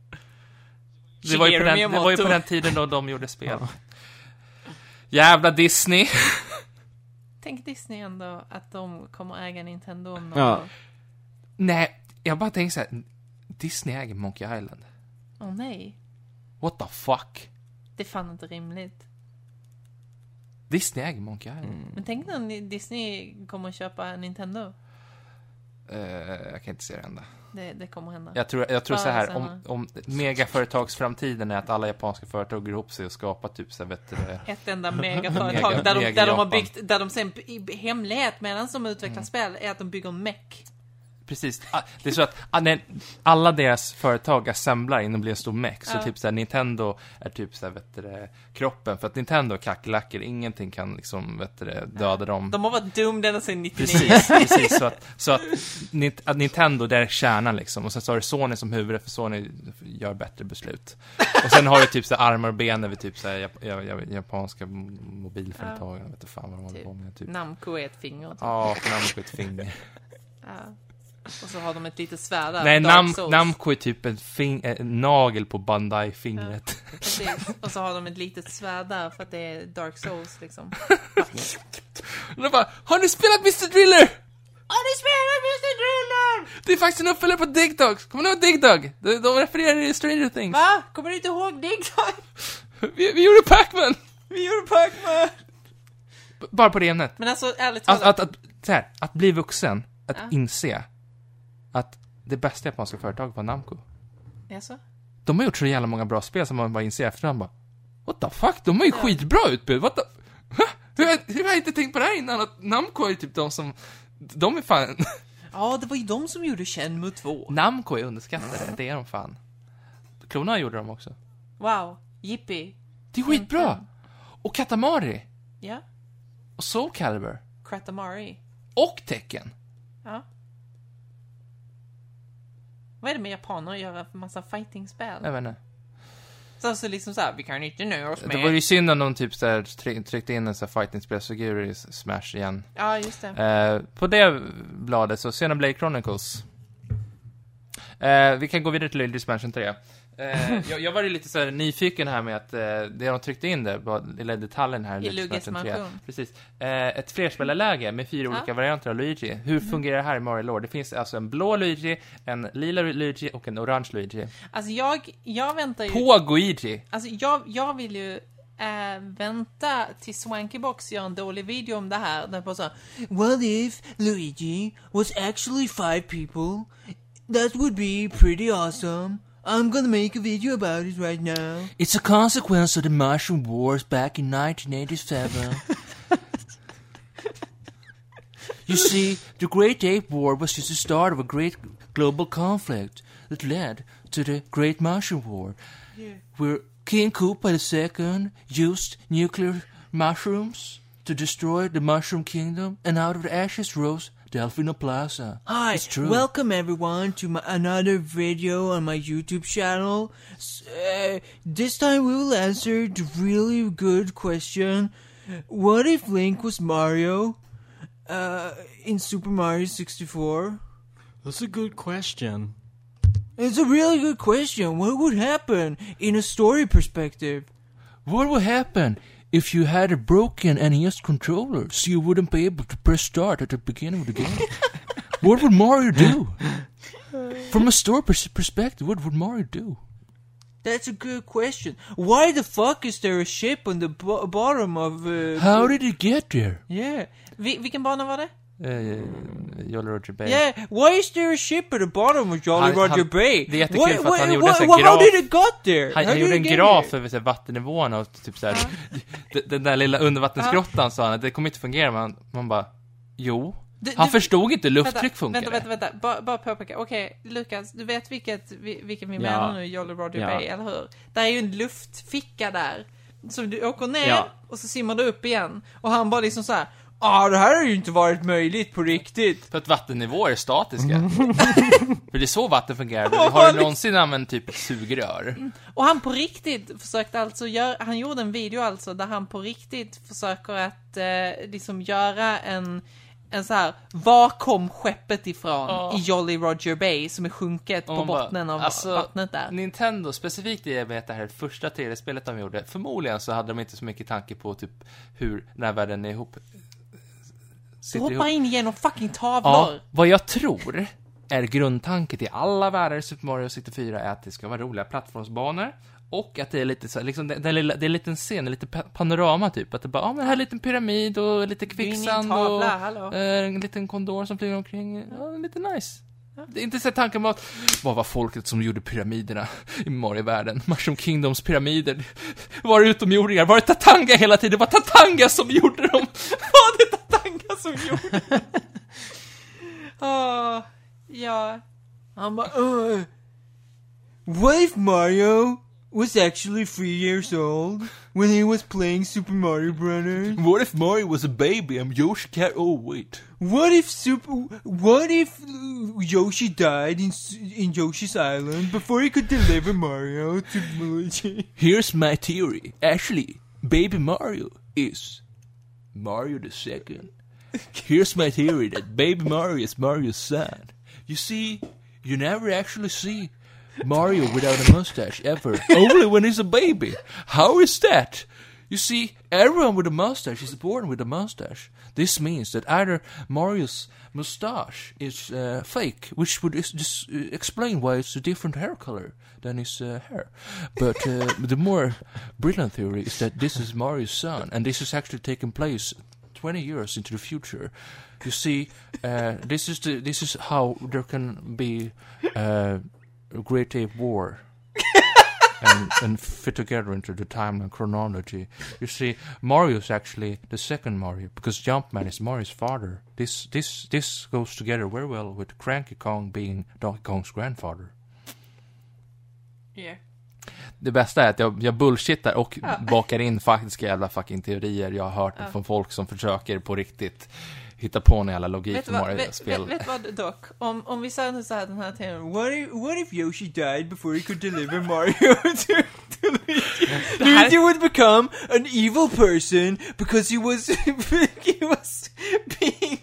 Det var, ju på Shigeru den, det var ju på Miyamoto. den tiden då de gjorde spel. Jävla Disney. Tänk Disney ändå att de kommer äga Nintendo om något Ja. år. Nej, jag bara tänker så här. Disney äger Monkey Island. Åh nej. What the fuck? Det är fan inte rimligt. Disney äger Monkey Island. Men tänk när ni- Disney kommer att köpa Nintendo. Eh, jag kan inte se det hända. Det, det kommer hända. Jag tror, jag tror Bara så här, samma. om, om megaföretagsframtiden är att alla japanska företag går ihop sig och skapar typ så här, vet du det. Ett enda megaföretag Mega- där, de, mega där de har Japan. byggt, där de sen i hemlighet medan de utvecklar spel är att de bygger en mech. Precis. Ah, det är så att ah, när alla deras företag assemblar in och blir en stor mech. Så Ja. typ så här, Nintendo är typ så här, vet du det, kroppen. För att Nintendo är kackerlackor. Ingenting kan liksom, vet du det, döda dem. De har varit doomed ända sedan nittionio. Precis, precis. Så, att, så att, Nint- att Nintendo, det är kärnan liksom. Och sen så har du Sony som huvud, för Sony gör bättre beslut. Och sen har du typ så här armar och ben över typ så här, jap- jap- japanska mobilföretag. Jag vet inte fan vad de håller på med. Typ. Namco är ett finger. Typ. Ja, Namco ett finger. Ja. Och så har de ett litet svärd där. Nej, Dark Nam- Souls. Namco är typ en, fing- en nagel på Bandai-fingret. Precis. Och så har de ett litet svärd där för att det är Dark Souls liksom. Och de bara, har ni spelat mister Driller? Har ni spelat mister Driller? Det är faktiskt en uppföljare på Dig Dog. Kommer ni ihåg Dig Dog? De, de refererar i Stranger Things. Va? Kommer du inte ihåg Dig Dog? Vi, vi gjorde Pac-Man! Vi gjorde Pac-Man! B- Bara på det ämnet. Men alltså, ärligt Att, talat. att, att, så här, att bli vuxen, att Ja. inse att det bästa japanska företaget var Namco. Jaså? De har gjort så jävla många bra spel som man bara inser efterhand bara, what the fuck, de har ju skitbra utbud, what the... Huh? Hur, har- hur har jag inte tänkt på det här innan? Att Namco är typ de som, de är fan... Ja, det var ju de som gjorde Shenmue två. Namco är underskattade, det är de fan. Klona gjorde de också. Wow. Yippie. Det är skitbra! Och Katamari! Ja. Och Soul Calibur. Katamari. och Tekken. Ja. Vad är det med japaner att göra för massa fighting-spel? Jag vet inte. Så alltså liksom såhär, vi kan inte nöja oss med... Det var ju synd om de typ såhär tryck, tryckte in en sån här fighting-spelsfigur i Smash igen. Ja, just det. Eh, på det bladet så Xenoblade Chronicles. Eh, vi kan gå vidare till Luigi's Mansion tre. Eh, jag, jag var ju lite så här nyfiken här med att eh, det de tryckte in det, bara lilla detaljen här I Luigi's Mansion. Precis. Eh, ett flerspelarläge med fyra Ja. olika varianter av Luigi. Hur fungerar det här i Mario Lore? Det finns alltså en blå Luigi, en lila Luigi och en orange Luigi. Alltså jag, jag väntar ju... På Luigi. Alltså jag, jag vill ju äh, vänta till Swankybox gör en dålig video om det här. Där på så här, What if Luigi was actually five people? That would be pretty awesome. I'm gonna make a video about it right now. It's a consequence of the Mushroom Wars back in nineteen eighty-seven. You see, the Great Ape War was just the start of a great global conflict that led to the Great Mushroom War, Yeah. where King Koopa the Second used nuclear mushrooms to destroy the Mushroom Kingdom, and out of the ashes rose Delfino Plaza. Hi, It's true. welcome everyone to my, another video on my YouTube channel. S- Uh, this time we will answer the really good question. What if Link was Mario uh, in Super Mario sixty-four? That's a good question. It's a really good question. What would happen in a story perspective? What would happen if you had a broken N E S controller so you wouldn't be able to press start at the beginning of the game? What would Mario do? From a story pers- perspective, what would Mario do? That's a good question. Why the fuck is there a ship on the bo- bottom of... Uh, How did it get there? Yeah. Vi, vilken bana var det? Uh, Jolly Roger Bay. Yeah, why is there a ship at the bottom of Jolly Han- Roger han- Bay? det är jättekul What- för att han what- gjorde en what- sån what- How graf. did it got there? Han, How han did gjorde it en get graf there? över så här, vattennivån och typ så här, d- den där lilla undervattensgrottan sa han att det kommer inte fungera. Man, man bara, jo. Du- Han du- förstod inte lufttryck Vänta, funkar. vänta, vänta, vänta. Bara, bara påpeka. Okej, Lukas, du vet vilket, vi- vilken vi Ja. menar nu, Jolly Roger Ja. Bay, eller hur? Det är ju en luftficka där. Så du åker ner Ja. och så simmar du upp igen. Och han bara liksom så här. Ah, det här har ju inte varit möjligt på riktigt. För att vattennivåer är statiska. Mm. För det är så vatten fungerar. Har du någonsin använt typ ett sugrör? Och han på riktigt försökte alltså göra, han gjorde en video alltså där han på riktigt försöker att eh, liksom göra en, en så här, var kom skeppet ifrån Ja. i Jolly Roger Bay som är sjunket på Och man bara, bottnen av alltså, vattnet där. Nintendo, specifikt i det här första tre D-spelet de gjorde, förmodligen så hade de inte så mycket tanke på typ hur den här världen är ihop. sitter Hoppa ihop. in genom fucking tavlor. Ja, vad jag tror är grundtanken till alla världar i Super Mario sextiofyra är att det ska vara roliga plattformsbanor och att det är lite så liksom det, det, är, lilla- det är en liten scen, en liten pa- panorama typ, att det bara, ja men här är en liten pyramid och lite är ingen kvicksand tavla, och hallå. eh, en liten kondor som flyger omkring, ja, lite nice. Det är inte så tanken på att vad var folket som gjorde pyramiderna i Mario-världen? Mushroom Kingdoms pyramider. Var det utomjordingar? Var det Tatanga hela tiden? Det var Tatanga som gjorde dem. Var det Tatanga som gjorde det? Åh, ja. I'm like, uh, what if Mario was actually three years old when he was playing Super Mario Brothers? What if Mario was a baby and Yoshi cat? Oh wait. What if Super? What if Yoshi died in in Yoshi's Island before he could deliver Mario to Luigi? Here's my theory. Actually, baby Mario is Mario the second. Here's my theory that baby Mario is Mario's son. You see, you never actually see Mario without a mustache ever. Only when he's a baby. How is that? You see, everyone with a mustache is born with a mustache. This means that either Mario's mustache is uh, fake, which would is- just uh, explain why it's a different hair color than his uh, hair. But uh, the more brilliant theory is that this is Mario's son, and this is actually taking place twenty years into the future. You see, uh, this is the this is how there can be uh, a Great Ape War. and, and fit together into the timeline chronology. You see, Mario's actually the second Mario because Jumpman is Mario's father. This this this goes together very well with Cranky Kong being Donkey Kong's grandfather. Yeah. det bästa är att jag, jag bullshittar och ja. bakar in faktiska jävla fucking teorier jag har hört ja. från folk som försöker på riktigt hitta på en jävla logik för Mario-spel. Vet, vet, vet vad dock? Om, om vi säger så här den här teorin. What if, what if Yoshi died before he could deliver Mario to, to Luigi? Här... Luigi would become an evil person because he was he was being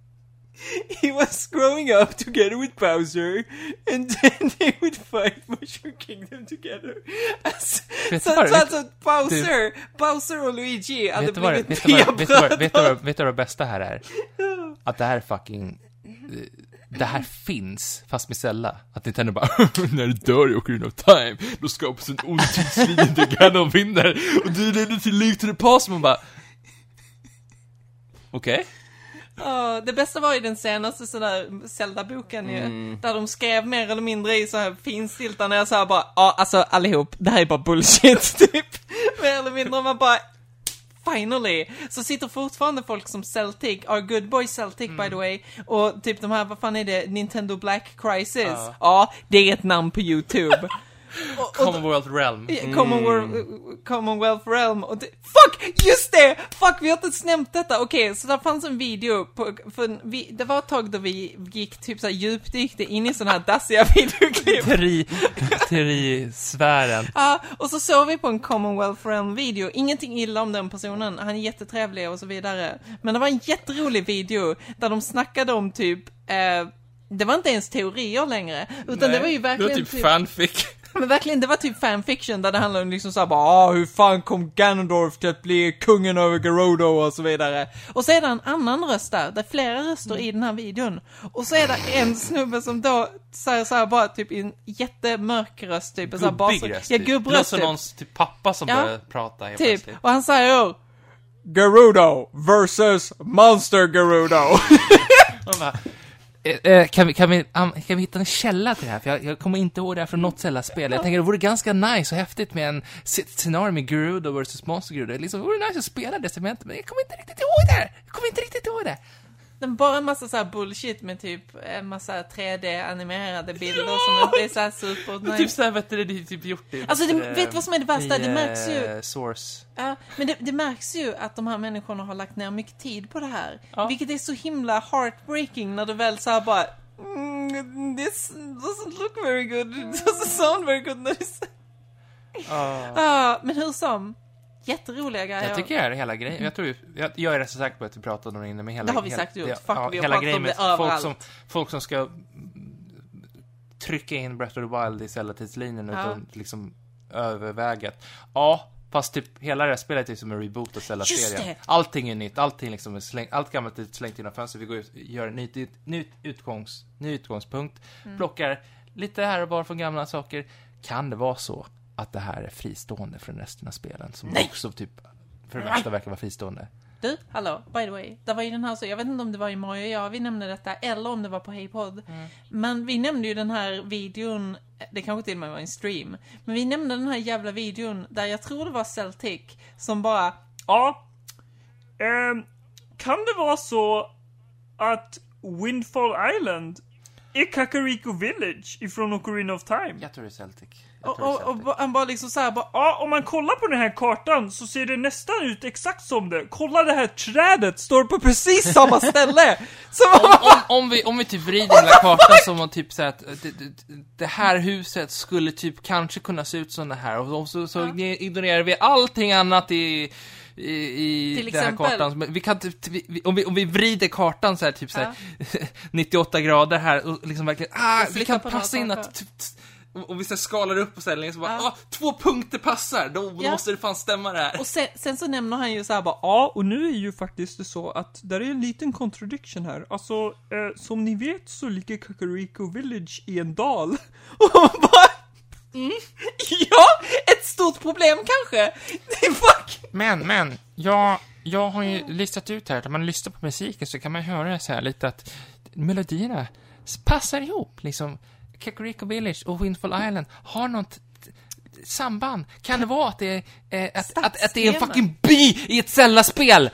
he was growing up together with Bowser, and then they would fight Mushroom Kingdom together. Alltså, så så alltså Bowser, du, Bowser och Luigi hade blivit vet du vad, vet du vad, vet du vad, vet du vad det bästa här är? Att det här fucking det här finns, fast med Zelda. Att Nintendo bara, när du dör i Ocarina of Time, då skapas en ond tidslinje där Ganon vinner, och det leder till Link to the Past. Man bara, okej. Okay. Oh, det bästa var ju den senaste sådär Zelda-boken ju, mm. där de skrev mer eller mindre i så här finstiltar när jag sa bara, ja oh, alltså allihop, det här är bara bullshit typ, mer eller mindre. Man bara, finally, så sitter fortfarande folk som Celtic, our good boy Celtic mm. by the way, och typ de här, vad fan är det, Nintendo Black Crisis, ja, uh. ja det är ett namn på YouTube. Och, och, Commonwealth Realm. Mm. Commonwealth, Commonwealth Realm. Och det, fuck, just det! Fuck, vi har inte nämnt detta. Okej, okay, så där fanns en video på, för vi, det var ett tag då vi gick typ så här djupdykte in i såna här dassiga videoklipp. Teori, teorisfären. Ja, och så såg vi på en Commonwealth Realm-video. Ingenting illa om den personen, han är jättetrevlig och så vidare. Men det var en jätterolig video där de snackade om typ eh, det var inte ens teorier längre, utan Nej, det var ju verkligen det var typ, typ fanfic. Men verkligen, det var typ fanfiction där det handlade om liksom såhär bara, ah, hur fan kom Ganondorf till att bli kungen över Gerudo och så vidare. Och så är det en annan röst där, det är flera röster mm. i den här videon. Och så är det en snubbe som då säger såhär bara typ i en jättemörk röst typ. Gubbig röst. Ja, gubbröst typ. Det är någons typ pappa som ja, börjar prata helt typ. Plötsligt. Och han säger Gerudo versus Monster Gerudo. Eh, kan, vi, kan, vi, um, kan vi hitta en källa till det här? För jag, jag kommer inte ihåg det här från något Zelda-spel. Jag tänker det vore ganska nice och häftigt med en scenario med Gerudo versus Monster Gerudo. Det liksom, vore nice att spela det segmentet, men jag kommer inte riktigt ihåg det. Jag kommer inte riktigt ihåg det. Det är bara en massa så här bullshit med typ en massa tre D-animerade bilder ja! som inte är så här super nice. Typ så här, vet du, det är typ gjort det. Alltså, det, vet du vad som är det värsta? I, det märks ju... Uh, source. Ja, men det, det märks ju att de här människorna har lagt ner mycket tid på det här. Ja. Vilket är så himla heartbreaking när du väl så här bara... Mm, this doesn't look very good. It doesn't sound very good när du säger... Uh. Uh, men hur som... Jätteroliga grejer. Jag tycker jag är hela grejen. Jag, tror, jag, jag är rätt så säker på att vi pratade om det inne med hela... Det har vi sagt hela, gjort. Fuck, ja, vi har hela pratat om det överallt. Folk som, folk som ska trycka in Breath of the Wild i Zelda-tidslinjen ja. utan liksom övervägat. Ja, fast typ hela det här spelet är som en reboot av Zelda-serien. Allting är nytt. Allting liksom är släng, allt gammalt är slängt inom fönster. Vi går ut, gör en ny, ny, utgångs, ny utgångspunkt. Mm. Plockar lite här och var från gamla saker. Kan det vara så att det här är fristående från resten av spelen som Nej. också typ för det värsta verkar vara fristående? Du, hallå, by the way. Det var ju den här, så jag vet inte om det var i Mario och jag, vi nämnde detta, eller om det var på HeyPod. Mm. Men vi nämnde ju den här videon, det kanske till och med var en stream, men vi nämnde den här jävla videon där jag tror det var Celtic som bara... Ja, eh, kan det vara så att Windfall Island är Kakariko Village ifrån Ocarina of Time? Jag tror det är Celtic. Och, och, och, och han bara liksom så här, bara, ja, om man kollar på den här kartan så ser det nästan ut exakt som det. Kolla, det här trädet står på precis samma ställe. Som om, om, om, vi, om vi typ vrider den här kartan som att typ säga att det, det, det här huset skulle typ kanske kunna se ut som det här. Och så, så ja. ignorerar vi allting annat i... i, i den här kartan. Vi kan typ, vi, om, vi, om vi vrider kartan så här typ så här, ja. nittioåtta grader här och liksom verkligen ah, vi kan passa in att typ, och vi så skalar upp på ställningen så bara, ja. ah, två punkter passar, då ja. måste det fan stämma det här. Och sen, sen så nämner han ju så här bara, ja, och nu är ju faktiskt det så att där är en liten contradiction här. Alltså, eh, som ni vet så ligger Kakariko Village i en dal. Och man bara, mm, ja, ett stort problem kanske. Fuck. Men, men, jag, jag har ju listat ut här, när man lyssnar på musiken så kan man höra så här lite att melodierna passar ihop, liksom. Kakariko Village och Windfall Island har något samband. Kan det vara att det är, eh, att, att, att det är en fucking by i ett Zelda-spel?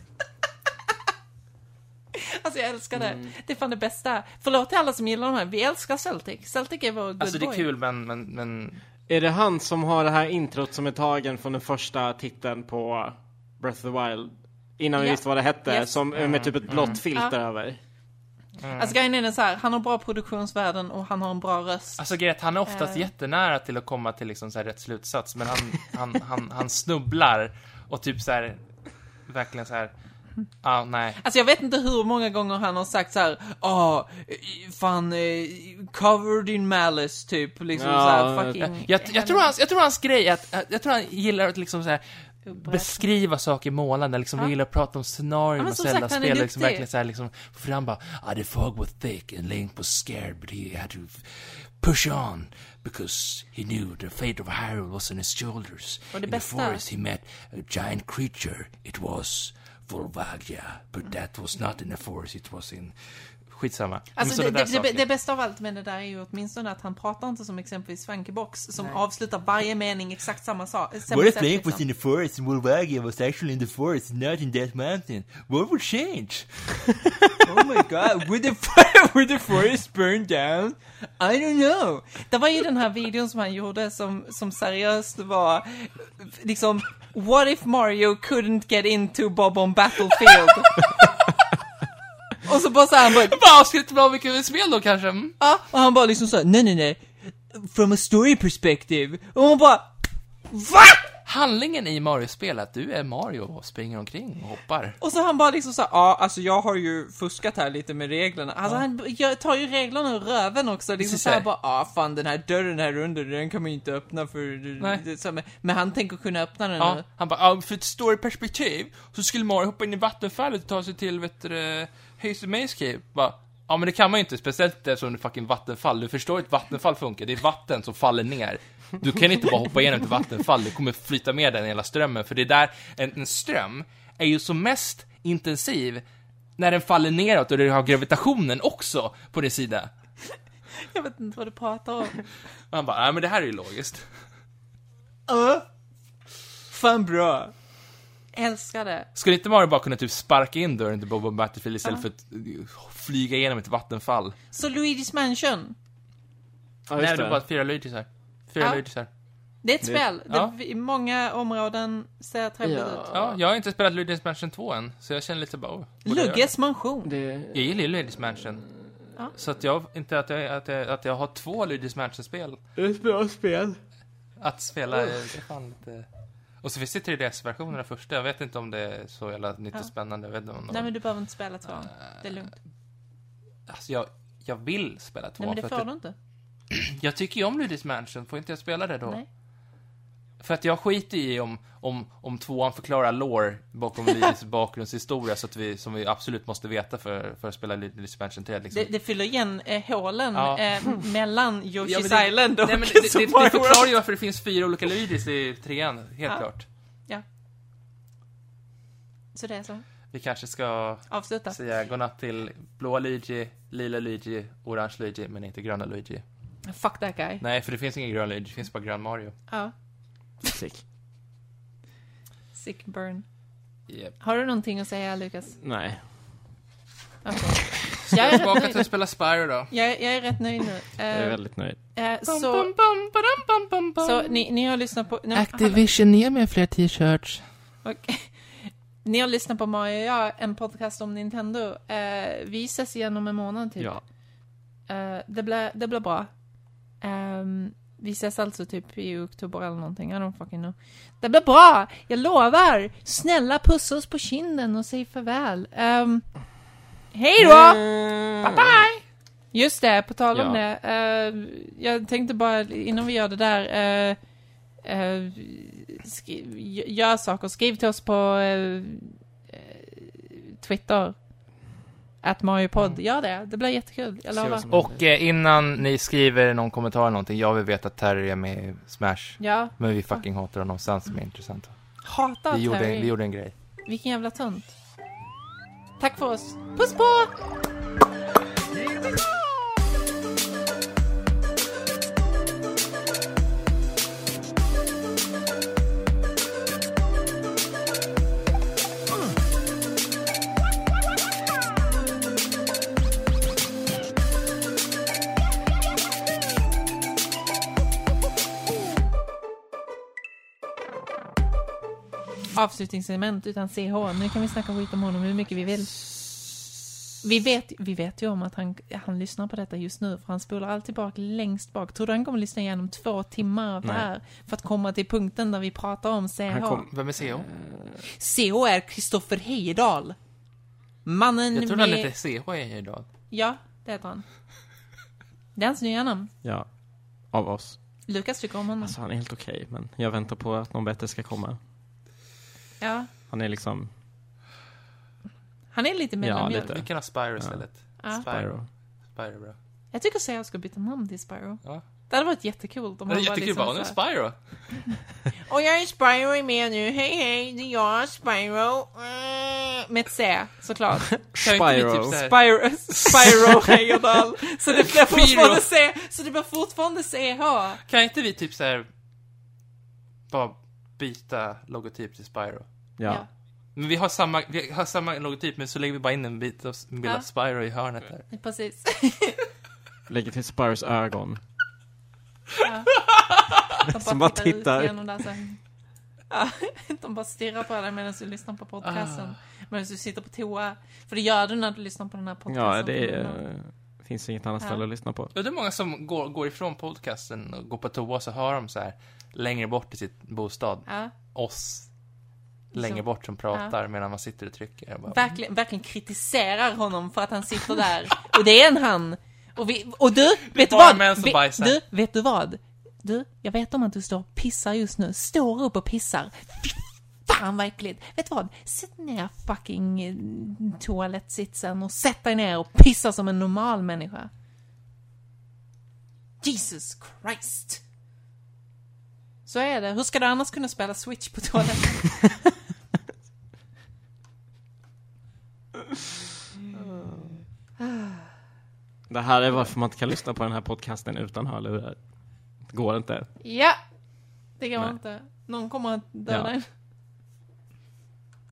Alltså jag älskar det. Mm. Det är fan det bästa. Förlåt till alla som gillar de här. Vi älskar Celtic. Celtic är vår good Alltså det är boy. kul, men... men, men... Är det han som har det här introt som är tagen från den första titeln på Breath of the Wild? Innan vi Ja. visste vad det hette. Yes. Som, med typ ett blått filter Ja. över. Alltså grejen är den så här, han har bra produktionsvärden och han har en bra röst. Alltså Gret, han är oftast Eh. jättenära till att komma till liksom så här rätt slutsats, men han, han, han, han snubblar och typ så här verkligen så här. Ja, ah, nej. Alltså jag vet inte hur många gånger han har sagt så här, ah, fan, eh, cover din malice, typ, liksom Ja, så här, fucking... Jag, jag, tror hans, jag tror hans grej är att, jag tror han gillar att liksom så här beskriva saker målande, liksom Ja. gillar att prata om scenarion Ja, men och som sagt, han är Zelda-spel, liksom duktig. verkligen så här liksom, för han bara, ah, the fog was thick and Link was scared but he had to push on because he knew the fate of Hyrule was on his shoulders. Och det In bästa- the forest he met a giant creature. It was Volvagia, but that was not in the forest, it was in... Skitsamma. Alltså Men det, sådana det, där det, saker. det bästa av allt med det där är ju åtminstone att han pratar inte som exempelvis Funkybox som avslutar varje mening exakt samma sak. What if Link was in the forest and Wolvagia was actually in the forest, not in that mountain? What would change? Oh my god, would the, fire, would the forest burn down? I don't know. Det var ju den här videon som han gjorde som, som seriöst var liksom, what if Mario couldn't get into Bob on Battlefield? Och så bara så här, han bara, Bara avsluta bra mycket spel då kanske. Mm. ja, och han bara liksom så här, nej nej nej, From a story perspective. och hon bara, va? Handlingen i Mario-spel är att du är Mario och springer omkring och hoppar. Och så han bara liksom så här, ja, alltså jag har ju fuskat här lite med reglerna. Alltså han gör, tar ju reglerna ur röven också. Liksom Precis så här så. bara, ja fan den här dörren här under, den kan man ju inte öppna för... Nej. Det, så, men, men han tänker kunna öppna den Ja, nu. han bara, ja, för ett story-perspektiv så skulle Mario hoppa in i vattenfallet och ta sig till, vet du, Hazy Maze Cave. Bara, ja men det kan man ju inte, speciellt eftersom det är fucking vattenfall. Du förstår hur ett vattenfall funkar, det är vatten som faller ner. Du kan inte bara hoppa igenom ett vattenfall, det kommer flyta med den hela strömmen. För det är där, en, en ström är ju som mest intensiv när den faller neråt och du har gravitationen också på din sida. Jag vet inte vad du pratar om. Och han bara, nej men det här är ju logiskt. uh, Fan bra. älskar det. Skulle inte Mario bara kunna typ sparka in dörren till Bob on Battlefield istället för att uh, flyga igenom ett vattenfall? Så Luigi's Mansion, Ja, Nej, just det är det. bara fyra Luigi's här. Fyra Ja. Luigi's här. det är ett Det- spel. ja. Det, I många områden ser trevligt Ja. ut. Ja, jag har inte spelat Luigi's Mansion två än, så jag känner lite bara, oh, borde jag göra Lugges mansion. Det, det? Jag gillar ju Luigi's Mansion. Ja. Så att jag, inte att jag, att jag, att jag har två Luigi's Mansion-spel det är ett bra spel. att spela, är, det är fan lite... Och så finns det tre D S-versioner av första, jag vet inte om det är så jävla nytt och Ja. spännande, jag vet inte om Nej men du behöver inte spela tvåan. Det är lugnt. Alltså jag, jag vill spela två, Nej men det för får att du inte. jag, jag tycker ju om Luigi's Mansion, får inte jag spela det då? Nej. För att jag skiter i om, om, om tvåan förklarar lore bakom Luigi's bakgrundshistoria så att vi, som vi absolut måste veta för, för att spela Luigi's Mansion tre liksom. Det, det fyller igen eh, hålen Ja. eh, mellan Yoshi's Ja, men det- Island och Nej, men det, det, det, Super det Mario förklarar World. ju varför det finns fyra olika Luigi's i trean, helt Ja. klart. Så det är så. Vi kanske ska Avsluta. säga godnatt till blåa Luigi, lila Luigi, orange Luigi, men inte gröna Luigi. Fuck that guy. Nej, för det finns ingen grön Luigi, det finns bara grön Mario. Ja. Sick. Sick burn. Yep. Har du någonting att säga, Lukas? Nej. Okay. Jag Jag är är rätt tillbaka till nöjd. att spela Spyro då. Jag, jag är rätt nöjd nu. Jag är Eh, väldigt nöjd. eh, Bum, så, bum, bum, badum, bum, bum, bum. så ni, ni har lyssnat på... Nej, Activision, ge mig fler t-shirts. Okej. Ni har lyssnat på Mario och jag, en podcast om Nintendo. Eh, vi ses igen om en månad typ. Ja. Eh, det blir det blir bra. Ehm, vi ses alltså typ i oktober eller någonting. I don't fucking know. Det blir bra! Jag lovar! Snälla pussa oss på kinden och säg farväl. Um, hej då! Bye bye! Just det, på tal om Ja. det. eh, jag tänkte bara, innan vi gör det där. Uh, uh, skri- gör saker. Skriv till oss på uh, Twitter. At MarioPod. Gör det. Det blir jättekul. Jag Se vad lovar. som händer. Och eh, innan ni skriver någon kommentar eller någonting, jag vill veta att Terry är med i Smash. Ja. Men vi fucking hatar honom, sånt som är intressant. Hatar Vi gjorde, Terry. vi gjorde en grej. Vilken jävla tönt. Tack för oss. Puss på! avslutningssegment utan C H. Nu kan vi snacka skit om honom hur mycket vi vill. Vi vet, vi vet ju om att han, han lyssnar på detta just nu, för han spolar alltid bak längst bak. Tror du han kommer lyssna igenom två timmar av det här för att komma till punkten där vi pratar om C H? Kom, vem är C H? C H är Kristoffer Heyerdahl. Mannen Jag tror med... han heter C H idag. Ja, det heter han. Det är hans nya namn. Ja, av oss. Lukas tycker om honom. Alltså han är helt okej, men jag väntar på att någon bättre ska komma. Ja. Han är liksom... Han är lite mellanmjölk. lite. Vi kan ha Spyro istället. Ja. Spyro. Spyro, bra. Jag tycker så jag ska byta namn till Spyro. Ja. Det hade varit jättekult om Det är han var jättekul, liksom bara, nu är så här- Spyro. Och jag är Spyro är med nu. Hej hej, det är jag, Spyro. Mm. Med ett C, såklart. Kan inte vi Spyro. typ så här- Spyro, Spyro Heyerdahl. Så det blir fortfarande Spyro. C. Så det blir fortfarande C H. Kan inte vi typ så här bara byta logotyp till Spyro? Ja. Men vi har samma, vi har samma logotyp, men så lägger vi bara in en bit av en bild Ja. av Spyro i hörnet där. Ja, precis. Lägger till Spyros ögon. Ja. De Som bara ut tittar. igenom där sen. Ja, de bara stirrar på dig medan du lyssnar på podcasten. Ah. Medan du sitter på toa. För det gör du när du lyssnar på den här podcasten. Ja, det är, finns inget annat Ja. ställe att lyssna på. Ja, det är många som går, går ifrån podcasten och går på toa, så hör de så här längre bort i sitt bostad. Ja, Oss längre Så- bort som pratar medan man sitter och trycker. Jag bara, verkligen, verkligen kritiserar honom för att han sitter där. Och det är en han. Och, vi, och du, vet du bara vad? män som Vet, bajsar. du, vet du vad? Du, jag vet om att du står och pissar just nu. Står upp och pissar. Fy fan vad äckligt. Vet du vad? Sätt ner fucking eh, toalettsitsen och sätt dig ner och pissa som en normal människa. Jesus Christ. Så är det. Hur ska du annars kunna spela Switch på toaletten? Det här är varför man inte kan lyssna på den här podcasten utan hörlurar. Det går inte. Ja, det kan man Nej. inte. Någon kommer att döda Ja. en.